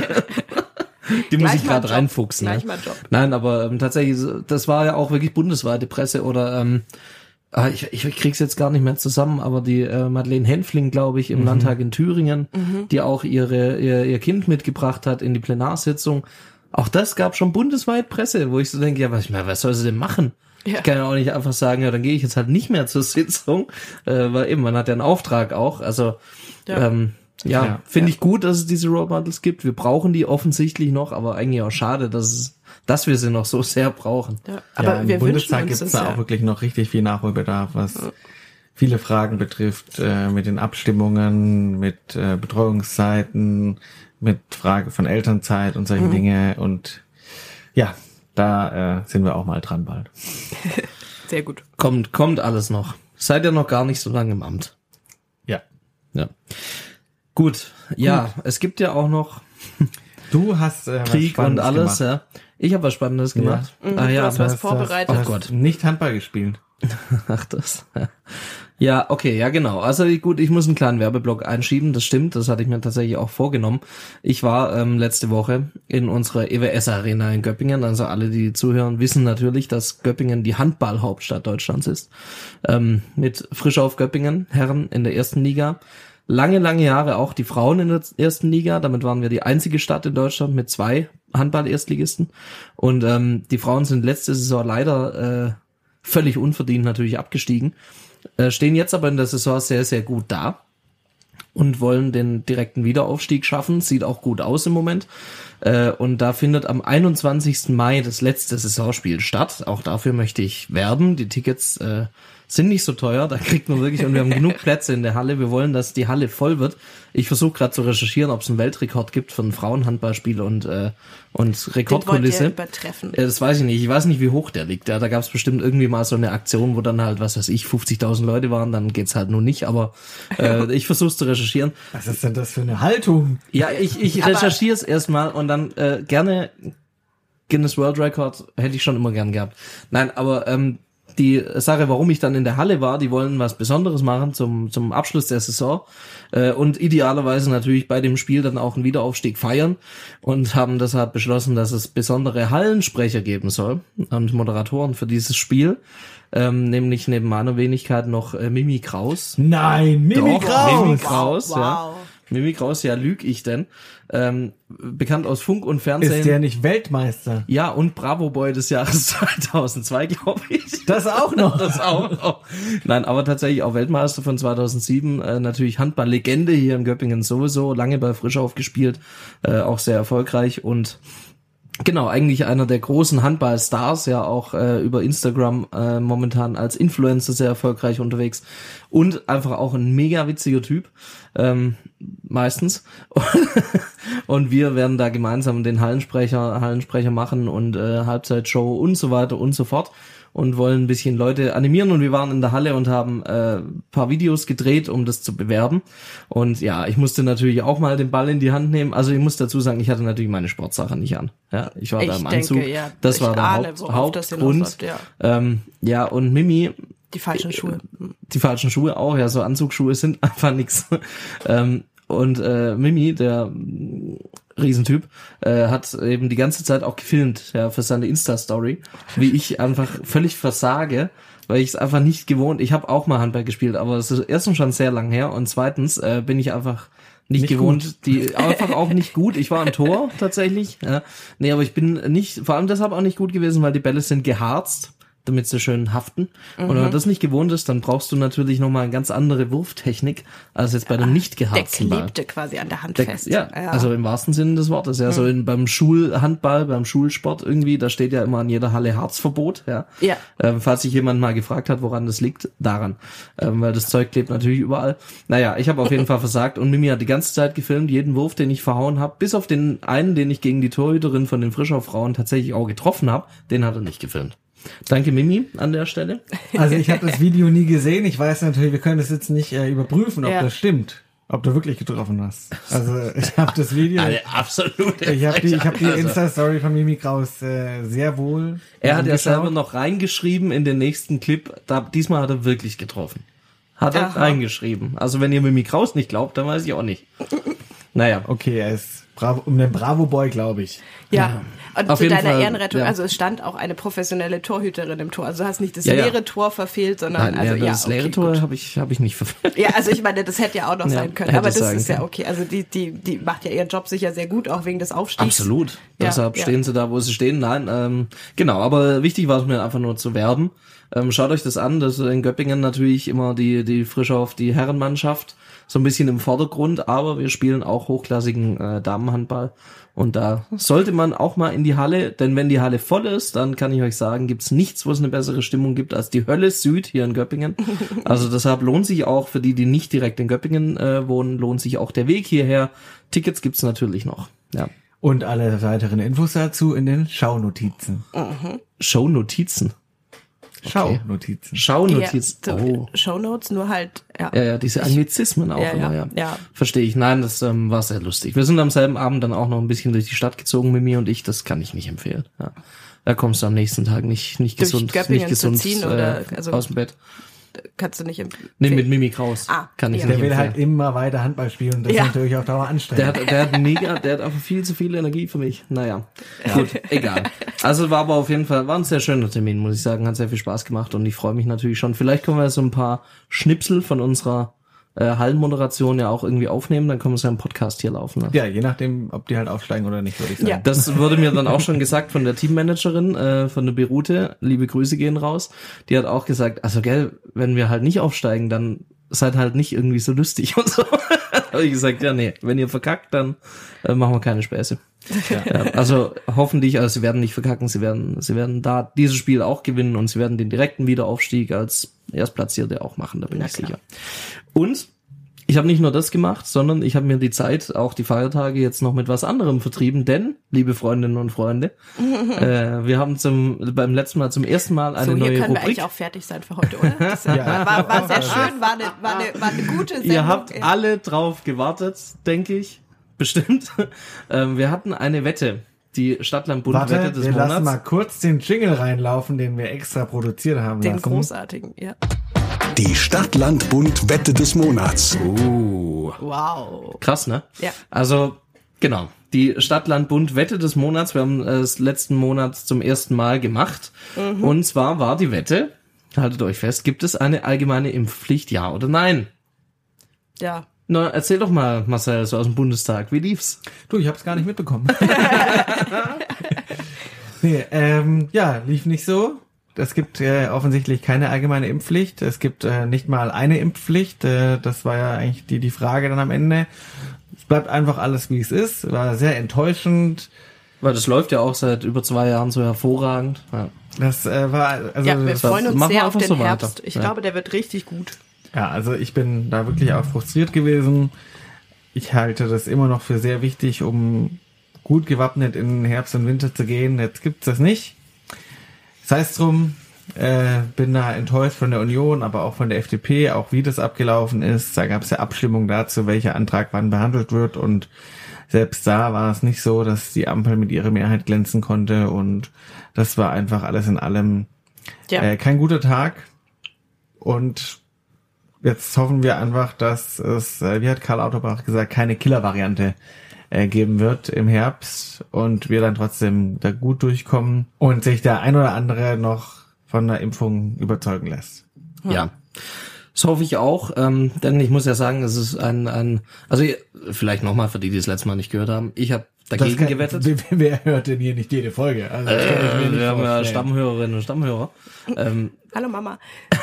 Speaker 2: Die muss ich gerade reinfuchsen.
Speaker 4: Gleich
Speaker 2: ne?
Speaker 4: mal Job.
Speaker 2: Nein, aber ähm, tatsächlich, das war ja auch wirklich bundesweite Presse oder ähm, ich, ich krieg's jetzt gar nicht mehr zusammen, aber die äh, Madeleine Hänfling, glaube ich, im mhm. Landtag in Thüringen, mhm. die auch ihre ihr, ihr Kind mitgebracht hat in die Plenarsitzung. Auch das gab schon bundesweit Presse, wo ich so denke, ja, was, was soll sie denn machen? Ja. Ich kann ja auch nicht einfach sagen, ja, dann gehe ich jetzt halt nicht mehr zur Sitzung, äh, weil eben, man hat ja einen Auftrag auch. Also, ja, ähm, ja, ja. finde ja. ich gut, dass es diese Role Models gibt. Wir brauchen die offensichtlich noch, aber eigentlich auch schade, dass es, dass wir sie noch so sehr brauchen.
Speaker 4: Ja, aber
Speaker 3: ja, im
Speaker 4: wir
Speaker 3: Bundestag
Speaker 4: gibt
Speaker 3: es da ja. auch wirklich noch richtig viel Nachholbedarf, was ja. viele Fragen betrifft, äh, mit den Abstimmungen, mit äh, Betreuungszeiten, mit Frage von Elternzeit und solche mhm. Dinge und ja, da äh, sind wir auch mal dran bald.
Speaker 4: Sehr gut.
Speaker 2: Kommt, kommt alles noch. Seid ihr noch gar nicht so lange im Amt.
Speaker 3: Ja.
Speaker 2: Ja. Gut. Ja, gut. Es gibt ja auch noch
Speaker 3: du hast äh,
Speaker 2: Krieg und alles. Ja. Ich habe was Spannendes gemacht.
Speaker 4: Ja. Mhm,
Speaker 2: ah, ja,
Speaker 4: du hast was vorbereitet.
Speaker 3: Oh Gott. Nicht Handball gespielt.
Speaker 2: Ach das. Ja. Ja, okay, ja genau. Also gut, ich muss einen kleinen Werbeblock einschieben, das stimmt, das hatte ich mir tatsächlich auch vorgenommen. Ich war ähm, letzte Woche in unserer E W S-Arena in Göppingen, also alle, die zuhören, wissen natürlich, dass Göppingen die Handball-Hauptstadt Deutschlands ist. Ähm, mit Frisch auf Göppingen, Herren in der ersten Liga. Lange, lange Jahre auch die Frauen in der ersten Liga, damit waren wir die einzige Stadt in Deutschland mit zwei Handball-Erstligisten. Und ähm, die Frauen sind letzte Saison leider äh, völlig unverdient natürlich abgestiegen. Äh, stehen jetzt aber in der Saison sehr, sehr gut da und wollen den direkten Wiederaufstieg schaffen. Sieht auch gut aus im Moment. Äh, und da findet am einundzwanzigsten Mai das letzte Saisonspiel statt. Auch dafür möchte ich werben. Die Tickets äh, sind nicht so teuer. Da kriegt man wirklich, und wir haben genug Plätze in der Halle. Wir wollen, dass die Halle voll wird. Ich versuche gerade zu recherchieren, ob es einen Weltrekord gibt für ein Frauenhandballspiel und äh, und Rekordkulisse.
Speaker 4: Den wollt ihr übertreffen.
Speaker 2: Ja, das weiß ich nicht. Ich weiß nicht, wie hoch der liegt. Ja, da gab es bestimmt irgendwie mal so eine Aktion, wo dann halt, was weiß ich, fünfzigtausend Leute waren. Dann geht's halt nur nicht. Aber äh, ich versuche es zu recherchieren.
Speaker 3: Was ist denn das für eine Haltung?
Speaker 2: Ja, ich ich recherchiere es erstmal und dann äh, gerne Guinness World Record hätte ich schon immer gern gehabt. Nein, aber ähm, die Sache, warum ich dann in der Halle war, die wollen was Besonderes machen zum zum Abschluss der Saison äh, und idealerweise natürlich bei dem Spiel dann auch einen Wiederaufstieg feiern und haben deshalb beschlossen, dass es besondere Hallensprecher geben soll und Moderatoren für dieses Spiel, ähm, nämlich neben meiner Wenigkeit noch äh, Mimi Kraus.
Speaker 3: Nein, Mimi
Speaker 2: Doch,
Speaker 3: Kraus!
Speaker 2: Mimi Kraus,
Speaker 4: wow.
Speaker 2: ja. Mimi Kraus, ja, lüg ich denn. Ähm, bekannt aus Funk und Fernsehen.
Speaker 3: Ist der nicht Weltmeister?
Speaker 2: Ja, und Bravo Boy des Jahres zweitausendzwei, glaube ich.
Speaker 3: Das auch noch?
Speaker 2: Das auch noch. Nein, aber tatsächlich auch Weltmeister von zweitausendsieben. Äh, natürlich Handball-Legende hier in Göppingen sowieso. Lange bei Frischhoff gespielt. Äh, auch sehr erfolgreich. Und Genau, eigentlich einer der großen Handballstars, ja auch äh, über Instagram äh, momentan als Influencer sehr erfolgreich unterwegs und einfach auch ein mega witziger Typ, ähm, meistens. Und wir werden da gemeinsam den Hallensprecher, Hallensprecher machen und äh, Halbzeitshow und so weiter und so fort. Und wollen ein bisschen Leute animieren und wir waren in der Halle und haben äh, paar Videos gedreht, um das zu bewerben. Und ja, ich musste natürlich auch mal den Ball in die Hand nehmen. Also ich muss dazu sagen, ich hatte natürlich meine Sportsachen nicht an. Ja, ich war
Speaker 4: ich
Speaker 2: da im
Speaker 4: denke,
Speaker 2: Anzug.
Speaker 4: Ja,
Speaker 2: das
Speaker 4: ich
Speaker 2: war der
Speaker 4: ahne,
Speaker 2: Haupt,
Speaker 4: Hauptgrund.
Speaker 2: Das ja. Ähm, ja, und Mimi.
Speaker 4: Die falschen Schuhe.
Speaker 2: Die falschen Schuhe auch, ja, so Anzugsschuhe sind einfach nix. ähm, und äh, Mimi, der Riesentyp, äh, hat eben die ganze Zeit auch gefilmt, ja, für seine Insta-Story, wie ich einfach völlig versage, weil ich es einfach nicht gewohnt, ich habe auch mal Handball gespielt, aber es ist erstens schon sehr lang her und zweitens äh, bin ich einfach nicht, nicht gewohnt, gut. die einfach auch nicht gut. Ich war am Tor tatsächlich, ja. Nee, aber ich bin nicht, vor allem deshalb auch nicht gut gewesen, weil die Bälle sind geharzt, damit sie schön haften. Mhm. Und wenn man das nicht gewohnt ist, dann brauchst du natürlich nochmal eine ganz andere Wurftechnik, als jetzt bei dem nicht geharzten Ball.
Speaker 4: Der klebte quasi an der Hand
Speaker 2: der,
Speaker 4: fest.
Speaker 2: Ja, ja, also im wahrsten Sinne des Wortes. Ja, mhm. so in, beim Schulhandball, beim Schulsport irgendwie, da steht ja immer an jeder Halle Harzverbot. Ja.
Speaker 4: ja.
Speaker 2: Ähm, falls sich jemand mal gefragt hat, woran das liegt, daran. Ähm, weil das Zeug klebt natürlich überall. Naja, ich habe auf jeden Fall versagt und Mimi hat die ganze Zeit gefilmt, jeden Wurf, den ich verhauen habe, bis auf den einen, den ich gegen die Torhüterin von den Frischau-Frauen tatsächlich auch getroffen habe, den hat er nicht gefilmt. Danke, Mimi, an der Stelle.
Speaker 3: Also ich habe das Video nie gesehen. Ich weiß natürlich, wir können das jetzt nicht äh, überprüfen, ob ja. das stimmt. Ob du wirklich getroffen hast. Also ich habe das Video...
Speaker 2: Eine absolute
Speaker 3: Ich habe die, ich hab die Insta-Story von Mimi Kraus äh, sehr wohl...
Speaker 2: Er hat ja selber noch reingeschrieben in den nächsten Clip, da, diesmal hat er wirklich getroffen. Hat er Aha. reingeschrieben. Also wenn ihr Mimi Kraus nicht glaubt, dann weiß ich auch nicht. Naja.
Speaker 3: Okay, er ist Bravo, um den Bravo-Boy, glaube ich.
Speaker 4: Ja, und
Speaker 2: Auf
Speaker 4: zu
Speaker 2: jeden
Speaker 4: deiner
Speaker 2: Fall,
Speaker 4: Ehrenrettung,
Speaker 2: ja.
Speaker 4: also es stand auch eine professionelle Torhüterin im Tor. Also du hast nicht das
Speaker 2: ja, ja.
Speaker 4: leere Tor verfehlt, sondern
Speaker 2: Nein,
Speaker 4: also
Speaker 2: ja,
Speaker 4: ja,
Speaker 2: das
Speaker 4: okay,
Speaker 2: leere Tor habe ich habe ich nicht verfehlt.
Speaker 4: Ja, also ich meine, das hätte ja auch noch
Speaker 2: ja,
Speaker 4: sein können, aber das ist
Speaker 2: können.
Speaker 4: ja okay. Also die die die macht ja ihren Job sicher sehr gut, auch wegen des Aufstiegs.
Speaker 2: Absolut.
Speaker 4: Ja,
Speaker 2: Deshalb
Speaker 4: ja.
Speaker 2: stehen sie da, wo sie stehen. Nein, ähm, genau. Aber wichtig war es mir einfach nur zu werben. Ähm, schaut euch das an. Das ist in Göppingen natürlich immer die die Frischau auf die Herrenmannschaft so ein bisschen im Vordergrund, aber wir spielen auch hochklassigen äh, Damenhandball. Und da sollte man auch mal in die Halle, denn wenn die Halle voll ist, dann kann ich euch sagen, gibt's nichts, wo es eine bessere Stimmung gibt als die Hölle Süd hier in Göppingen. Also deshalb lohnt sich auch für die, die nicht direkt in Göppingen äh, wohnen, lohnt sich auch der Weg hierher. Tickets gibt's natürlich noch. Ja.
Speaker 3: Und alle weiteren Infos dazu in den Schaunotizen.
Speaker 4: Mhm.
Speaker 2: Shownotizen. Okay.
Speaker 3: Schaunotizen.
Speaker 2: Schaunotizen.
Speaker 4: Ja, so
Speaker 2: oh.
Speaker 4: Shownotes, nur halt, ja.
Speaker 2: Ja, ja, diese Anglizismen auch
Speaker 4: ja,
Speaker 2: immer,
Speaker 4: ja.
Speaker 2: ja.
Speaker 4: ja.
Speaker 2: Verstehe ich. Nein, das ähm, war sehr lustig. Wir sind am selben Abend dann auch noch ein bisschen durch die Stadt gezogen mit mir und ich. Das kann ich nicht empfehlen. Ja. Da kommst du am nächsten Tag nicht nicht
Speaker 4: Durch
Speaker 2: gesund,
Speaker 4: Göppingen
Speaker 2: nicht gesund
Speaker 4: zu ziehen,
Speaker 2: äh,
Speaker 4: oder, also,
Speaker 2: aus dem Bett.
Speaker 4: Kannst du nicht empfehlen.
Speaker 2: Nee, mit Mimi Kraus.
Speaker 4: Ah,
Speaker 2: kann ich
Speaker 4: ja.
Speaker 2: nicht
Speaker 3: Der will
Speaker 2: empfehlen.
Speaker 3: halt immer weiter Handball spielen und das
Speaker 4: Ja.
Speaker 3: ist natürlich auch dauer anstrengend.
Speaker 2: Der hat, der hat mega, der hat einfach viel zu viel Energie für mich. Naja, gut, egal. Also war aber auf jeden Fall, war ein sehr schöner Termin, muss ich sagen. Hat sehr viel Spaß gemacht und ich freue mich natürlich schon. Vielleicht können wir so ein paar Schnipsel von unserer äh, Hallenmoderation ja auch irgendwie aufnehmen, dann können wir es ja im Podcast hier laufen lassen.
Speaker 3: Ja, je nachdem, ob die halt aufsteigen oder nicht, würde ich sagen.
Speaker 4: Ja.
Speaker 2: Das wurde mir dann auch schon gesagt von der Teammanagerin, äh, von der Berute. Liebe Grüße gehen raus. Die hat auch gesagt, also gell, wenn wir halt nicht aufsteigen, dann seid halt nicht irgendwie so lustig und so. Habe ich gesagt, ja nee, wenn ihr verkackt, dann äh, machen wir keine Späße. Ja. Ja, also hoffentlich, also sie werden nicht verkacken, sie werden, sie werden da dieses Spiel auch gewinnen und sie werden den direkten Wiederaufstieg als Erstplatzierte auch machen, da bin
Speaker 4: Na
Speaker 2: ich
Speaker 4: klar.
Speaker 2: sicher. Und ich habe nicht nur das gemacht, sondern ich habe mir die Zeit, auch die Feiertage jetzt noch mit was anderem vertrieben, denn, liebe Freundinnen und Freunde, äh, wir haben zum beim letzten Mal zum ersten Mal eine
Speaker 4: So, hier
Speaker 2: neue
Speaker 4: können wir
Speaker 2: Rubrik.
Speaker 4: eigentlich auch fertig sein für heute, oder? Das
Speaker 3: Ja.
Speaker 4: war, war sehr schön, war eine, war eine, war eine gute Sendung.
Speaker 2: Ihr habt
Speaker 4: Ja.
Speaker 2: alle drauf gewartet, denke ich, bestimmt. ähm, wir hatten eine Wette, die Stadtland-Bund-Wette
Speaker 3: Warte,
Speaker 2: des
Speaker 3: wir
Speaker 2: Monats.
Speaker 3: lassen mal kurz den Jingle reinlaufen, den wir extra produziert haben
Speaker 4: Den
Speaker 3: lassen.
Speaker 4: großartigen, ja.
Speaker 1: Die Stadt-Land-Bund-Wette des Monats.
Speaker 2: Uh,
Speaker 4: Wow.
Speaker 2: krass, ne?
Speaker 4: Ja.
Speaker 2: Also, genau. Die Stadt-Land-Bund-Wette des Monats. Wir haben es letzten Monat zum ersten Mal gemacht.
Speaker 4: Mhm.
Speaker 2: Und zwar war die Wette, haltet euch fest, gibt es eine allgemeine Impfpflicht, ja oder nein?
Speaker 4: Ja.
Speaker 2: Na, erzähl doch mal, Marcel, so aus dem Bundestag, wie lief's?
Speaker 3: Du, ich hab's gar nicht mitbekommen. nee, ähm, ja, lief nicht so. Es gibt äh, offensichtlich keine allgemeine Impfpflicht. Es gibt äh, nicht mal eine Impfpflicht. Äh, das war ja eigentlich die, die Frage dann am Ende. Es bleibt einfach alles, wie es ist. War sehr enttäuschend.
Speaker 2: Weil das läuft ja auch seit über zwei Jahren so hervorragend. Ja.
Speaker 3: Das äh, war, also
Speaker 4: ja, wir
Speaker 3: das
Speaker 4: freuen uns
Speaker 2: machen wir
Speaker 4: sehr auf
Speaker 2: einfach
Speaker 4: den
Speaker 2: so
Speaker 4: Herbst.
Speaker 2: weiter.
Speaker 4: Ich
Speaker 2: Ja.
Speaker 4: glaube, der wird richtig gut.
Speaker 3: Ja, also ich bin da wirklich auch frustriert gewesen. Ich halte das immer noch für sehr wichtig, um gut gewappnet in Herbst und Winter zu gehen. Jetzt gibt's das nicht. Sei es drum, äh, bin da enttäuscht von der Union, aber auch von der F D P, auch wie das abgelaufen ist. Da gab's ja Abstimmung dazu, welcher Antrag wann behandelt wird, und selbst da war es nicht so, dass die Ampel mit ihrer Mehrheit glänzen konnte, und das war einfach alles in allem
Speaker 4: Ja.
Speaker 3: äh, kein guter Tag. Und jetzt hoffen wir einfach, dass es, äh, wie hat Karl Lauterbach gesagt, keine Killer-Variante äh, geben wird im Herbst und wir dann trotzdem da gut durchkommen und sich der ein oder andere noch von der Impfung überzeugen lässt.
Speaker 2: Ja. Das hoffe ich auch, ähm, denn ich muss ja sagen, es ist ein, ein also vielleicht nochmal für die, die das letzte Mal nicht gehört haben, ich habe dagegen
Speaker 3: kann,
Speaker 2: gewettet.
Speaker 3: Wer, wer hört denn hier nicht jede Folge? Also, das kann ich mir
Speaker 2: Äh,
Speaker 3: nicht
Speaker 2: wir haben ja
Speaker 3: vorstellen.
Speaker 2: Stammhörerinnen und Stammhörer. Ähm,
Speaker 4: Hallo Mama.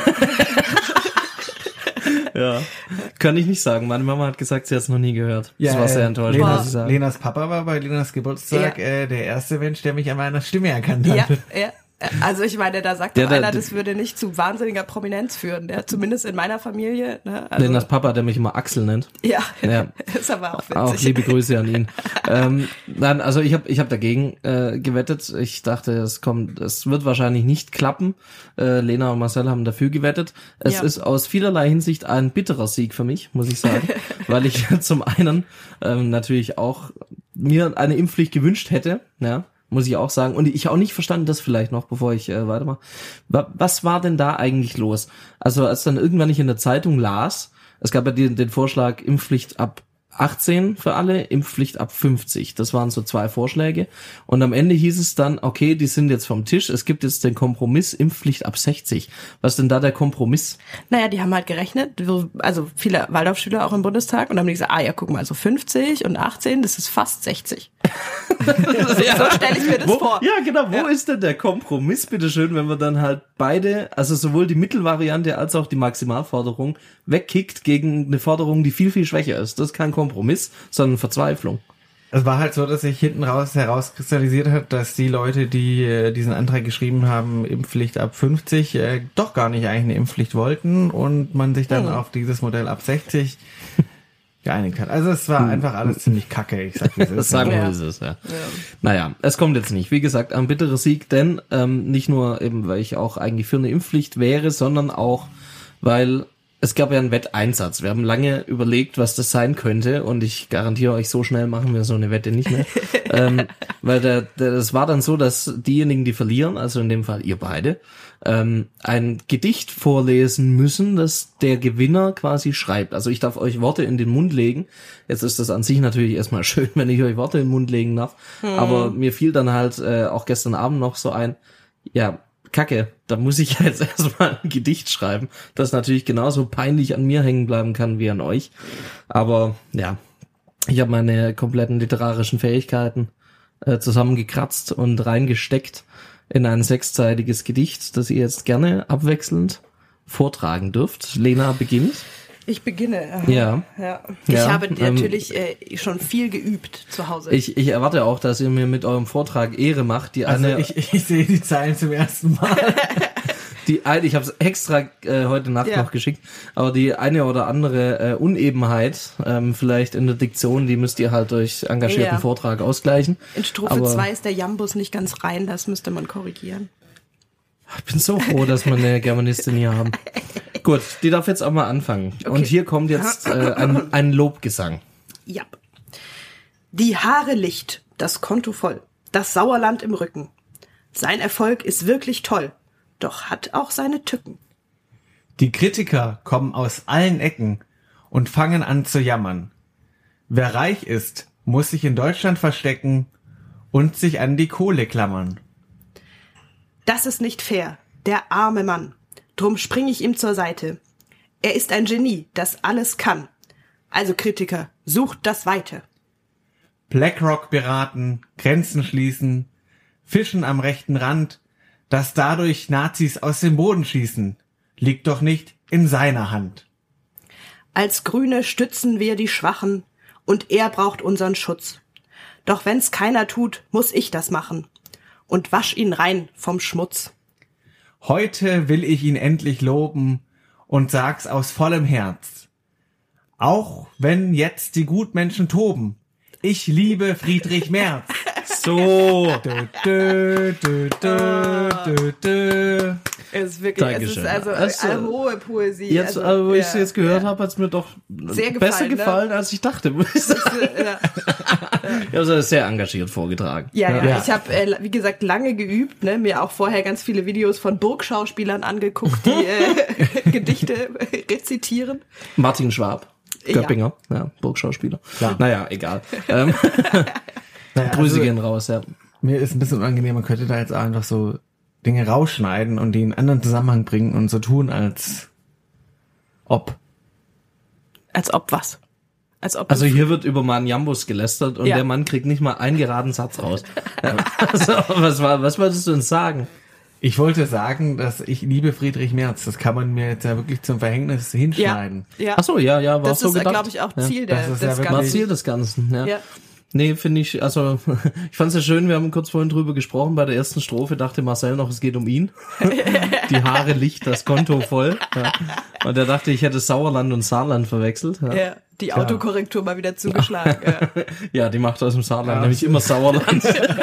Speaker 2: ja, kann ich nicht sagen. Meine Mama hat gesagt, sie hat es noch nie gehört. das war sehr
Speaker 3: äh,
Speaker 2: enttäuschend,
Speaker 3: Lenas,
Speaker 2: muss ich sagen.
Speaker 3: Lenas Papa war bei Lenas Geburtstag
Speaker 4: Ja.
Speaker 3: äh, der erste Mensch, der mich an meiner Stimme erkannt
Speaker 4: Ja,
Speaker 3: hat.
Speaker 4: ja. Also ich meine, da sagt
Speaker 2: Ja,
Speaker 4: doch
Speaker 2: der-
Speaker 4: einer, das würde nicht zu wahnsinniger Prominenz führen. Der zumindest in meiner Familie. Ne? Also,
Speaker 2: Lenas Papa, der mich immer Axel nennt.
Speaker 4: ja,
Speaker 2: Ja.
Speaker 4: ist aber auch witzig.
Speaker 2: Auch liebe Grüße an ihn. ähm, nein, also ich habe ich hab dagegen äh, gewettet. Ich dachte, es kommt, es wird wahrscheinlich nicht klappen. Äh, Lena und Marcel haben dafür gewettet. Es
Speaker 4: Ja.
Speaker 2: ist aus vielerlei Hinsicht ein bitterer Sieg für mich, muss ich sagen, weil ich zum einen ähm, natürlich auch mir eine Impfpflicht gewünscht hätte, ja. Muss ich auch sagen. Und ich auch nicht verstanden, das vielleicht noch, bevor ich äh, weitermache. Wa- Was war denn da eigentlich los? Also als dann irgendwann ich in der Zeitung las, es gab ja den, den Vorschlag Impfpflicht ab achtzehn für alle, Impfpflicht ab fünfzig. Das waren so zwei Vorschläge. Und am Ende hieß es dann, okay, die sind jetzt vom Tisch. Es gibt jetzt den Kompromiss, Impfpflicht ab sechzig. Was ist denn da der Kompromiss?
Speaker 4: Naja, die haben halt gerechnet, also viele Waldorfschüler auch im Bundestag, und dann haben die gesagt, ah ja, guck mal, so fünfzig und achtzehn, das ist fast sechzig. So stelle ich mir das
Speaker 2: Wo,
Speaker 4: vor.
Speaker 2: ja, genau. Wo ist denn der Kompromiss, bitteschön, wenn man dann halt beide, also sowohl die Mittelvariante als auch die Maximalforderung wegkickt gegen eine Forderung, die viel, viel schwächer ist. Das ist kein Kompromiss, sondern Verzweiflung.
Speaker 3: Es war halt so, dass sich hinten raus herauskristallisiert hat, dass die Leute, die äh, diesen Antrag geschrieben haben, Impfpflicht ab fünfzig, äh, doch gar nicht eigentlich eine Impfpflicht wollten und man sich dann
Speaker 4: Hm.
Speaker 3: auf dieses Modell ab sechzig geeinigt hat. Also es war einfach alles ziemlich kacke, ich sag wie es
Speaker 2: Das
Speaker 3: ist.
Speaker 2: sagen wir,
Speaker 4: Ja.
Speaker 2: wie es ist, ja. Naja, es kommt jetzt nicht. Wie gesagt, ein bitterer Sieg, denn ähm, nicht nur eben, weil ich auch eigentlich für eine Impfpflicht wäre, sondern auch, weil es gab ja einen Wetteinsatz. Wir haben lange überlegt, was das sein könnte, und ich garantiere euch, so schnell machen wir so eine Wette nicht mehr. ähm, weil der, der, das war dann so, dass diejenigen, die verlieren, also in dem Fall ihr beide, ähm, ein Gedicht vorlesen müssen, das der Gewinner quasi schreibt. Also ich darf euch Worte in den Mund legen. Jetzt ist das an sich natürlich erstmal schön, wenn ich euch Worte in den Mund legen darf.
Speaker 4: Hm.
Speaker 2: Aber mir fiel dann halt äh, auch gestern Abend noch so ein, ja, Kacke, da muss ich jetzt erstmal ein Gedicht schreiben, das natürlich genauso peinlich an mir hängen bleiben kann wie an euch. Aber ja, ich habe meine kompletten literarischen Fähigkeiten äh, zusammengekratzt und reingesteckt in ein sechsseitiges Gedicht, das ihr jetzt gerne abwechselnd vortragen dürft. Lena beginnt.
Speaker 4: Ich beginne.
Speaker 2: Ja.
Speaker 4: ja. Ich
Speaker 2: Ja,
Speaker 4: habe
Speaker 2: ähm,
Speaker 4: natürlich äh, schon viel geübt zu Hause.
Speaker 2: Ich, ich erwarte auch, dass ihr mir mit eurem Vortrag Ehre macht. Die
Speaker 3: Also
Speaker 2: eine,
Speaker 3: ich, ich sehe die Zeilen zum ersten Mal.
Speaker 2: die eine, ich habe es extra äh, heute Nacht
Speaker 4: Ja.
Speaker 2: noch geschickt, aber die eine oder andere äh, Unebenheit ähm, vielleicht in der Diktion, die müsst ihr halt durch engagierten
Speaker 4: Ja.
Speaker 2: Vortrag ausgleichen.
Speaker 4: In Strophe
Speaker 2: aber-
Speaker 4: zwei ist der Jambus nicht ganz rein, das müsste man korrigieren.
Speaker 2: Ich bin so froh, dass wir eine Germanistin hier haben. Gut, die darf jetzt auch mal anfangen. Und hier kommt jetzt äh, ein, ein Lobgesang.
Speaker 4: Ja. Die Haare licht, das Konto voll, das Sauerland im Rücken. Sein Erfolg ist wirklich toll, doch hat auch seine Tücken.
Speaker 3: Die Kritiker kommen aus allen Ecken und fangen an zu jammern. Wer reich ist, muss sich in Deutschland verstecken und sich an die Kohle klammern.
Speaker 4: Das ist nicht fair, der arme Mann. Drum spring ich ihm zur Seite. Er ist ein Genie, das alles kann. Also Kritiker, sucht das Weite.
Speaker 3: BlackRock beraten, Grenzen schließen, Fischen am rechten Rand, dass dadurch Nazis aus dem Boden schießen, liegt doch nicht in seiner Hand.
Speaker 4: Als Grüne stützen wir die Schwachen und er braucht unseren Schutz. Doch wenn's keiner tut, muss ich das machen. Und wasch ihn rein vom Schmutz.
Speaker 3: Heute will ich ihn endlich loben und sag's aus vollem Herz. Auch wenn jetzt die Gutmenschen toben. Ich liebe Friedrich Merz.
Speaker 2: So.
Speaker 3: Dö, dö, dö, dö, dö, dö.
Speaker 4: Es ist wirklich,
Speaker 2: Dankeschön.
Speaker 4: es ist also
Speaker 2: Es,
Speaker 4: eine hohe Poesie.
Speaker 2: Jetzt,
Speaker 4: also,
Speaker 2: also, wo ich es
Speaker 4: ja,
Speaker 2: jetzt gehört
Speaker 4: ja.
Speaker 2: habe, hat es mir doch
Speaker 4: Sehr
Speaker 2: besser
Speaker 4: gefallen,
Speaker 2: gefallen,
Speaker 4: ne?
Speaker 2: als ich dachte. Muss ich sagen.
Speaker 4: Ja.
Speaker 2: Ja, also sehr engagiert vorgetragen.
Speaker 4: Ja, ja,
Speaker 3: Ja.
Speaker 4: ich habe, äh, wie gesagt, lange geübt, ne? Mir auch vorher ganz viele Videos von Burgschauspielern angeguckt, die äh, Gedichte rezitieren.
Speaker 2: Martin Schwab,
Speaker 4: Ja.
Speaker 2: Göppinger, ja, Burgschauspieler.
Speaker 3: Klar.
Speaker 2: Naja, egal. ähm,
Speaker 3: Naja,
Speaker 2: Grüße
Speaker 3: also,
Speaker 2: gehen raus, ja.
Speaker 3: mir ist ein bisschen unangenehm, man könnte da jetzt einfach so Dinge rausschneiden und die in einen anderen Zusammenhang bringen und so tun, als ob.
Speaker 4: Als ob was? Als ob
Speaker 2: Also hier wird über Mann Jambus gelästert und
Speaker 4: Ja.
Speaker 2: der Mann kriegt nicht mal einen geraden Satz raus. Ja. Also, was war, was wolltest du uns sagen?
Speaker 3: Ich wollte sagen, dass ich liebe Friedrich Merz. Das kann man mir jetzt ja wirklich zum Verhängnis
Speaker 4: ja,
Speaker 3: hinschneiden.
Speaker 4: ja.
Speaker 2: Ach so, ja, ja, war
Speaker 4: Das
Speaker 2: so
Speaker 4: ist,
Speaker 2: gedacht.
Speaker 4: glaube ich, auch
Speaker 2: ja.
Speaker 4: Ziel der,
Speaker 3: Das ist
Speaker 4: des
Speaker 3: ja wirklich-
Speaker 2: War
Speaker 4: Ganzen.
Speaker 2: Ziel des Ganzen, ja.
Speaker 4: Ja.
Speaker 2: Nee, finde ich, also ich fand es ja schön, wir haben kurz vorhin drüber gesprochen, bei der ersten Strophe dachte Marcel noch, es geht um ihn. Die Haare licht, das Konto voll. Ja. Und er dachte, ich hätte Sauerland und Saarland verwechselt. Ja,
Speaker 4: Ja, die Autokorrektur mal wieder zugeschlagen. Ja.
Speaker 2: ja die macht aus dem Saarland
Speaker 3: Ja.
Speaker 2: nämlich immer Sauerland.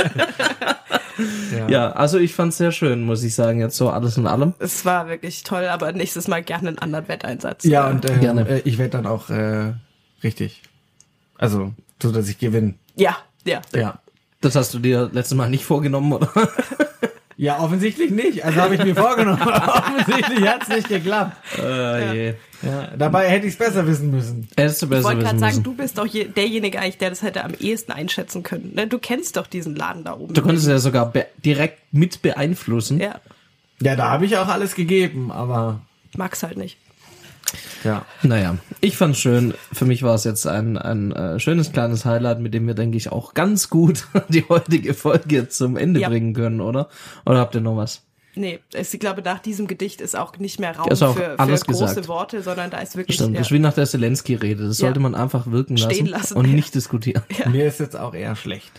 Speaker 3: Ja.
Speaker 2: Ja, also ich fand's sehr schön, muss ich sagen, jetzt so alles in allem.
Speaker 4: Es war wirklich toll, aber nächstes Mal gerne einen anderen Wetteinsatz.
Speaker 3: Ja, und äh,
Speaker 2: Gerne.
Speaker 3: äh, ich werde dann auch äh, richtig. Also, so dass ich gewinne.
Speaker 4: Ja, ja.
Speaker 3: Ja.
Speaker 2: Das hast du dir letztes Mal nicht vorgenommen, oder?
Speaker 3: Ja, offensichtlich nicht. Also habe ich mir vorgenommen. Aber offensichtlich hat's nicht geklappt.
Speaker 2: Äh, je.
Speaker 3: Ja, dabei hätte ich es besser wissen müssen.
Speaker 2: Hättest du
Speaker 4: Ich
Speaker 2: besser
Speaker 4: wollte gerade
Speaker 2: wissen
Speaker 4: sagen,
Speaker 2: müssen.
Speaker 4: du bist doch je, derjenige eigentlich, der das hätte am ehesten einschätzen können. Ne? Du kennst doch diesen Laden da oben.
Speaker 2: Du konntest ja sogar be- direkt mit beeinflussen.
Speaker 4: Ja,
Speaker 3: Ja, da habe ich auch alles gegeben, aber
Speaker 4: mag's halt nicht.
Speaker 3: ja.
Speaker 2: Naja, ich fand's schön. Für mich war es jetzt ein, ein äh, schönes kleines Highlight, mit dem wir, denke ich, auch ganz gut die heutige Folge zum Ende
Speaker 4: Ja.
Speaker 2: bringen können, oder? Oder habt ihr noch was?
Speaker 4: Nee, es, ich glaube, nach diesem Gedicht ist auch nicht mehr Raum
Speaker 2: Ist auch
Speaker 4: für, für
Speaker 2: alles
Speaker 4: große
Speaker 2: gesagt.
Speaker 4: Worte, sondern da ist wirklich
Speaker 2: Stimmt,
Speaker 4: ja,
Speaker 2: das ist wie nach der Zelensky-Rede. Das
Speaker 4: Ja.
Speaker 2: sollte man einfach wirken lassen,
Speaker 4: Stehen lassen,
Speaker 2: und
Speaker 4: ja.
Speaker 2: nicht diskutieren.
Speaker 3: Mir ist jetzt auch eher schlecht.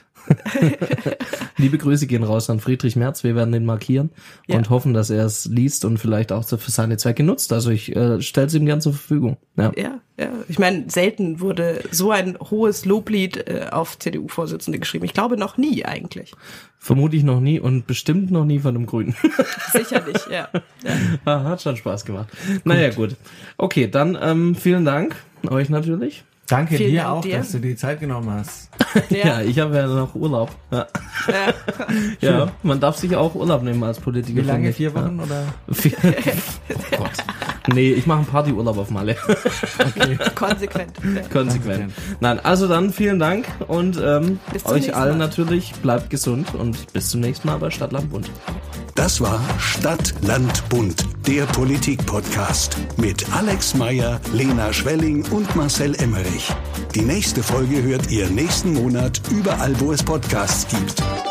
Speaker 2: Liebe Grüße gehen raus an Friedrich Merz. Wir werden den markieren
Speaker 4: Ja.
Speaker 2: und hoffen, dass er es liest und vielleicht auch für seine Zwecke nutzt. Also ich äh, stelle es ihm gern zur Verfügung. Ja.
Speaker 4: Ja, ja. Ich meine, selten wurde so ein hohes Loblied äh, auf C D U-Vorsitzende geschrieben. Ich glaube noch nie eigentlich.
Speaker 2: Vermute ich noch nie und bestimmt noch nie von einem Grünen.
Speaker 4: Sicherlich, ja. ja.
Speaker 2: Ah, hat schon Spaß gemacht. Naja, gut. Okay, dann ähm, vielen Dank euch natürlich.
Speaker 3: Danke
Speaker 4: Vielen
Speaker 3: dir
Speaker 4: Dank
Speaker 3: auch,
Speaker 4: dir.
Speaker 3: dass du die Zeit genommen hast.
Speaker 2: Ja,
Speaker 4: Ja.
Speaker 2: ich habe ja noch Urlaub. Ja.
Speaker 4: Ja.
Speaker 2: Ja, man darf sich auch Urlaub nehmen als Politiker.
Speaker 3: Wie lange?
Speaker 2: finde ich.
Speaker 3: Vier Wochen oder?
Speaker 2: Ja. Vier, oh Gott. Nee, ich mache einen Partyurlaub auf Malle.
Speaker 4: Konsequent. Ja.
Speaker 2: Konsequent. Nein, also dann vielen Dank und ähm,
Speaker 4: Bis zum
Speaker 2: euch
Speaker 4: nächsten
Speaker 2: allen
Speaker 4: Mal.
Speaker 2: natürlich. Bleibt gesund und bis zum nächsten Mal bei Stadt, Land, Bund.
Speaker 1: Das war Stadt, Land, Bund, der Politik-Podcast mit Alex Meyer, Lena Schwelling und Marcel Emmerich. Die nächste Folge hört ihr nächsten Monat überall, wo es Podcasts gibt.